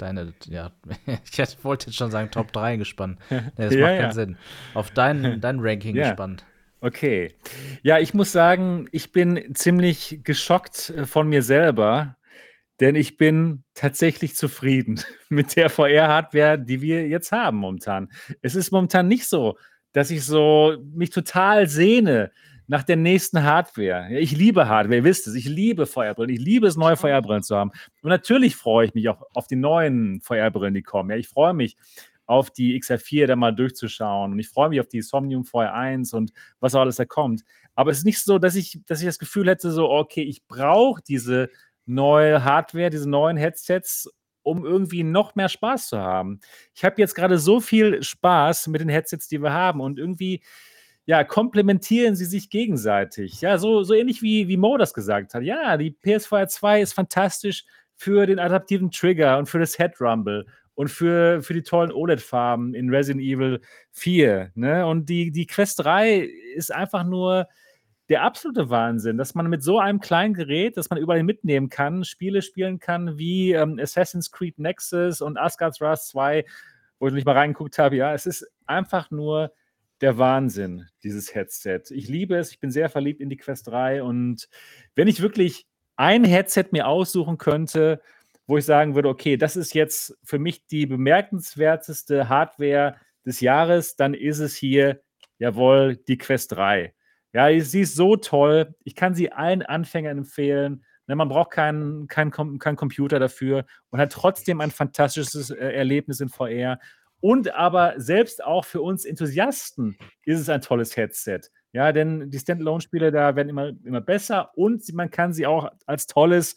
ja, ich wollte jetzt schon sagen Top 3 gespannt. Nee, das Ja, macht ja. keinen Sinn. Auf dein Ranking Ja. gespannt. okay. Ja, ich muss sagen, ich bin ziemlich geschockt von mir selber, denn ich bin tatsächlich zufrieden mit der VR-Hardware, die wir jetzt haben momentan. Es ist momentan nicht so, dass ich so mich total sehne nach der nächsten Hardware. Ja, ich liebe Hardware, ihr wisst es. Ich liebe VR-Brillen. Ich liebe es, neue VR-Brillen zu haben. Und natürlich freue ich mich auch auf die neuen VR-Brillen, die kommen. Ja, ich freue mich auf die XR4 da mal durchzuschauen. Und ich freue mich auf die Somnium VR 1 und was auch alles da kommt. Aber es ist nicht so, dass ich das Gefühl hätte, so, okay, ich brauche diese neue Hardware, diese neuen Headsets, um irgendwie noch mehr Spaß zu haben. Ich habe jetzt gerade so viel Spaß mit den Headsets, die wir haben, und irgendwie, ja, komplementieren sie sich gegenseitig. Ja, so ähnlich wie Mo das gesagt hat. Ja, die PS4 2 ist fantastisch für den adaptiven Trigger und für das Head Rumble und für die tollen OLED-Farben in Resident Evil 4. Ne? Und die Quest 3 ist einfach nur der absolute Wahnsinn, dass man mit so einem kleinen Gerät, das man überall mitnehmen kann, Spiele spielen kann wie Assassin's Creed Nexus und Asgard's Wrath 2, wo ich nicht mal reingeguckt habe. Ja, es ist einfach nur der Wahnsinn, dieses Headset. Ich liebe es, ich bin sehr verliebt in die Quest 3, und wenn ich wirklich ein Headset mir aussuchen könnte, wo ich sagen würde, okay, das ist jetzt für mich die bemerkenswerteste Hardware des Jahres, dann ist es hier, jawohl, die Quest 3. Ja, sie ist so toll. Ich kann sie allen Anfängern empfehlen. Ne, man braucht keinen Computer dafür und hat trotzdem ein fantastisches Erlebnis in VR. Und aber selbst auch für uns Enthusiasten ist es ein tolles Headset. Ja, denn die Standalone-Spiele da werden immer besser, und man kann sie auch als tolles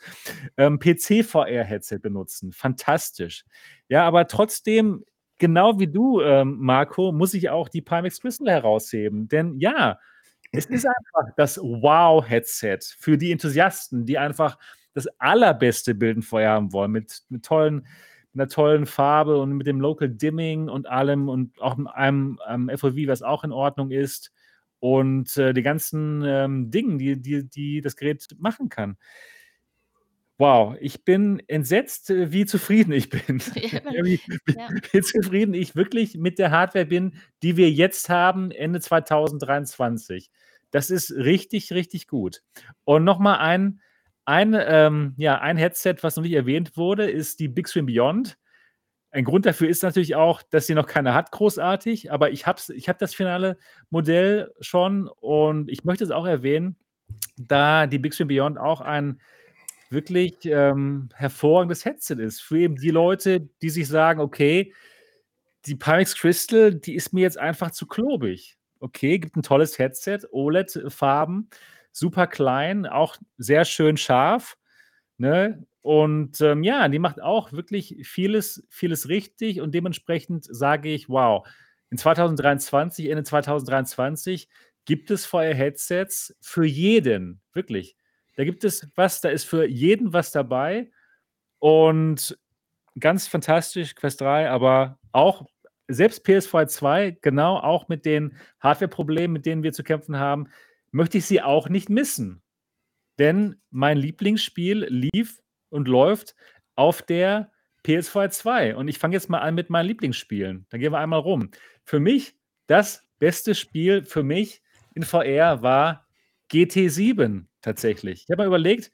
PC-VR-Headset benutzen. Fantastisch. Ja, aber trotzdem, genau wie du, Marco, muss ich auch die Pimax Crystal herausheben. Denn ja, es ist einfach das Wow-Headset für die Enthusiasten, die einfach das allerbeste Bild in VR haben wollen, mit einer tollen Farbe und mit dem Local Dimming und allem, und auch mit einem FOV, was auch in Ordnung ist, und die ganzen Dingen, die das Gerät machen kann. Wow, ich bin entsetzt, wie zufrieden ich bin. Ja, Wie zufrieden ich wirklich mit der Hardware bin, die wir jetzt haben, Ende 2023. Das ist richtig, richtig gut. Und nochmal ein Headset, was noch nicht erwähnt wurde, ist die Big Swing Beyond. Ein Grund dafür ist natürlich auch, dass sie noch keine hat, großartig, aber ich habe das finale Modell schon, und ich möchte es auch erwähnen, da die Big Swing Beyond auch ein wirklich hervorragendes Headset ist für eben die Leute, die sich sagen, okay, die Pimax Crystal, die ist mir jetzt einfach zu klobig. Okay, gibt ein tolles Headset, OLED-Farben, super klein, auch sehr schön scharf. Ne? Und ja, die macht auch wirklich vieles richtig, und dementsprechend sage ich, wow, in 2023, Ende 2023 gibt es VR-Headsets für jeden, wirklich. Da gibt es was, da ist für jeden was dabei, und ganz fantastisch, Quest 3, aber auch selbst PS4 2, genau, auch mit den Hardware-Problemen, mit denen wir zu kämpfen haben, möchte ich sie auch nicht missen. Denn mein Lieblingsspiel lief und läuft auf der PS4 2. Und ich fange jetzt mal an mit meinen Lieblingsspielen. Dann gehen wir einmal rum. Für mich, das beste Spiel für mich in VR war GT7 tatsächlich. Ich habe mal überlegt,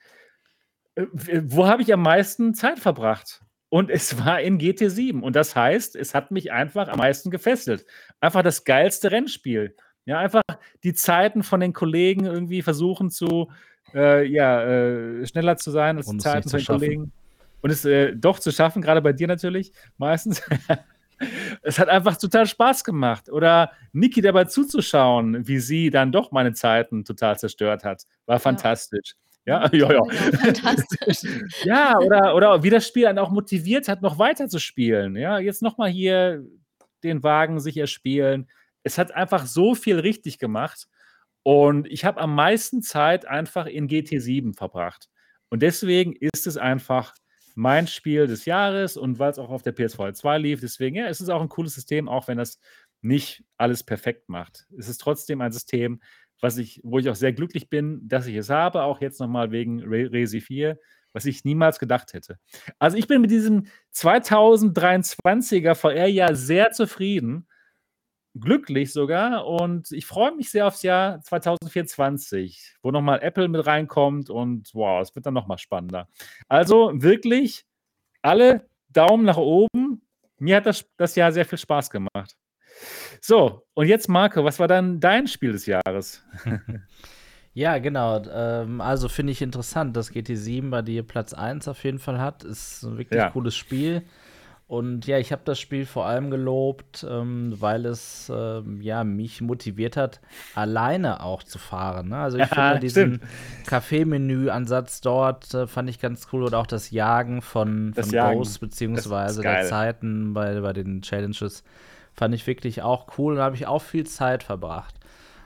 wo habe ich am meisten Zeit verbracht? Und es war in GT7. Und das heißt, es hat mich einfach am meisten gefesselt. Einfach das geilste Rennspiel. Ja, einfach die Zeiten von den Kollegen irgendwie versuchen zu schneller zu sein als die Und es Zeiten nicht von zu den schaffen. Kollegen. Und es doch zu schaffen, gerade bei dir natürlich, meistens. Es hat einfach total Spaß gemacht. Oder Niki dabei zuzuschauen, wie sie dann doch meine Zeiten total zerstört hat. War fantastisch. Ja, Das ja, ja. fand ich auch fantastisch. Ja, oder wie das Spiel einen auch motiviert hat, noch weiter zu spielen. Ja, jetzt nochmal hier den Wagen sich erspielen. Es hat einfach so viel richtig gemacht. Und ich habe am meisten Zeit einfach in GT7 verbracht. Und deswegen ist es einfach mein Spiel des Jahres und weil es auch auf der PS4 2 lief. Deswegen, ja, es ist auch ein cooles System, auch wenn das nicht alles perfekt macht. Es ist trotzdem ein System, wo ich auch sehr glücklich bin, dass ich es habe, auch jetzt nochmal wegen Resi 4, was ich niemals gedacht hätte. Also ich bin mit diesem 2023er VR-Jahr sehr zufrieden, glücklich sogar, und ich freue mich sehr aufs Jahr 2024, wo nochmal Apple mit reinkommt und wow, es wird dann nochmal spannender. Also wirklich alle Daumen nach oben. Mir hat das Jahr sehr viel Spaß gemacht. So, und jetzt Marco, was war dann dein Spiel des Jahres? Ja, genau. Also finde ich interessant, dass GT7 bei dir Platz 1 auf jeden Fall hat. Ist ein wirklich Ja. cooles Spiel. Und ja, ich habe das Spiel vor allem gelobt, weil es mich motiviert hat, alleine auch zu fahren. Ne? Also ich finde diesen Café-Menü-Ansatz dort fand ich ganz cool, oder auch das Jagen von Ghosts beziehungsweise der Zeiten bei den Challenges fand ich wirklich auch cool, und da habe ich auch viel Zeit verbracht.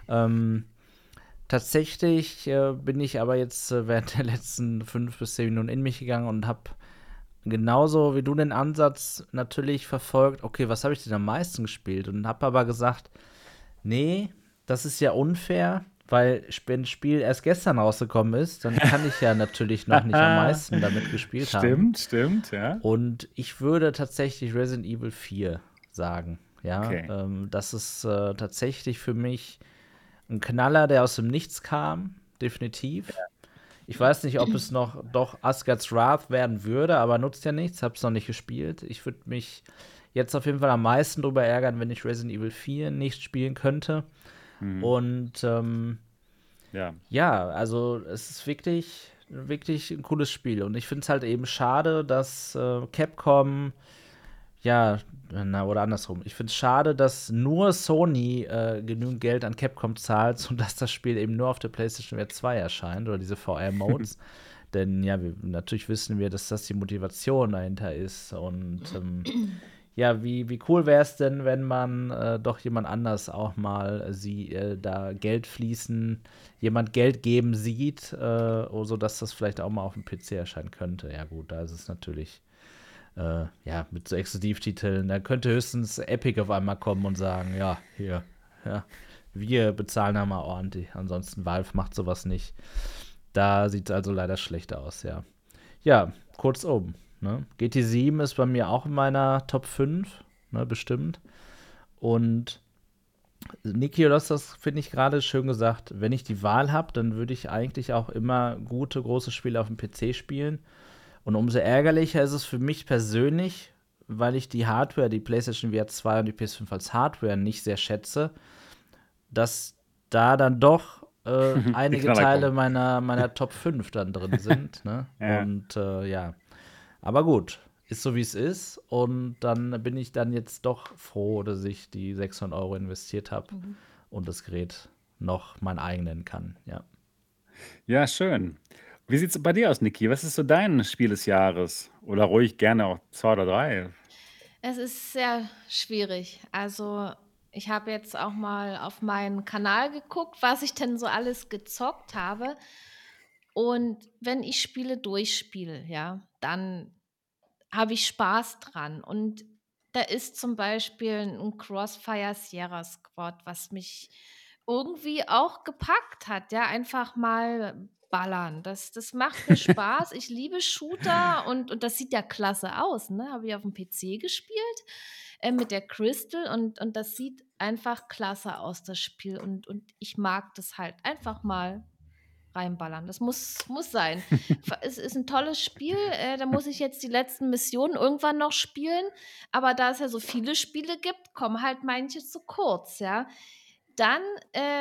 Tatsächlich bin ich aber jetzt während der letzten 5 bis 10 Minuten in mich gegangen und habe genauso wie du den Ansatz natürlich verfolgt, okay, was habe ich denn am meisten gespielt? Und habe aber gesagt, nee, das ist ja unfair, weil wenn ein Spiel erst gestern rausgekommen ist, dann kann ich ja natürlich noch nicht am meisten damit gespielt haben. Stimmt, ja. Und ich würde tatsächlich Resident Evil 4 sagen. Ja, Okay. das ist tatsächlich für mich ein Knaller, der aus dem Nichts kam, definitiv. Ich weiß nicht, ob es noch doch Asgard's Wrath werden würde, aber nutzt ja nichts, hab's noch nicht gespielt. Ich würde mich jetzt auf jeden Fall am meisten drüber ärgern, wenn ich Resident Evil 4 nicht spielen könnte. Und also es ist wirklich ein cooles Spiel. Und ich finde es halt eben schade, dass Capcom, oder andersrum. Ich finde es schade, dass nur Sony genügend Geld an Capcom zahlt, sodass das Spiel eben nur auf der PlayStation VR 2 erscheint, oder diese VR-Modes. Denn natürlich wissen wir, dass das die Motivation dahinter ist. Und wie cool wäre es denn, wenn man doch jemand anders auch mal da Geld fließen, jemand Geld geben sieht, sodass das vielleicht auch mal auf dem PC erscheinen könnte. Ja gut, da ist es natürlich mit so Exklusivtiteln, da könnte höchstens Epic auf einmal kommen und sagen, wir bezahlen da mal ordentlich. Ansonsten Valve macht sowas nicht. Da sieht es also leider schlecht aus, ja. Ja, kurzum, ne? GT7 ist bei mir auch in meiner Top 5, ne, bestimmt. Und Niki, du hast das, finde ich, gerade schön gesagt. Wenn ich die Wahl habe, dann würde ich eigentlich auch immer gute, große Spiele auf dem PC spielen. Und umso ärgerlicher ist es für mich persönlich, weil ich die Hardware, die PlayStation VR 2 und die PS5 als Hardware nicht sehr schätze, dass da dann doch einige Teile meiner Top 5 dann drin sind. Ne? Ja. Und aber gut, ist so wie es ist. Und dann bin ich dann jetzt doch froh, dass ich die 600 € investiert habe und das Gerät noch mein eigen nennen kann. Ja. Ja, schön. Wie sieht es bei dir aus, Niki? Was ist so dein Spiel des Jahres? Oder ruhig gerne auch 2 oder 3. Es ist sehr schwierig. Also, ich habe jetzt auch mal auf meinen Kanal geguckt, was ich denn so alles gezockt habe. Und wenn ich Spiele durchspiele, ja, dann habe ich Spaß dran. Und da ist zum Beispiel ein Crossfire Sierra Squad, was mich irgendwie auch gepackt hat, ja, einfach mal ballern. Das macht mir Spaß. Ich liebe Shooter und das sieht ja klasse aus, ne? Habe ich auf dem PC gespielt mit der Crystal und das sieht einfach klasse aus, das Spiel. Und ich mag das halt einfach mal reinballern. Das muss sein. Es ist ein tolles Spiel. Da muss ich jetzt die letzten Missionen irgendwann noch spielen. Aber da es ja so viele Spiele gibt, kommen halt manche zu kurz, ja. Dann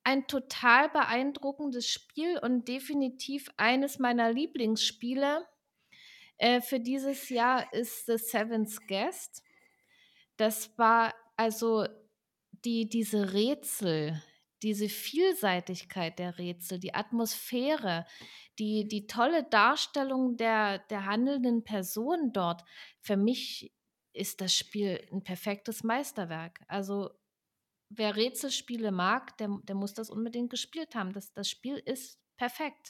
ein total beeindruckendes Spiel und definitiv eines meiner Lieblingsspiele für dieses Jahr ist The Seventh Guest. Das war also diese Rätsel, diese Vielseitigkeit der Rätsel, die Atmosphäre, die tolle Darstellung der handelnden Person dort. Für mich ist das Spiel ein perfektes Meisterwerk. Also wer Rätselspiele mag, der muss das unbedingt gespielt haben. Das Spiel ist perfekt.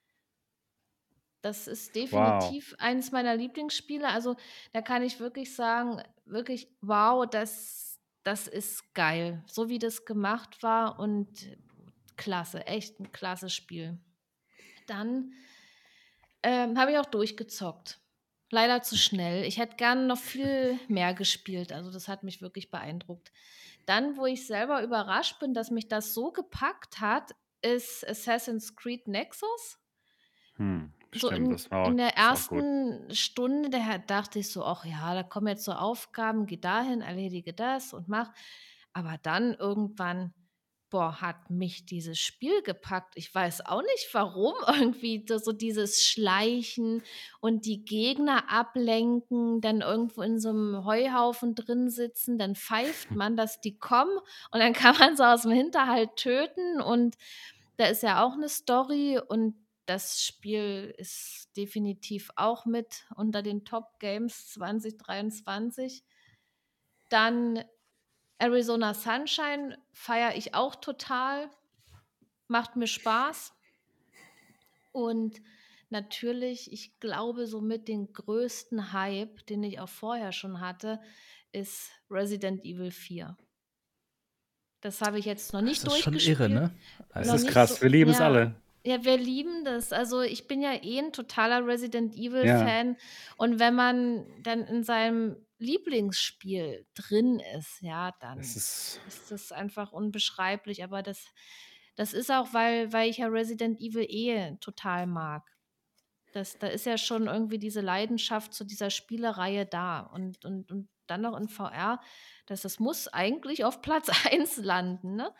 Das ist Wow. definitiv eines meiner Lieblingsspiele. Also, da kann ich wirklich sagen, wirklich, wow, das ist geil, so wie das gemacht war und klasse, echt ein klasse Spiel. Dann, habe ich auch durchgezockt. Leider zu schnell. Ich hätte gerne noch viel mehr gespielt. Also, das hat mich wirklich beeindruckt. Dann, wo ich selber überrascht bin, dass mich das so gepackt hat, ist Assassin's Creed Nexus. So Stimmt, das in der ist auch gut. ersten Stunde, dachte ich so: „Ach ja, da kommen jetzt so Aufgaben, geh dahin, erledige das und mach.“ Aber dann irgendwann, boah, hat mich dieses Spiel gepackt. Ich weiß auch nicht warum, irgendwie so dieses Schleichen und die Gegner ablenken, dann irgendwo in so einem Heuhaufen drin sitzen, dann pfeift man, dass die kommen und dann kann man sie aus dem Hinterhalt töten und da ist ja auch eine Story und das Spiel ist definitiv auch mit unter den Top Games 2023. Dann Arizona Sunshine feiere ich auch total, macht mir Spaß. Und natürlich, ich glaube, somit den größten Hype, den ich auch vorher schon hatte, ist Resident Evil 4. Das habe ich jetzt noch Das nicht ist schon irre, durchgespielt. ne? Das Noch ist nicht krass. so, Wir lieben es ja. alle. Ja, wir lieben das. Also ich bin ja ein totaler Resident Ja. Evil-Fan. Und wenn man dann in seinem Lieblingsspiel drin ist, ja, dann Es ist. ist das einfach unbeschreiblich. Aber das ist auch, weil ich ja Resident Evil total mag. Da ist ja schon irgendwie diese Leidenschaft zu dieser Spielereihe da. Und dann noch in VR, das muss eigentlich auf Platz 1 landen, ne?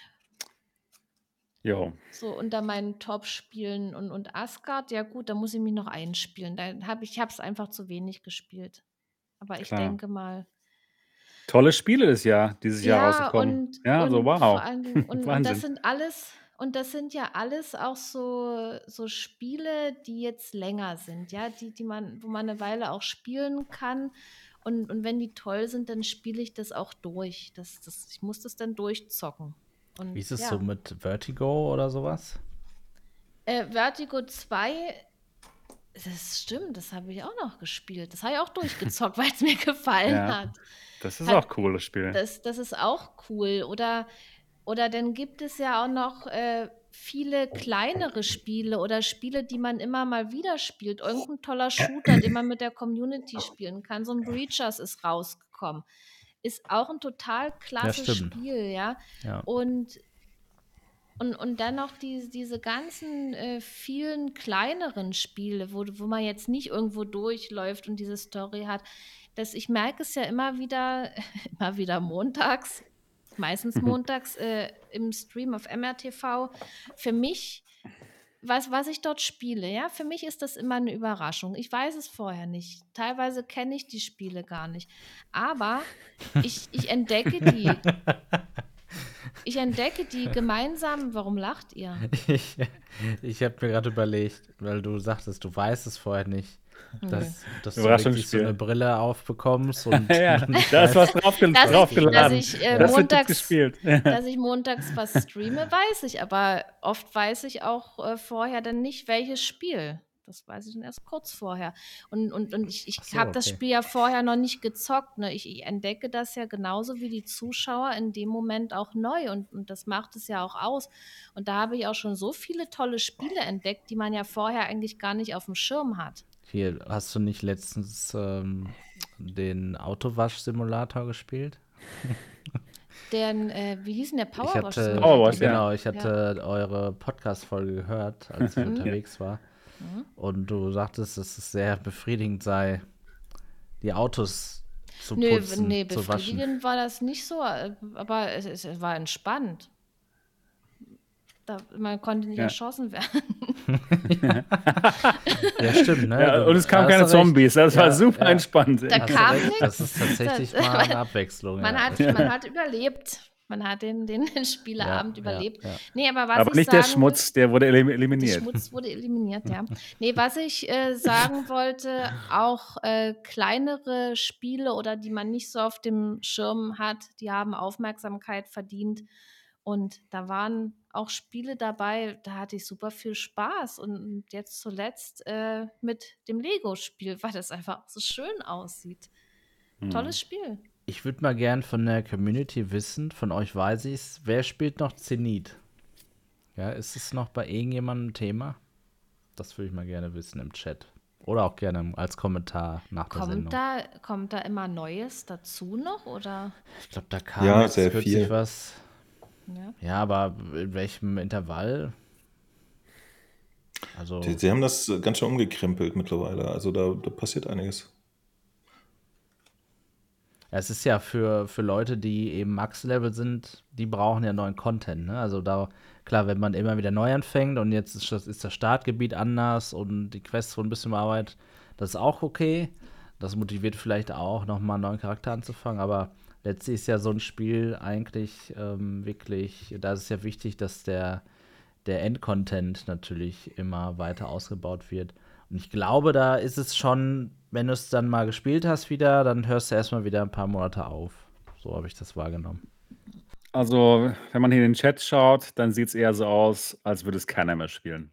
Jo, So unter meinen Top-Spielen und Asgard, ja gut, da muss ich mich noch einspielen. Ich habe es einfach zu wenig gespielt. Aber ich klar. denke mal, Tolle Spiele dieses Jahr ja, rausgekommen. Ja, also und vor wow. allen Dingen, und das Wahnsinn. sind ja alles auch so Spiele, die jetzt länger sind, ja, wo man eine Weile auch spielen kann. Und wenn die toll sind, dann spiele ich das auch durch. Ich muss das dann durchzocken. Und Wie ist es ja. so mit Vertigo oder sowas? Vertigo 2, das stimmt, das habe ich auch noch gespielt. Das habe ich auch durchgezockt, weil es mir gefallen Ja, hat. das ist Hat auch cool, das Spiel. das ist auch cool. Oder dann gibt es ja auch noch, viele kleinere Spiele oder Spiele, die man immer mal wieder spielt. Irgend 'n toller Shooter, den man mit der Community spielen kann. So 'n Breachers ist rausgekommen. Ist auch 'n total Ja, klasse stimmt. Spiel, ja. Ja. Und dann noch diese ganzen, vielen kleineren Spiele, wo man jetzt nicht irgendwo durchläuft und diese Story hat. Ich merke es ja immer wieder immer wieder montags, meistens montags, im Stream auf MRTV. Für mich, was ich dort spiele, ja, für mich ist das immer eine Überraschung. Ich weiß es vorher nicht. Teilweise kenne ich die Spiele gar nicht. Aber ich entdecke die. Ich entdecke die gemeinsam. Warum lacht ihr? Ich habe mir gerade überlegt, weil du sagtest, du weißt es vorher nicht, Nö. dass du wirklich so Überraschungsspiel. eine Brille aufbekommst und Ja, du nicht da ist was weißt. draufgeladen. dass ich Das wird montags gespielt. dass ich montags was streame, weiß ich, aber oft weiß ich auch, vorher dann nicht, welches Spiel. Das weiß ich dann erst kurz vorher. Und ich Ach so, habe das okay. Spiel ja vorher noch nicht gezockt, ne? Ich entdecke das ja genauso wie die Zuschauer in dem Moment auch neu und das macht es ja auch aus. Und da habe ich auch schon so viele tolle Spiele entdeckt, die man ja vorher eigentlich gar nicht auf dem Schirm hat. Hier, hast du nicht letztens den Autowasch-Simulator gespielt? Wie hieß denn der Ich Powerwash hatte, Powerwash, ja. genau, ich hatte eure Podcast-Folge gehört, als ich unterwegs war. Mhm. Und du sagtest, dass es sehr befriedigend sei, die Autos zu Nee, putzen, zu waschen. befriedigend war das nicht so, aber es war entspannt. man konnte nicht Ja. erschossen werden. Ja, stimmt, ne? Ja, und es kamen Da hast keine du recht. Zombies. Das war Ja, super ja. entspannt. Da Hast du kam recht. Das nichts. ist tatsächlich Das- mal eine Abwechslung. Man ja. hat überlebt. Man hat den Spieleabend Ja, überlebt. ja. Nee, aber was Aber ich nicht der sagen will, Schmutz, der wurde der eliminiert. Schmutz wurde eliminiert, ja. Nee, was ich sagen wollte, auch kleinere Spiele oder die man nicht so auf dem Schirm hat, die haben Aufmerksamkeit verdient. Und da waren auch Spiele dabei, da hatte ich super viel Spaß. Und jetzt zuletzt mit dem Lego-Spiel, weil das einfach so schön aussieht. Tolles Spiel. Ich würde mal gern von der Community wissen, von euch weiß ich's, wer spielt noch Zenith? Ja, ist es noch bei irgendjemandem ein Thema? Das würde ich mal gerne wissen im Chat. Oder auch gerne als Kommentar nach der Sendung. Kommt da immer Neues dazu noch? Oder? Ich glaube, da kam Ja, jetzt sehr kürzlich viel. was. Ja. Ja, aber in welchem Intervall? Also, Sie haben das ganz schön umgekrempelt mittlerweile. Also da passiert einiges. es ist ja für Leute, die eben Max-Level sind, die brauchen ja neuen Content. Ne? Also da, klar, wenn man immer wieder neu anfängt und jetzt ist das Startgebiet anders und die Quests wurden ein bisschen bearbeitet, das ist auch okay. Das motiviert vielleicht auch, nochmal einen neuen Charakter anzufangen, aber letztlich ist ja so ein Spiel eigentlich wirklich, da ist es ja wichtig, dass der Endcontent natürlich immer weiter ausgebaut wird. Und ich glaube, da ist es schon, wenn du es dann mal gespielt hast wieder, dann hörst du erstmal wieder ein paar Monate auf. So habe ich das wahrgenommen. Also, wenn man hier in den Chat schaut, dann sieht es eher so aus, als würde es keiner mehr spielen.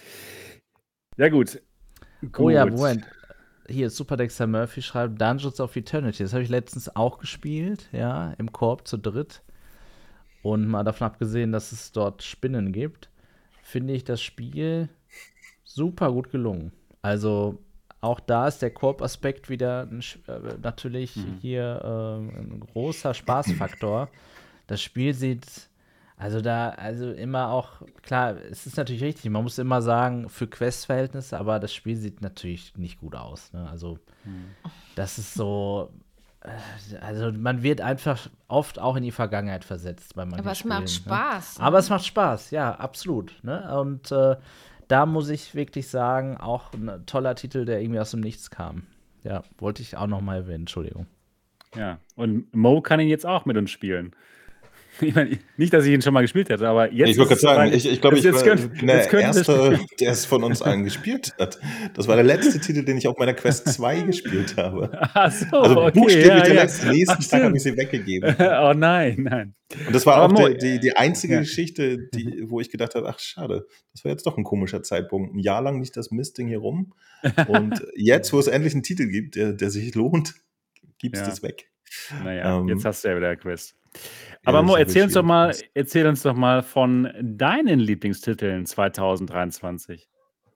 Ja, gut. Oh ja, Moment. Hier, Super Dexter Murphy schreibt Dungeons of Eternity. Das habe ich letztens auch gespielt, ja, im Koop zu dritt. Und mal davon abgesehen, dass es dort Spinnen gibt, finde ich das Spiel super gut gelungen. Also auch da ist der Koop-Aspekt wieder natürlich hier ein großer Spaßfaktor. Das Spiel sieht, also immer auch, klar, es ist natürlich richtig, man muss immer sagen, für Quest-Verhältnisse, aber das Spiel sieht natürlich nicht gut aus. Ne? Also das ist so, also man wird einfach oft auch in die Vergangenheit versetzt bei manchen Aber es Spielen. macht Spaß. Ne? Aber es macht Spaß, ja, absolut. Ne? Und da muss ich wirklich sagen, auch ein toller Titel, der irgendwie aus dem Nichts kam. Ja, wollte ich auch noch mal erwähnen, Entschuldigung. Ja, und Mo kann ihn jetzt auch mit uns spielen. Ich meine, nicht, dass ich ihn schon mal gespielt hätte, aber jetzt. Ich wollte gerade sagen, ich glaube, ich bin der Erste, der es von uns allen gespielt hat. Das war der letzte Titel, den ich auf meiner Quest 2 gespielt habe. Ach so, also okay, buchstäblich der ja. letzte. Nächsten Tag habe ich sie weggegeben. Oh nein. Und das war Aber auch Mo, die einzige Geschichte, wo ich gedacht habe, ach schade, das war jetzt doch ein komischer Zeitpunkt. Ein Jahr lang nicht das Mistding hier rum. Und jetzt, wo es endlich einen Titel gibt, der sich lohnt, gibt es das weg. Naja, jetzt hast du ja wieder Quest. Ja, Aber Mo, das ist erzähl uns doch mal von deinen Lieblingstiteln 2023.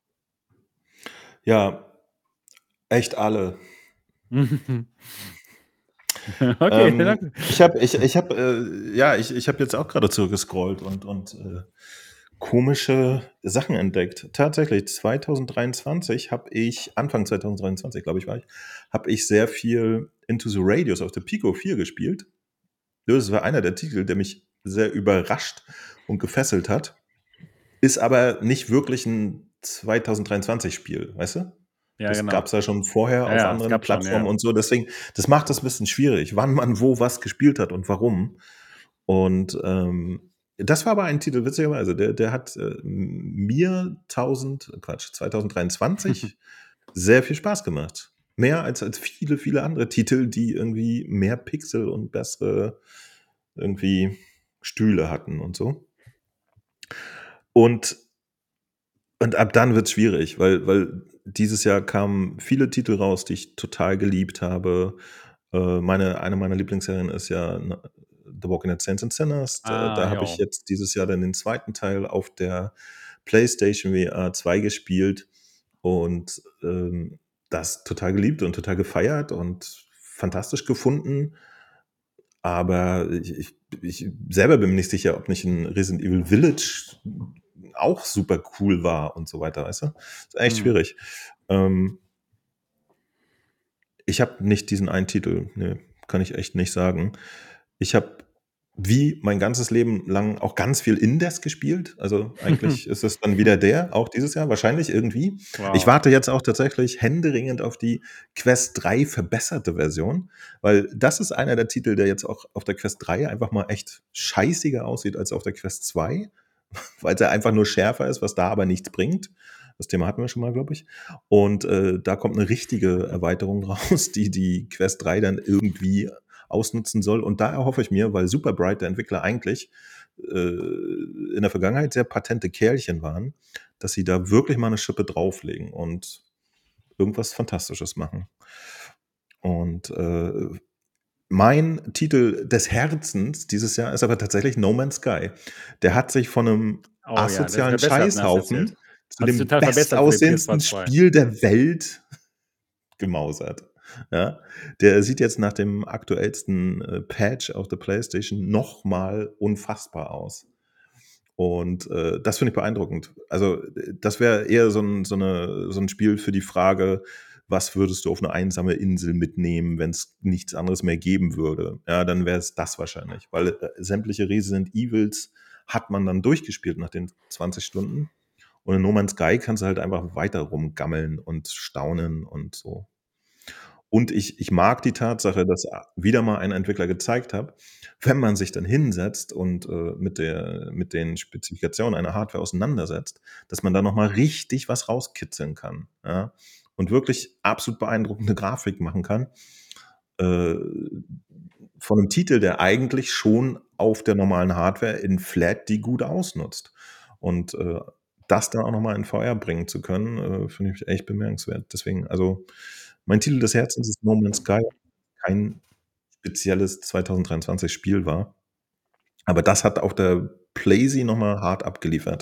Ja, echt alle. Okay, danke. Ich habe jetzt auch gerade zurückgescrollt und komische Sachen entdeckt. Tatsächlich, Anfang 2023, glaube ich, habe ich sehr viel Into the Radius auf der Pico 4 gespielt. Das war einer der Titel, der mich sehr überrascht und gefesselt hat. Ist aber nicht wirklich ein 2023-Spiel, weißt du? Ja, das genau. gab es ja schon vorher auf Ja, anderen Plattformen schon. und so. Deswegen, das macht das ein bisschen schwierig, wann man wo was gespielt hat und warum. Und das war aber ein Titel, witzigerweise, der hat mir 2023 sehr viel Spaß gemacht. Mehr als viele, viele andere Titel, die irgendwie mehr Pixel und bessere irgendwie Stühle hatten und so. Und ab dann wird es schwierig, weil dieses Jahr kamen viele Titel raus, die ich total geliebt habe. Eine meiner Lieblingsserien ist ja The Walking Dead Saints and Sinners. Da habe ich jetzt dieses Jahr dann den zweiten Teil auf der PlayStation VR 2 gespielt und das total geliebt und total gefeiert und fantastisch gefunden. Aber ich selber bin mir nicht sicher, ob nicht ein Resident Evil Village auch super cool war und so weiter, weißt du? Das ist echt schwierig. Ich habe nicht diesen einen Titel, ne, kann ich echt nicht sagen. Ich habe wie mein ganzes Leben lang auch ganz viel Indes gespielt. Also eigentlich ist es dann wieder auch dieses Jahr, wahrscheinlich irgendwie. Ich Wow. warte jetzt auch tatsächlich händeringend auf die Quest 3 verbesserte Version, weil das ist einer der Titel, der jetzt auch auf der Quest 3 einfach mal echt scheißiger aussieht als auf der Quest 2, weil er einfach nur schärfer ist, was da aber nichts bringt. Das Thema hatten wir schon mal, glaube ich. Und da kommt eine richtige Erweiterung raus, die Quest 3 dann irgendwie ausnutzen soll. Und da erhoffe ich mir, weil Superbright, der Entwickler, eigentlich in der Vergangenheit sehr patente Kerlchen waren, dass sie da wirklich mal eine Schippe drauflegen und irgendwas Fantastisches machen. Und mein Titel des Herzens dieses Jahr ist aber tatsächlich No Man's Sky. Der hat sich von einem Oh ja, das ist asozialen verbessert, ne, hast du Scheißhaufen erzählt. zu Hat sich dem total verbessert für die bestaussehendsten PS2. Spiel der Welt gemausert. Ja, der sieht jetzt nach dem aktuellsten Patch auf der PlayStation nochmal unfassbar aus. Und das finde ich beeindruckend. Also das wäre eher so ein Spiel für die Frage, was würdest du auf eine einsame Insel mitnehmen, wenn es nichts anderes mehr geben würde? Ja, dann wäre es das wahrscheinlich. Weil sämtliche Resident Evils hat man dann durchgespielt nach den 20 Stunden. Und in No Man's Sky kannst du halt einfach weiter rumgammeln und staunen und so. Und ich mag die Tatsache, dass wieder mal ein Entwickler gezeigt hat, wenn man sich dann hinsetzt und mit den Spezifikationen einer Hardware auseinandersetzt, dass man da nochmal richtig was rauskitzeln kann. Ja? Und wirklich absolut beeindruckende Grafik machen kann. Von einem Titel, der eigentlich schon auf der normalen Hardware in Flat die gut ausnutzt. Und das dann auch nochmal in VR bringen zu können, finde ich echt bemerkenswert. Deswegen, also mein Titel des Herzens ist No Man's Sky, kein spezielles 2023 Spiel war. Aber das hat auf der PlayStation nochmal hart abgeliefert.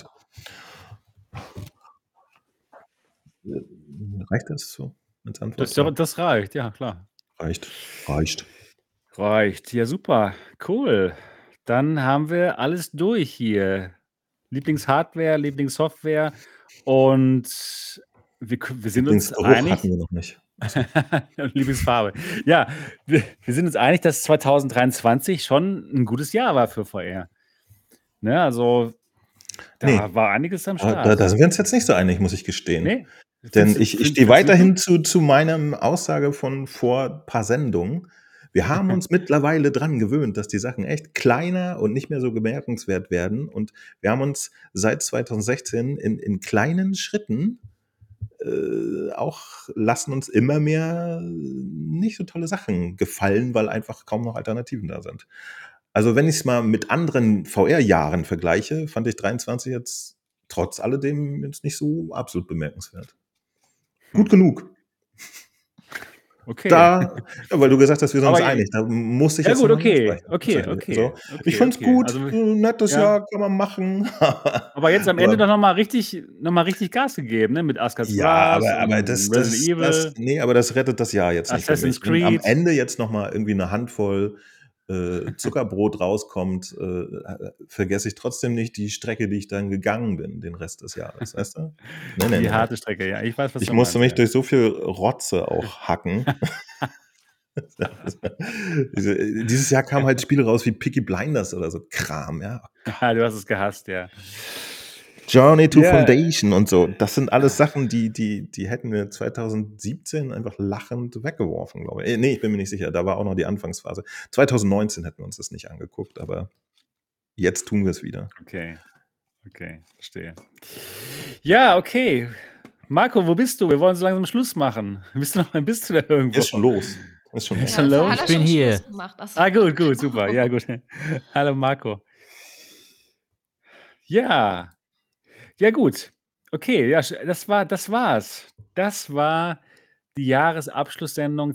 Reicht das so als Antwort? Das reicht, ja, klar. Reicht. Ja, super. Cool. Dann haben wir alles durch hier. Lieblingshardware, Lieblingssoftware und wir sind uns Lieblingsgeruch einig. hatten wir noch nicht. Lieblingsfarbe. Ja, wir sind uns einig, dass 2023 schon ein gutes Jahr war für VR. Ne, also da war einiges am Start. Da sind wir uns jetzt nicht so einig, muss ich gestehen. Nee? Denn ich stehe weiterhin zu meiner Aussage von vor ein paar Sendungen. Wir haben uns mittlerweile dran gewöhnt, dass die Sachen echt kleiner und nicht mehr so bemerkenswert werden. Und wir haben uns seit 2016 in kleinen Schritten auch lassen uns immer mehr nicht so tolle Sachen gefallen, weil einfach kaum noch Alternativen da sind. Also wenn ich es mal mit anderen VR-Jahren vergleiche, fand ich 23 jetzt trotz alledem jetzt nicht so absolut bemerkenswert. Gut genug. Okay. Weil du gesagt hast, wir sind uns Aber einig. Da muss ich ja jetzt gut, noch mal okay. mitsprechen. So. Ich find's okay. gut, Also, nettes ja. Jahr kann man machen. Aber jetzt am Ende doch noch mal richtig Gas gegeben, ne? Mit Asgard's Ja, Wrath aber und das, Resident Evil. nee, aber das rettet das Jahr jetzt nicht für Assassin's mich. Wenn am Creed. Ende jetzt noch mal irgendwie eine Handvoll Zuckerbrot rauskommt, vergesse ich trotzdem nicht die Strecke, die ich dann gegangen bin, den Rest des Jahres, weißt du? Nee. Die harte Strecke, ja. Ich weiß, was Ich du musste mich meinst, durch so viel Rotze auch hacken. Dieses Jahr kamen halt Spiele raus wie Peaky Blinders oder so Kram, ja. Ja, du hast es gehasst, ja. Journey to Ja. Foundation und so. Das sind alles Sachen, die hätten wir 2017 einfach lachend weggeworfen, glaube ich. Nee, ich bin mir nicht sicher. Da war auch noch die Anfangsphase. 2019 hätten wir uns das nicht angeguckt, aber jetzt tun wir es wieder. Okay, verstehe. Ja, okay. Marco, wo bist du? Wir wollen so langsam Schluss machen. Bist du da irgendwo? Ist schon los. Ist schon Ja, los? hat er Ich bin schon hier. Schluss gemacht. Gut, super. Ja, gut. Hallo, Marco. Ja, gut. Okay, ja, das war's. Das war die Jahresabschlusssendung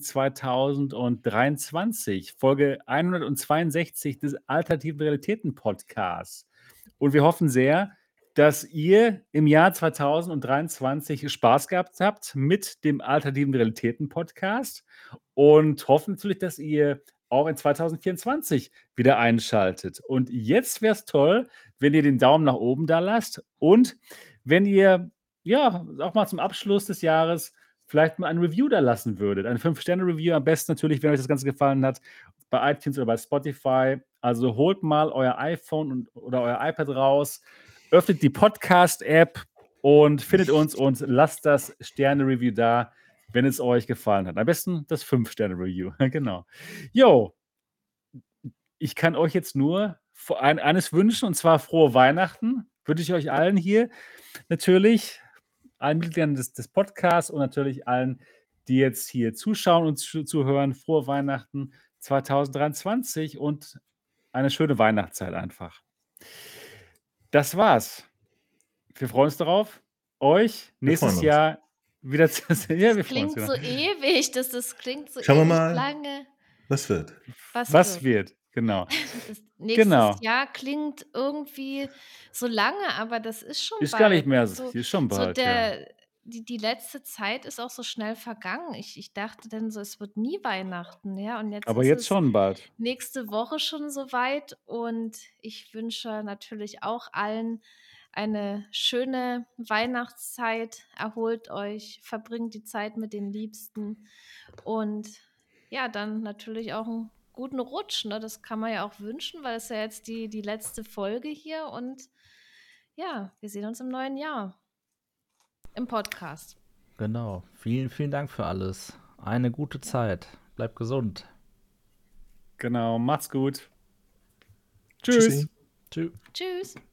2023, Folge 162 des Alternativen Realitäten Podcasts. Und wir hoffen sehr, dass ihr im Jahr 2023 Spaß gehabt habt mit dem Alternativen Realitäten Podcast und hoffen natürlich, dass ihr auch in 2024 wieder einschaltet. Und jetzt wäre es toll, wenn ihr den Daumen nach oben da lasst und wenn ihr auch mal zum Abschluss des Jahres vielleicht mal ein Review da lassen würdet. Ein 5-Sterne-Review am besten natürlich, wenn euch das Ganze gefallen hat, bei iTunes oder bei Spotify. Also holt mal euer iPhone oder euer iPad raus, öffnet die Podcast-App und findet uns und lasst das Sterne-Review da, wenn es euch gefallen hat. Am besten das 5-Sterne-Review. Genau. Jo, ich kann euch jetzt nur eines wünschen, und zwar frohe Weihnachten. Wünsche ich euch allen hier natürlich, allen Mitgliedern des Podcasts und natürlich allen, die jetzt hier zuschauen und zuhören. Frohe Weihnachten 2023 und eine schöne Weihnachtszeit einfach. Das war's. Wir freuen uns darauf, euch nächstes Jahr wieder zu sehen. Ja, wir freuen uns. Klingt so ewig, das klingt so Schauen wir ewig mal. lange. Was wird? Was wird, genau. Nächstes Jahr klingt irgendwie so lange, aber das ist schon Ist bald. gar nicht mehr so. ist schon bald, ja. Die letzte Zeit ist auch so schnell vergangen. Ich dachte dann so, es wird nie Weihnachten, ja. Und jetzt Aber ist jetzt es schon bald. nächste Woche schon soweit. Und ich wünsche natürlich auch allen eine schöne Weihnachtszeit. Erholt euch, verbringt die Zeit mit den Liebsten und ja, dann natürlich auch einen guten Rutsch. Ne? Das kann man ja auch wünschen, weil es ja jetzt die letzte Folge hier und ja, wir sehen uns im neuen Jahr im Podcast. Genau. Vielen, vielen Dank für alles. Eine gute Zeit. Bleibt gesund. Genau, macht's gut. Tschüss. Tschüssi. Tschüss. Tschüss.